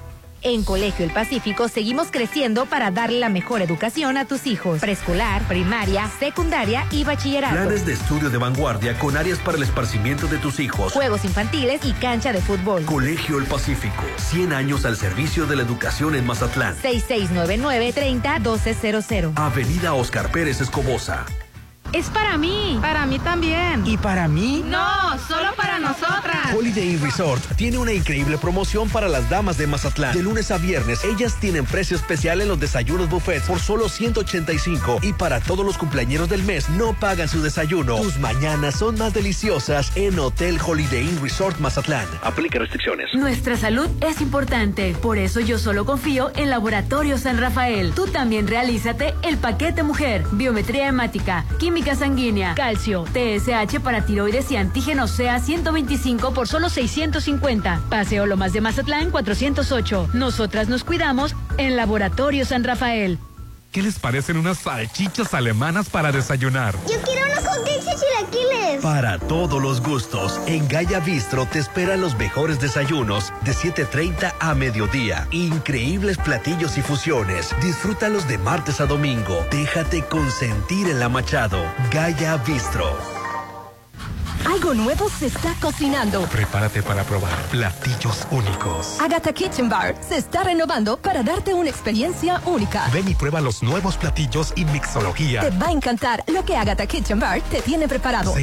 En Colegio El Pacífico seguimos creciendo para darle la mejor educación a tus hijos. Preescolar, primaria, secundaria y bachillerato. Planes de estudio de vanguardia con áreas para el esparcimiento de tus hijos. Juegos infantiles y cancha de fútbol. Colegio El Pacífico, 100 años al servicio de la educación en Mazatlán. 6699-301200. Avenida Oscar Pérez Escobosa. Es para mí. Para mí también. ¿Y para mí? No, solo para nosotras. Holiday Inn Resort tiene una increíble promoción para las damas de Mazatlán. De lunes a viernes, ellas tienen precio especial en los desayunos buffets por solo 185. Y para todos los cumpleañeros del mes, no pagan su desayuno. Tus mañanas son más deliciosas en Hotel Holiday Inn Resort Mazatlán. Aplica restricciones. Nuestra salud es importante. Por eso yo solo confío en Laboratorio San Rafael. Tú también realízate el paquete mujer. Biometría hemática, química sanguínea, calcio, TSH para tiroides y antígeno SEA 125 por solo 650. Paseo Lomas de Mazatlán 408. Nosotras nos cuidamos en Laboratorio San Rafael. ¿Qué les parecen unas salchichas alemanas para desayunar? Yo quiero unos hotcakes y chilaquiles. Para todos los gustos, en Gaya Bistro te esperan los mejores desayunos de 7:30 a mediodía. Increíbles platillos y fusiones. Disfrútalos de martes a domingo. Déjate consentir en la Machado. Gaya Bistro. Algo nuevo se está cocinando. Prepárate para probar platillos únicos. Agatha Kitchen Bar se está renovando para darte una experiencia única. Ven y prueba los nuevos platillos y mixología. Te va a encantar lo que Agatha Kitchen Bar te tiene preparado.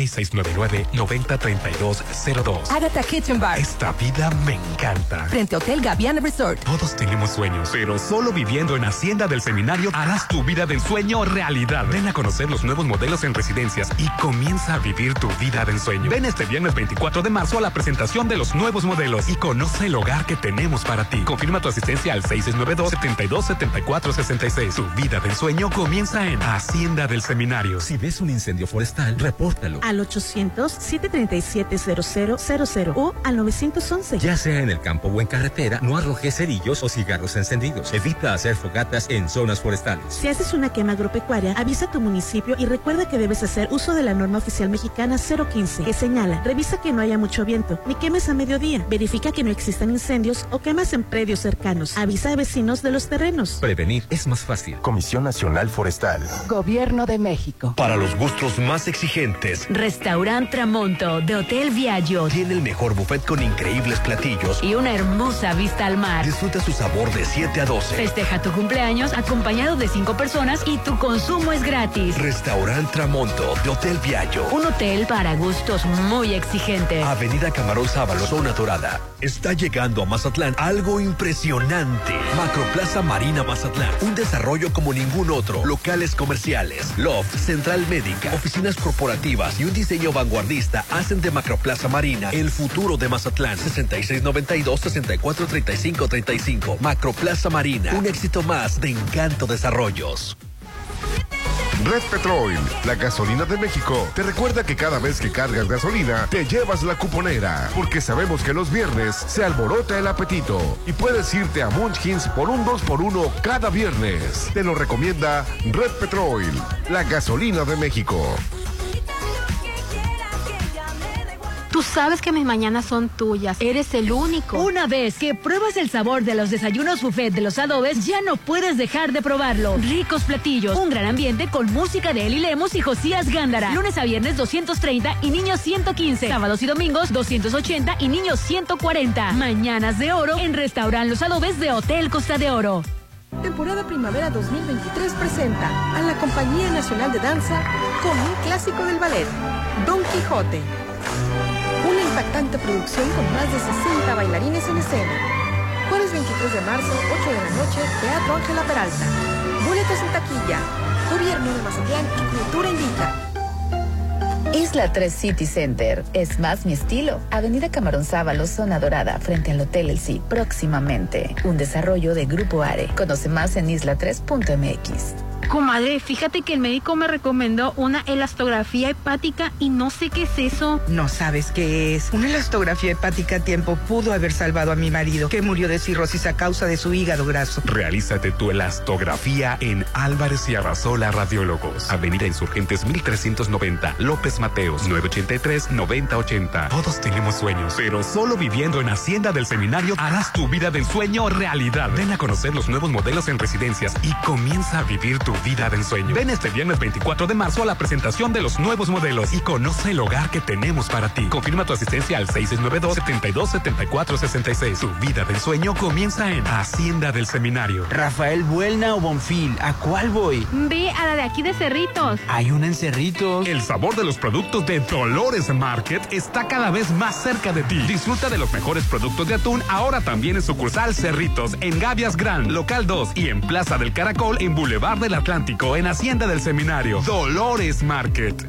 6699-903202. Agatha Kitchen Bar. Esta vida me encanta. Frente a Hotel Gaviana Resort. Todos tenemos sueños, pero solo viviendo en Hacienda del Seminario harás tu vida de ensueño realidad. Ven a conocer los nuevos modelos en residencias y comienza a vivir tu vida de ensueño. Ven este viernes 24 de marzo a la presentación de los nuevos modelos y conoce el hogar que tenemos para ti. Confirma tu asistencia al 6692-727466. Tu vida de ensueño comienza en Hacienda del Seminario. Si ves un incendio forestal, repórtalo. Al 800-737-0000 o al 911. Ya sea en el campo o en carretera, no arrojes cerillos o cigarros encendidos. Evita hacer fogatas en zonas forestales. Si haces una quema agropecuaria, avisa a tu municipio y recuerda que debes hacer uso de la norma oficial mexicana 015, que señala: revisa que no haya mucho viento, ni quemes a mediodía, verifica que no existan incendios o quemas en predios cercanos, avisa a vecinos de los terrenos. Prevenir es más fácil. Comisión Nacional Forestal. Gobierno de México. Para los gustos más exigentes, Restaurant Tramonto de Hotel Viaggio tiene el mejor buffet con increíbles platillos y una hermosa vista al mar. Disfruta su sabor de 7 a 12. Festeja tu cumpleaños acompañado de 5 personas y tu consumo es gratis. Restaurant Tramonto de Hotel Viaggio. Un hotel para gustos muy exigentes. Avenida Camarón Sábalo, zona dorada. Está llegando a Mazatlán algo impresionante. Macroplaza Marina Mazatlán. Un desarrollo como ningún otro. Locales comerciales, loft, central médica, oficinas corporativas y un diseño vanguardista hacen de Macroplaza Marina el futuro de Mazatlán. 6692-643535. Macroplaza Marina. Un éxito más de Encanto Desarrollos. Red Petrol, la gasolina de México, te recuerda que cada vez que cargas gasolina, te llevas la cuponera, porque sabemos que los viernes se alborota el apetito y puedes irte a Munchkins por un 2x1 cada viernes. Te lo recomienda Red Petrol, la gasolina de México. Tú sabes que mis mañanas son tuyas. Eres el único. Una vez que pruebas el sabor de los desayunos buffet de los Adobes, ya no puedes dejar de probarlo. Ricos platillos, un gran ambiente con música de Eli Lemos y Josías Gándara. Lunes a viernes 230 y niños 115. Sábados y domingos 280 y niños 140. Mañanas de oro en Restaurant Los Adobes de Hotel Costa de Oro. Temporada Primavera 2023 presenta a la Compañía Nacional de Danza con un clásico del ballet, Don Quijote. Una impactante producción con más de 60 bailarines en escena. Jueves 23 de marzo, 8 de la noche, Teatro Ángela Peralta. Boletos en taquilla. Gobierno de Mazatlán y Cultura Invita. Isla 3 City Center. Es más mi estilo. Avenida Camarón Sábalo, zona dorada, frente al Hotel El Sí. Próximamente. Un desarrollo de Grupo ARE. Conoce más en isla3.mx. Comadre, fíjate que el médico me recomendó una elastografía hepática y no sé qué es eso. No sabes qué es. Una elastografía hepática a tiempo pudo haber salvado a mi marido, que murió de cirrosis a causa de su hígado graso. Realízate tu elastografía en Álvarez y Arrasola Radiólogos. Avenida Insurgentes 1390, López Mateos, 983-9080. Todos tenemos sueños, pero solo viviendo en Hacienda del Seminario harás tu vida del sueño realidad. Ven a conocer los nuevos modelos en residencias y comienza a vivir tu vida de ensueño. Ven este viernes 24 de marzo a la presentación de los nuevos modelos y conoce el hogar que tenemos para ti. Confirma tu asistencia al 6692-727466. Tu vida de ensueño comienza en Hacienda del Seminario. Rafael Buelna o Bonfil, ¿a cuál voy? Ve a la de aquí de Cerritos. Hay una en Cerritos. El sabor de los productos de Dolores Market está cada vez más cerca de ti. Disfruta de los mejores productos de atún ahora también en sucursal Cerritos, en Gavias Gran, Local 2 y en Plaza del Caracol, en Boulevard del Atlántico, en Hacienda del Seminario. Dolores Market.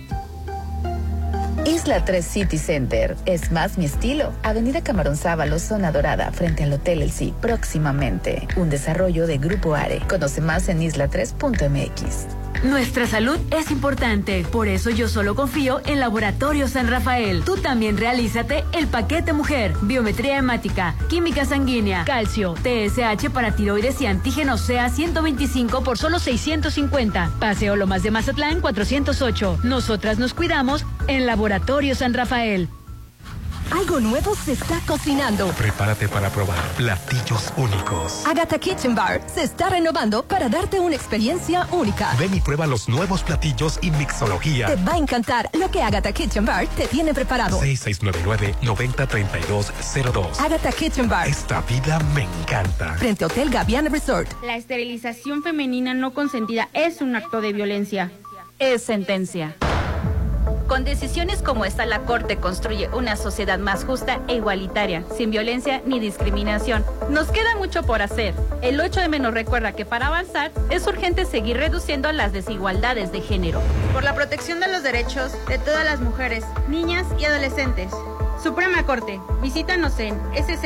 Isla 3 City Center. Es más mi estilo. Avenida Camarón Sábalo, zona dorada, frente al Hotel El Sí. Próximamente. Un desarrollo de Grupo Are. Conoce más en isla3.mx. Nuestra salud es importante, por eso yo solo confío en Laboratorio San Rafael. Tú también realízate el paquete mujer, biometría hemática, química sanguínea, calcio, TSH para tiroides y antígenos CA 125 por solo 650. Paseo Lomas de Mazatlán 408. Nosotras nos cuidamos en Laboratorio San Rafael. Algo nuevo se está cocinando. Prepárate para probar platillos únicos. Agatha Kitchen Bar se está renovando para darte una experiencia única. Ven y prueba los nuevos platillos y mixología. Te va a encantar lo que Agatha Kitchen Bar te tiene preparado. 6699-903202. Agatha Kitchen Bar. Esta vida me encanta. Frente a Hotel Gaviana Resort. La esterilización femenina no consentida es un acto de violencia. Es sentencia. Con decisiones como esta, la Corte construye una sociedad más justa e igualitaria, sin violencia ni discriminación. Nos queda mucho por hacer. El 8M nos recuerda que para avanzar es urgente seguir reduciendo las desigualdades de género. Por la protección de los derechos de todas las mujeres, niñas y adolescentes. Suprema Corte, visítanos en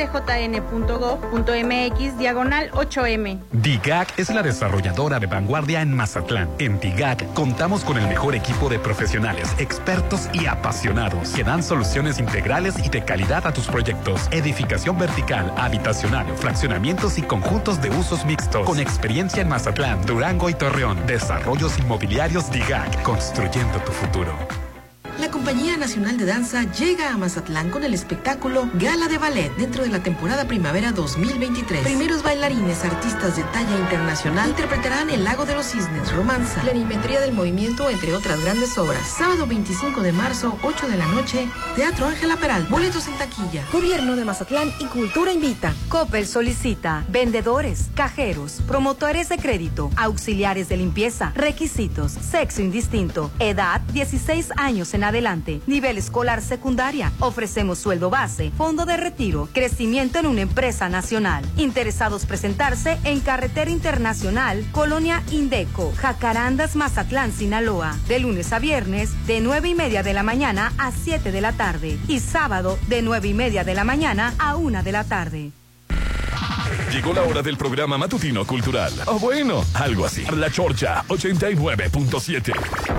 scjn.gov.mx/8M. DIGAC es la desarrolladora de vanguardia en Mazatlán. En DIGAC contamos con el mejor equipo de profesionales, expertos y apasionados que dan soluciones integrales y de calidad a tus proyectos. Edificación vertical, habitacional, fraccionamientos y conjuntos de usos mixtos. Con experiencia en Mazatlán, Durango y Torreón. Desarrollos inmobiliarios DIGAC, construyendo tu futuro. La Compañía Nacional de Danza llega a Mazatlán con el espectáculo Gala de Ballet dentro de la temporada Primavera 2023. Primeros bailarines, artistas de talla internacional interpretarán El Lago de los Cisnes, Romanza, Planimetría del Movimiento, entre otras grandes obras. Sábado 25 de marzo, 8 de la noche, Teatro Ángela Peralta. Boletos en taquilla. Gobierno de Mazatlán y Cultura invita. Coppel solicita vendedores, cajeros, promotores de crédito, auxiliares de limpieza, requisitos, sexo indistinto, edad 16 años en adelante, nivel escolar secundaria. Ofrecemos sueldo base, fondo de retiro, crecimiento en una empresa nacional. Interesados presentarse en Carretera Internacional, Colonia Indeco, Jacarandas, Mazatlán, Sinaloa, de lunes a viernes de 9:30 de la mañana a 7 de la tarde y sábado de 9:30 de la mañana a 1 de la tarde. Llegó la hora del programa matutino cultural. O bueno, algo así. La Chorcha 89.7.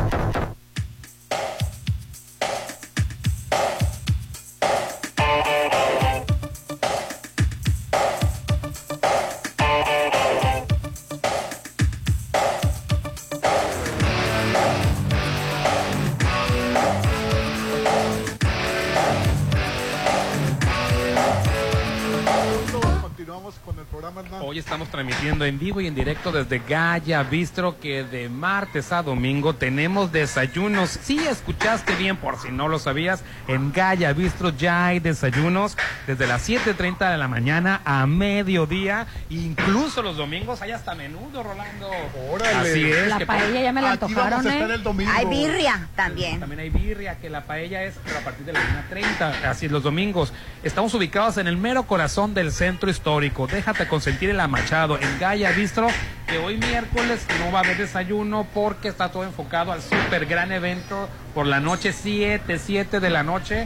Hoy estamos transmitiendo en vivo y en directo desde Gaya Bistro, que de martes a domingo tenemos desayunos. Sí, escuchaste bien, por si no lo sabías, en Gaya Bistro ya hay desayunos desde las 7:30 de la mañana a mediodía. Incluso los domingos hay hasta menudo, Rolando. ¡Órale! Así es. La paella ya me la antojaron, Hay birria también. También hay birria, que la paella es pero a partir de la 1:30, así es los domingos. Estamos ubicados en el mero corazón del centro histórico. Déjate consentir el Machado, en Gaya Bistro, que hoy miércoles no va a haber desayuno porque está todo enfocado al súper gran evento por la noche, 7 de la noche.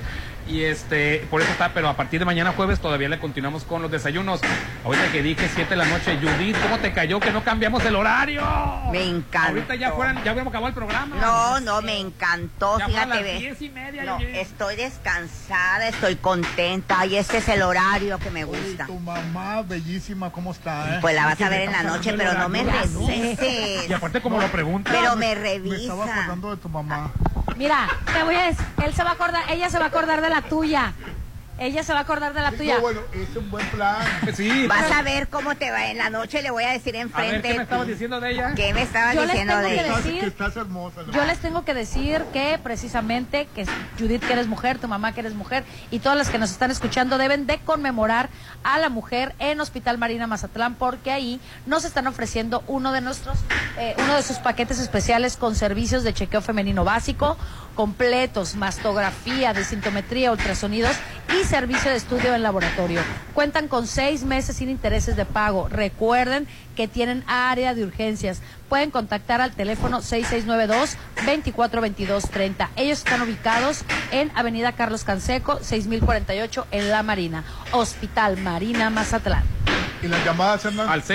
Y por eso está, pero a partir de mañana jueves todavía le continuamos con los desayunos. Ahorita que dije 7 de la noche, Judith, ¿cómo te cayó que no cambiamos el horario? Me encantó. Ahorita ya hubiéramos acabado el programa. No, me encantó, ya fíjate. A las 10:30, no, estoy descansada, estoy contenta y este es el horario que me gusta. Uy, tu mamá, bellísima, ¿cómo está? Pues la vas a ver en la noche, pero no me revises. Y aparte como lo preguntas. Pero me revisa. Me estaba acordando de tu mamá. Mira, te voy a decir, ella se va a acordar de la tuya. Ella se va a acordar de la tuya. Bueno, es un buen plan. Sí. Vas a ver cómo te va en la noche, le voy a decir enfrente. A ver, ¿qué me estabas diciendo de ella? ¿Qué me estabas diciendo de ella? Que estás hermosa. Yo les tengo que decir que precisamente que Judith, que eres mujer, tu mamá, que eres mujer, y todas las que nos están escuchando deben de conmemorar a la mujer en Hospital Marina Mazatlán, porque ahí nos están ofreciendo uno de sus paquetes especiales con servicios de chequeo femenino básico, completos, mastografía, desintometría, ultrasonidos y servicio de estudio en laboratorio. Cuentan con 6 meses sin intereses de pago. Recuerden que tienen área de urgencias. Pueden contactar al teléfono 6692-242230. Ellos están ubicados en Avenida Carlos Canseco, 6048 en La Marina. Hospital Marina Mazatlán. ¿Y las llamadas, Hernán? Al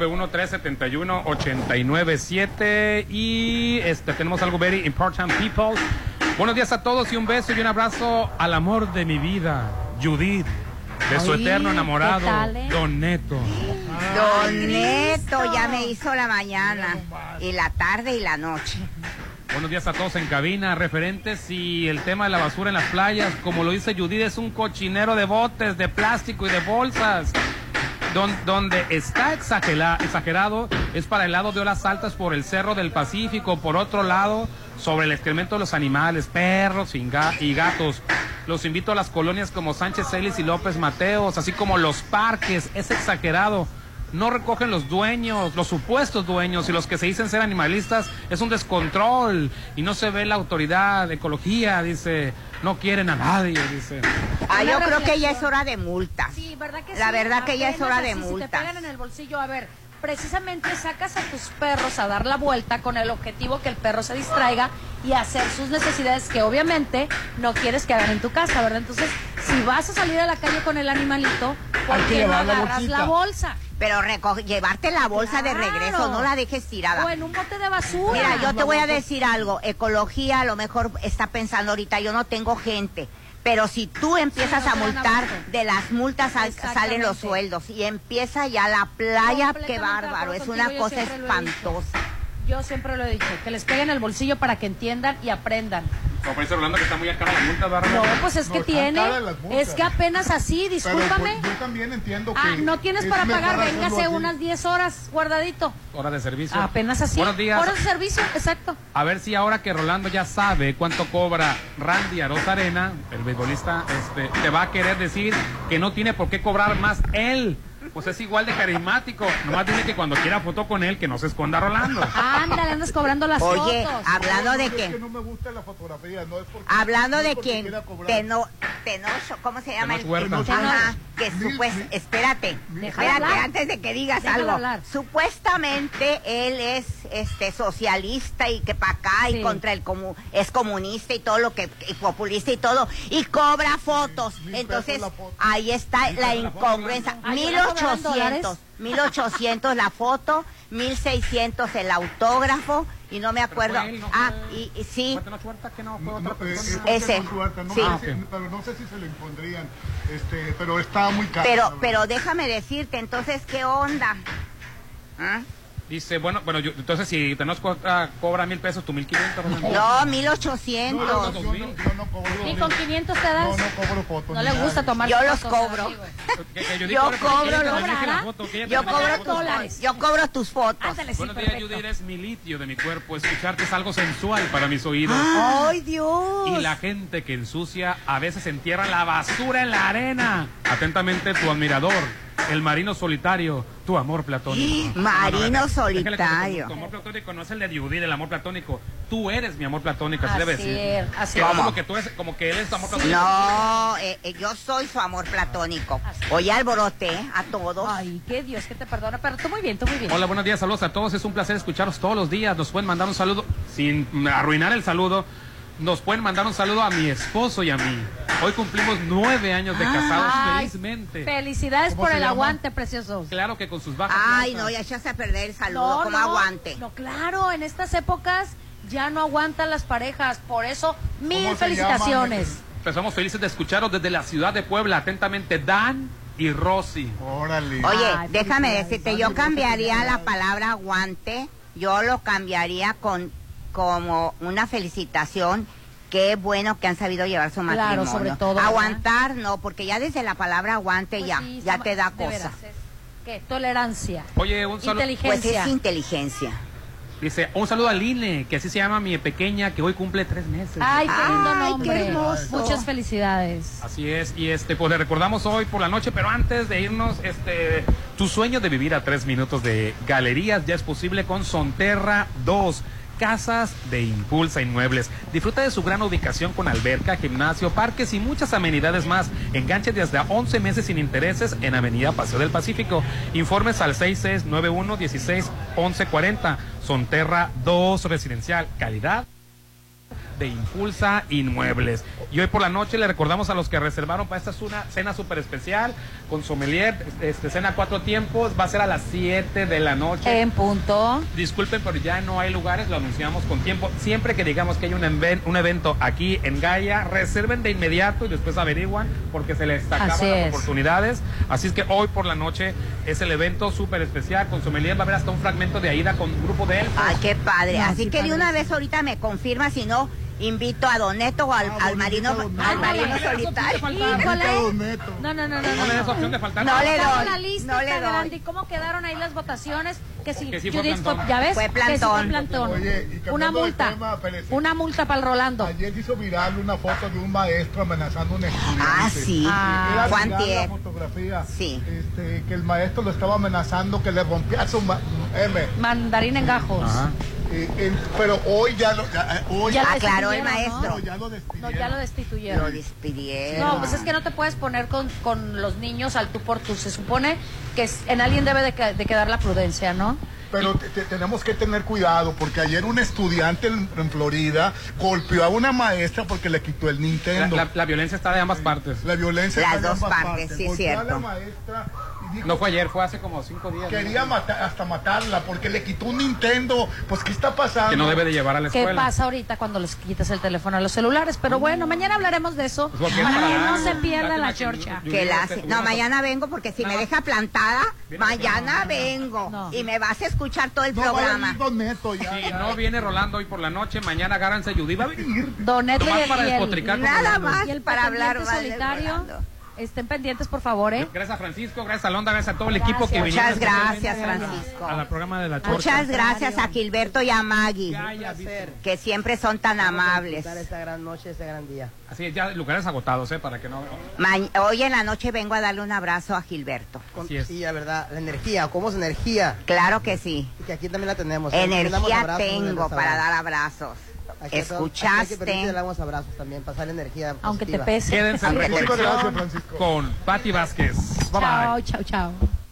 691-371-897. Y tenemos algo very important, people. Buenos días a todos y un beso y un abrazo al amor de mi vida, Judith, de su eterno enamorado, Don Neto. Don Neto ya me hizo la mañana, y la tarde y la noche. Buenos días a todos en cabina, referentes y el tema de la basura en las playas. Como lo dice Judith, es un cochinero de botes, de plástico y de bolsas. Donde está exagerado es para el lado de Olas Altas por el Cerro del Pacífico, por otro lado sobre el excremento de los animales, perros y gatos. Los invito a las colonias como Sánchez Celis y López Mateos, así como los parques, es exagerado. No recogen los dueños, los supuestos dueños y los que se dicen ser animalistas, es un descontrol y no se ve la autoridad de ecología, dice, no quieren a nadie, dice. Yo creo que ya es hora de multas. Sí, ¿verdad que la sí? verdad que ya es hora de multas. Si te pegan en el bolsillo, a ver, precisamente sacas a tus perros a dar la vuelta con el objetivo que el perro se distraiga y hacer sus necesidades que obviamente no quieres que hagan en tu casa, ¿verdad? Entonces, si vas a salir a la calle con el animalito, ¿por qué no agarras la bolsa? Pero llevarte la bolsa de regreso, no la dejes tirada. O en un bote de basura. Mira, yo te voy a decir algo, ecología a lo mejor está pensando ahorita, yo no tengo gente. Pero si tú empiezas a multar, de las multas salen los sueldos y empieza ya la playa, qué bárbaro, es una cosa espantosa. Yo siempre lo he dicho, que les peguen el bolsillo para que entiendan y aprendan. Como dice Rolando que está muy cara la multa, ¿verdad? No, pues es que es que apenas así, discúlpame. Pero, yo también entiendo que... no tienes para pagar, véngase unas 10 horas guardadito. Hora de servicio. Apenas así. Buenos días. Horas de servicio, exacto. A ver si ahora que Rolando ya sabe cuánto cobra Randy Arozarena, el beisbolista, te va a querer decir que no tiene por qué cobrar más él. Pues es igual de carismático. Nomás dile que cuando quiera foto con él, que no se esconda Rolando. Ándale, andas cobrando las fotos. Oye, hablando de que... Es que no me gusta la fotografía, no es porque... Hablando de quien... Tenocho, ¿cómo se llama? Ajá, que espérate, antes de que digas algo. Supuestamente él es socialista y que para acá y contra es comunista y todo lo que... y populista y todo, y cobra fotos. Entonces, ahí está la incongruencia. 1800 la foto, 1600 el autógrafo y no me acuerdo. Y sí. Ese. Sí. Pero no sé si se le impondrían, pero está muy caro. Pero déjame decirte, entonces, ¿qué onda? Dice, bueno, entonces si te nos cobra 1,000 pesos, ¿tú 1,500? No, 1,800. Yo no cobro. ¿Y con 500 te das? No cobro fotos. No le gusta tomar fotos. Yo los cobro. Yo cobro tus fotos. Buenos días, Judy, eres mi litio de mi cuerpo. Escucharte es algo sensual para mis oídos. ¡Ay, Dios! Y la gente que ensucia a veces entierra la basura en la arena. Atentamente, tu admirador. El marino solitario, tu amor platónico. Marino solitario. Tu amor platónico no es el de Judith, el amor platónico. Tú eres mi amor platónico, así debe decir. Así es. Como que él es tu amor platónico. No, yo soy su amor platónico. Hoy alboroté a todos. Ay, qué Dios que te perdona, pero tú muy bien, tú muy bien. Hola, buenos días, saludos a todos. Es un placer escucharlos todos los días. Nos pueden mandar un saludo, sin arruinar el saludo. Nos pueden mandar un saludo a mi esposo y a mí. Hoy cumplimos 9 años de casados, felizmente. Felicidades por el aguante, preciosos. Claro que con sus bajas. Ay, no, ya echaste a perder el saludo, como aguante. No, claro, en estas épocas ya no aguantan las parejas, por eso, 1000 felicitaciones. Pues somos felices de escucharos desde la ciudad de Puebla. Atentamente, Dan y Rosy. Órale. Oye, déjame decirte, yo cambiaría la palabra aguante, yo lo cambiaría como una felicitación. Qué bueno que han sabido llevar su matrimonio. Claro, sobre todo. Aguantar, ¿verdad? No, porque ya desde la palabra aguante pues ya te da cosa. Veras, ¿qué? Tolerancia. Oye, un saludo. Inteligencia. Pues es inteligencia. Dice, un saludo a Line, que así se llama mi pequeña, que hoy cumple 3 meses. Ay, qué lindo nombre. Qué hermoso. Muchas felicidades. Así es, y pues le recordamos hoy por la noche, pero antes de irnos, tu sueño de vivir a 3 minutos de Galerías ya es posible con Sonterra 2. Casas de Impulsa Inmuebles. Disfruta de su gran ubicación con alberca, gimnasio, parques y muchas amenidades más. Enganche de hasta 11 meses sin intereses en Avenida Paseo del Pacífico. Informes al 6691-161140. Sonterra 2 Residencial. Calidad de Impulsa Inmuebles. Y hoy por la noche le recordamos a los que reservaron para esta cena súper especial con sommelier, cena 4 tiempos, va a ser a las 7 de la noche. En punto. Disculpen, pero ya no hay lugares, lo anunciamos con tiempo. Siempre que digamos que hay un evento aquí en Gaia, reserven de inmediato y después averiguan porque se les acaban las oportunidades. Así es que hoy por la noche es el evento súper especial con sommelier, va a haber hasta un fragmento de Aida con un grupo de él. Ay, qué padre. No, así que de una vez ahorita me confirma, si no invito a Don Neto o al marino solitario. Híjole. No le des opción de faltar. No le doy. La lista no le está doy. grande. ¿Y cómo quedaron ahí las votaciones? Que si sí Judith fue ya ves, fue que sí fue plantón. Oye, una multa. Una multa para el Rolando. Ayer hizo viral una foto de un maestro amenazando a un estudiante. Ah, sí. Era Juan viral Tier. la fotografía. Sí. Que el maestro lo estaba amenazando que le rompía su mandarín en gajos. Ajá. Pero hoy ya lo aclaró el maestro. No, ya lo despidieron. No, ya lo destituyeron. Lo despidieron. No, pues es que no te puedes poner con los niños al tú por tú. Se supone que en alguien debe de quedar la prudencia, ¿no? Pero tenemos que tener cuidado porque ayer un estudiante en Florida golpeó a una maestra porque le quitó el Nintendo. La violencia está de ambas partes. La violencia las está de dos ambas partes, sí, golpeó cierto. a la maestra y dijo, no fue ayer, fue hace como 5 días. Quería hasta matarla porque le quitó un Nintendo. Pues, ¿qué está pasando? Que no debe de llevar a la escuela. ¿Qué pasa ahorita cuando les quitas el teléfono a los celulares? Pero bueno, mañana hablaremos de eso. Pues para que no se pierda la chorcha. No, mañana vengo porque si me deja plantada, mañana vengo. No. Y me vas a escuchar todo el programa. Don Neto, ya. Si no viene Rolando hoy por la noche, mañana agárrense, Judy va a venir. Don Neto nada más y el para hablar solitario. Estén pendientes, por favor, Gracias a Francisco, gracias a Londa, gracias a todo el equipo que vinieron. Muchas gracias, Francisco. Al programa de la Chorcha. Muchas gracias a Gilberto y a Maggie, que siempre son tan amables. Esta gran noche, este gran día. Así es, ya lugares agotados, para que no... Hoy en la noche vengo a darle un abrazo a Gilberto. Sí, la verdad, la energía, ¿cómo es energía? Claro que sí. Y que aquí también la tenemos. Energía tengo para dar abrazos. Aquí Escuchaste. Aquí le damos abrazos también, pasar energía positiva. Aunque te pese. Quédense en reflexión con Pati Vázquez. Bye chao, bye. Chao, chao.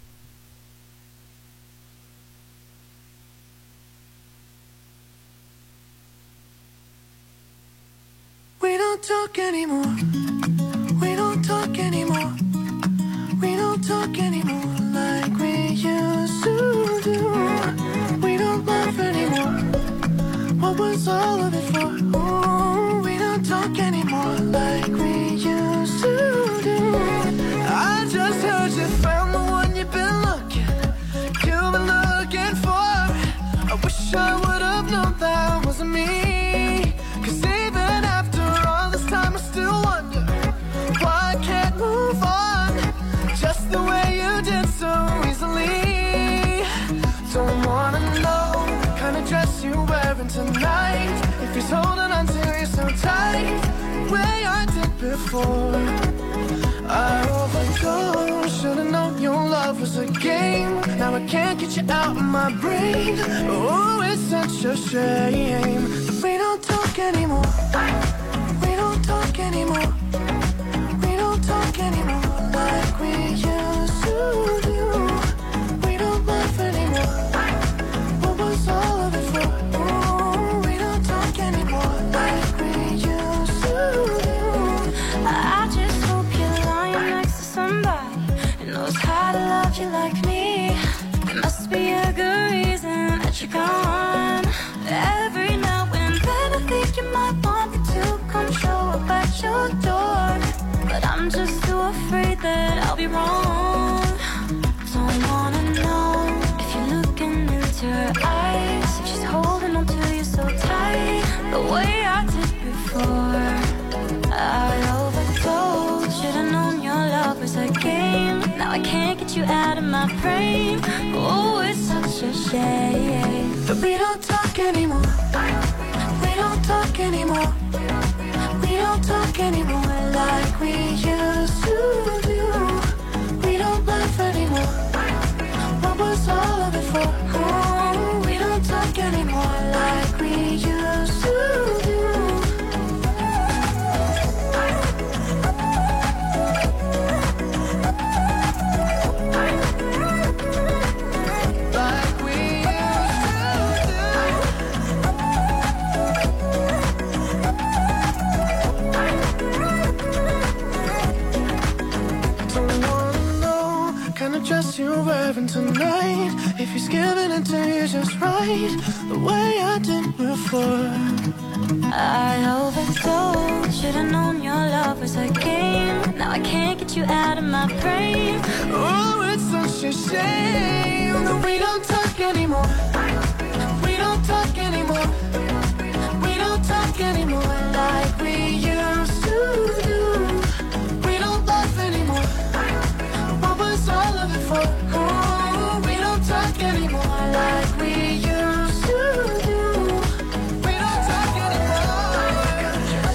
We don't talk anymore. We don't talk anymore. We don't talk anymore like we used to do. We don't laugh anymore. What was all of it for? Ooh, we don't talk anymore like we used to do. I just heard you found the one you've been looking for. I wish I would have known that wasn't me. 'Cause even after all this time I still wonder why I can't move on just the way you did so easily. Don't wanna know the kind of dress you're wearing tonight, if he's holding on to you so tight, the way I did before. I overdosed, should've known your love was a game. Now I can't get you out of my brain. Oh, it's such a shame that we don't talk anymore. We don't talk anymore. We don't talk anymore like we used to do. We don't laugh anymore. What was all of it for? Oh, we don't talk anymore like we used to do. I I'm just too afraid that I'll be wrong. So I wanna know if you're looking into her eyes, if she's holding on to you so tight, the way I did before. I overdosed. Should've known your love was a game. Now I can't get you out of my brain. Oh, it's such a shame that we don't talk anymore. We don't talk anymore. We don't talk anymore like we used to do. We don't laugh anymore. What was all of it for? Oh, we don't talk anymore like we used to do. Dress you're wearing tonight, if he's giving it to you just right, the way I did before. I overdosed. Should've known your love was a game. Now I can't get you out of my brain. Oh, it's such a shame that we don't talk anymore. We don't talk anymore. We don't talk anymore like we used to do. We don't laugh anymore. What was all of it for? Oh, we don't talk anymore like we used to do. We don't talk anymore.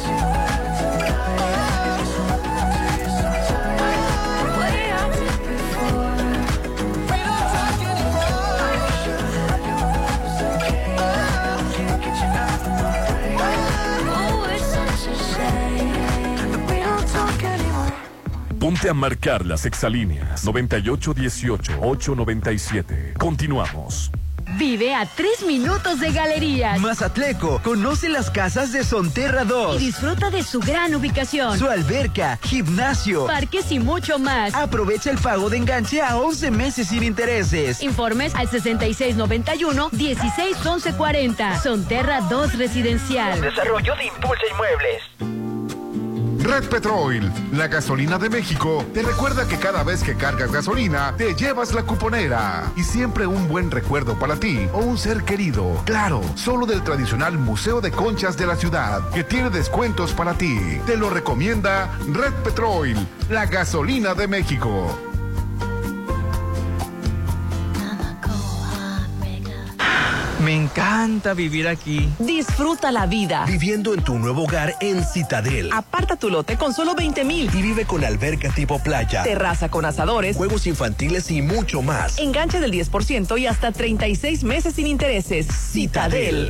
The way I did before. We don't talk anymore. Oh, it's such a shame that we don't talk anymore. Ponte a marcar las exalíneas 9818-897. Continuamos. Vive a 3 minutos de Galerías. Mazatleco, conoce las casas de Sonterra 2. Y disfruta de su gran ubicación. Su alberca, gimnasio, parques y mucho más. Aprovecha el pago de enganche a 11 meses sin intereses. Informes al 6691-161140. Sonterra 2 Residencial. Desarrollo de Impulsa Inmuebles. Red Petrol, la gasolina de México, te recuerda que cada vez que cargas gasolina, te llevas la cuponera. Y siempre un buen recuerdo para ti o un ser querido. Claro, solo del tradicional Museo de Conchas de la ciudad, que tiene descuentos para ti. Te lo recomienda Red Petrol, la gasolina de México. Me encanta vivir aquí. Disfruta la vida. Viviendo en tu nuevo hogar en Citadel. Aparta tu lote con solo 20,000. Y vive con alberca tipo playa. Terraza con asadores. Juegos infantiles y mucho más. Enganche del 10% y hasta 36 meses sin intereses. Citadel.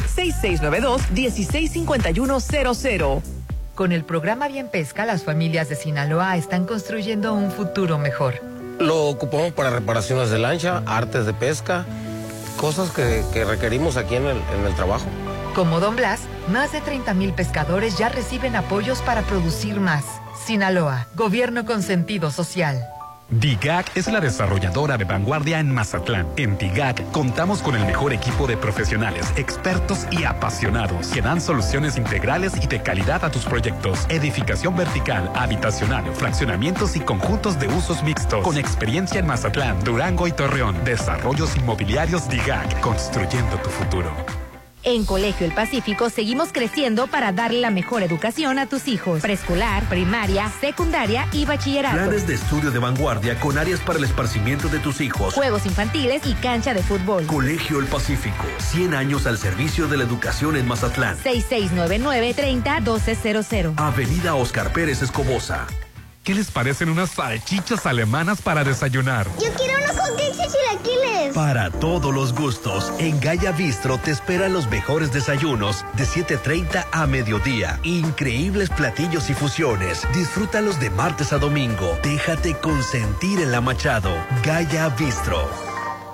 6692-165100. Con el programa Bien Pesca, las familias de Sinaloa están construyendo un futuro mejor. Lo ocupamos para reparaciones de lancha, artes de pesca, cosas que requerimos aquí en el trabajo. Como Don Blas, más de 30,000 pescadores ya reciben apoyos para producir más. Sinaloa, gobierno con sentido social. DIGAC es la desarrolladora de vanguardia en Mazatlán. En DIGAC contamos con el mejor equipo de profesionales, expertos y apasionados que dan soluciones integrales y de calidad a tus proyectos. Edificación vertical, habitacional, fraccionamientos y conjuntos de usos mixtos. Con experiencia en Mazatlán, Durango y Torreón. Desarrollos inmobiliarios DIGAC, construyendo tu futuro. En Colegio El Pacífico seguimos creciendo para darle la mejor educación a tus hijos. Preescolar, primaria, secundaria y bachillerato. Planes de estudio de vanguardia con áreas para el esparcimiento de tus hijos. Juegos infantiles y cancha de fútbol. Colegio El Pacífico, 100 años al servicio de la educación en Mazatlán. 6699-301200. Avenida Oscar Pérez Escobosa. ¿Qué les parecen unas salchichas alemanas para desayunar? Yo quiero unos hotcakes y chilaquiles. Para todos los gustos, en Gaya Bistro te esperan los mejores desayunos de 7:30 a mediodía. Increíbles platillos y fusiones. Disfrútalos de martes a domingo. Déjate consentir en la Machado. Gaya Bistro.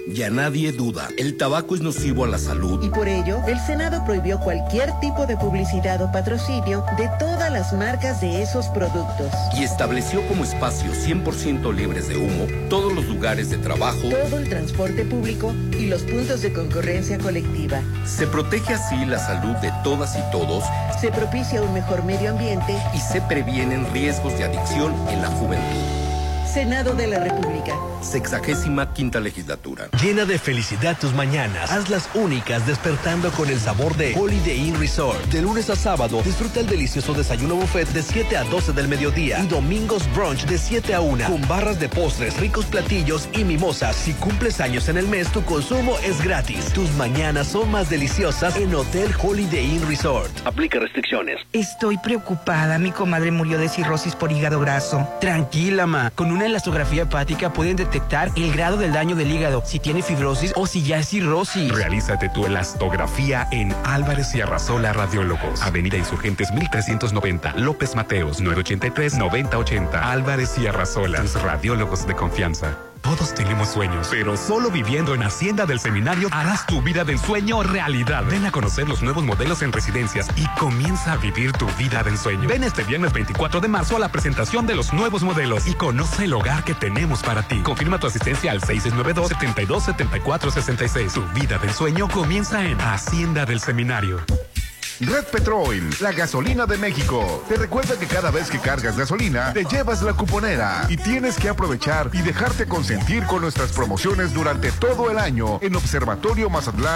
Ya nadie duda, el tabaco es nocivo a la salud. Y por ello, el Senado prohibió cualquier tipo de publicidad o patrocinio de todas las marcas de esos productos. Y estableció como espacios 100% libres de humo todos los lugares de trabajo, todo el transporte público y los puntos de concurrencia colectiva. Se protege así la salud de todas y todos, se propicia un mejor medio ambiente y se previenen riesgos de adicción en la juventud. Senado de la República. 65ª legislatura. Llena de felicidad tus mañanas. Hazlas únicas despertando con el sabor de Holiday Inn Resort. De lunes a sábado, disfruta el delicioso desayuno buffet de 7 a 12 del mediodía. Y domingos brunch de 7 a 1. Con barras de postres, ricos platillos y mimosas. Si cumples años en el mes, tu consumo es gratis. Tus mañanas son más deliciosas en Hotel Holiday Inn Resort. Aplica restricciones. Estoy preocupada. Mi comadre murió de cirrosis por hígado graso. Tranquila, ma. Con una elastografía hepática pueden detectar el grado del daño del hígado, si tiene fibrosis o si ya es cirrosis. Realízate tu elastografía en Álvarez y Arrasola Radiólogos. Avenida Insurgentes 1390, López Mateos 983-9080. Álvarez y Arrasola, tus radiólogos de confianza. Todos tenemos sueños, pero solo viviendo en Hacienda del Seminario harás tu vida del sueño realidad. Ven a conocer los nuevos modelos en residencias y comienza a vivir tu vida del sueño. Ven este viernes 24 de marzo a la presentación de los nuevos modelos y conoce el hogar que tenemos para ti. Confirma tu asistencia al 6692-727466. Tu vida del sueño comienza en Hacienda del Seminario. Red Petrol, la gasolina de México. Te recuerda que cada vez que cargas gasolina, te llevas la cuponera y tienes que aprovechar y dejarte consentir con nuestras promociones durante todo el año en Observatorio Mazatlán.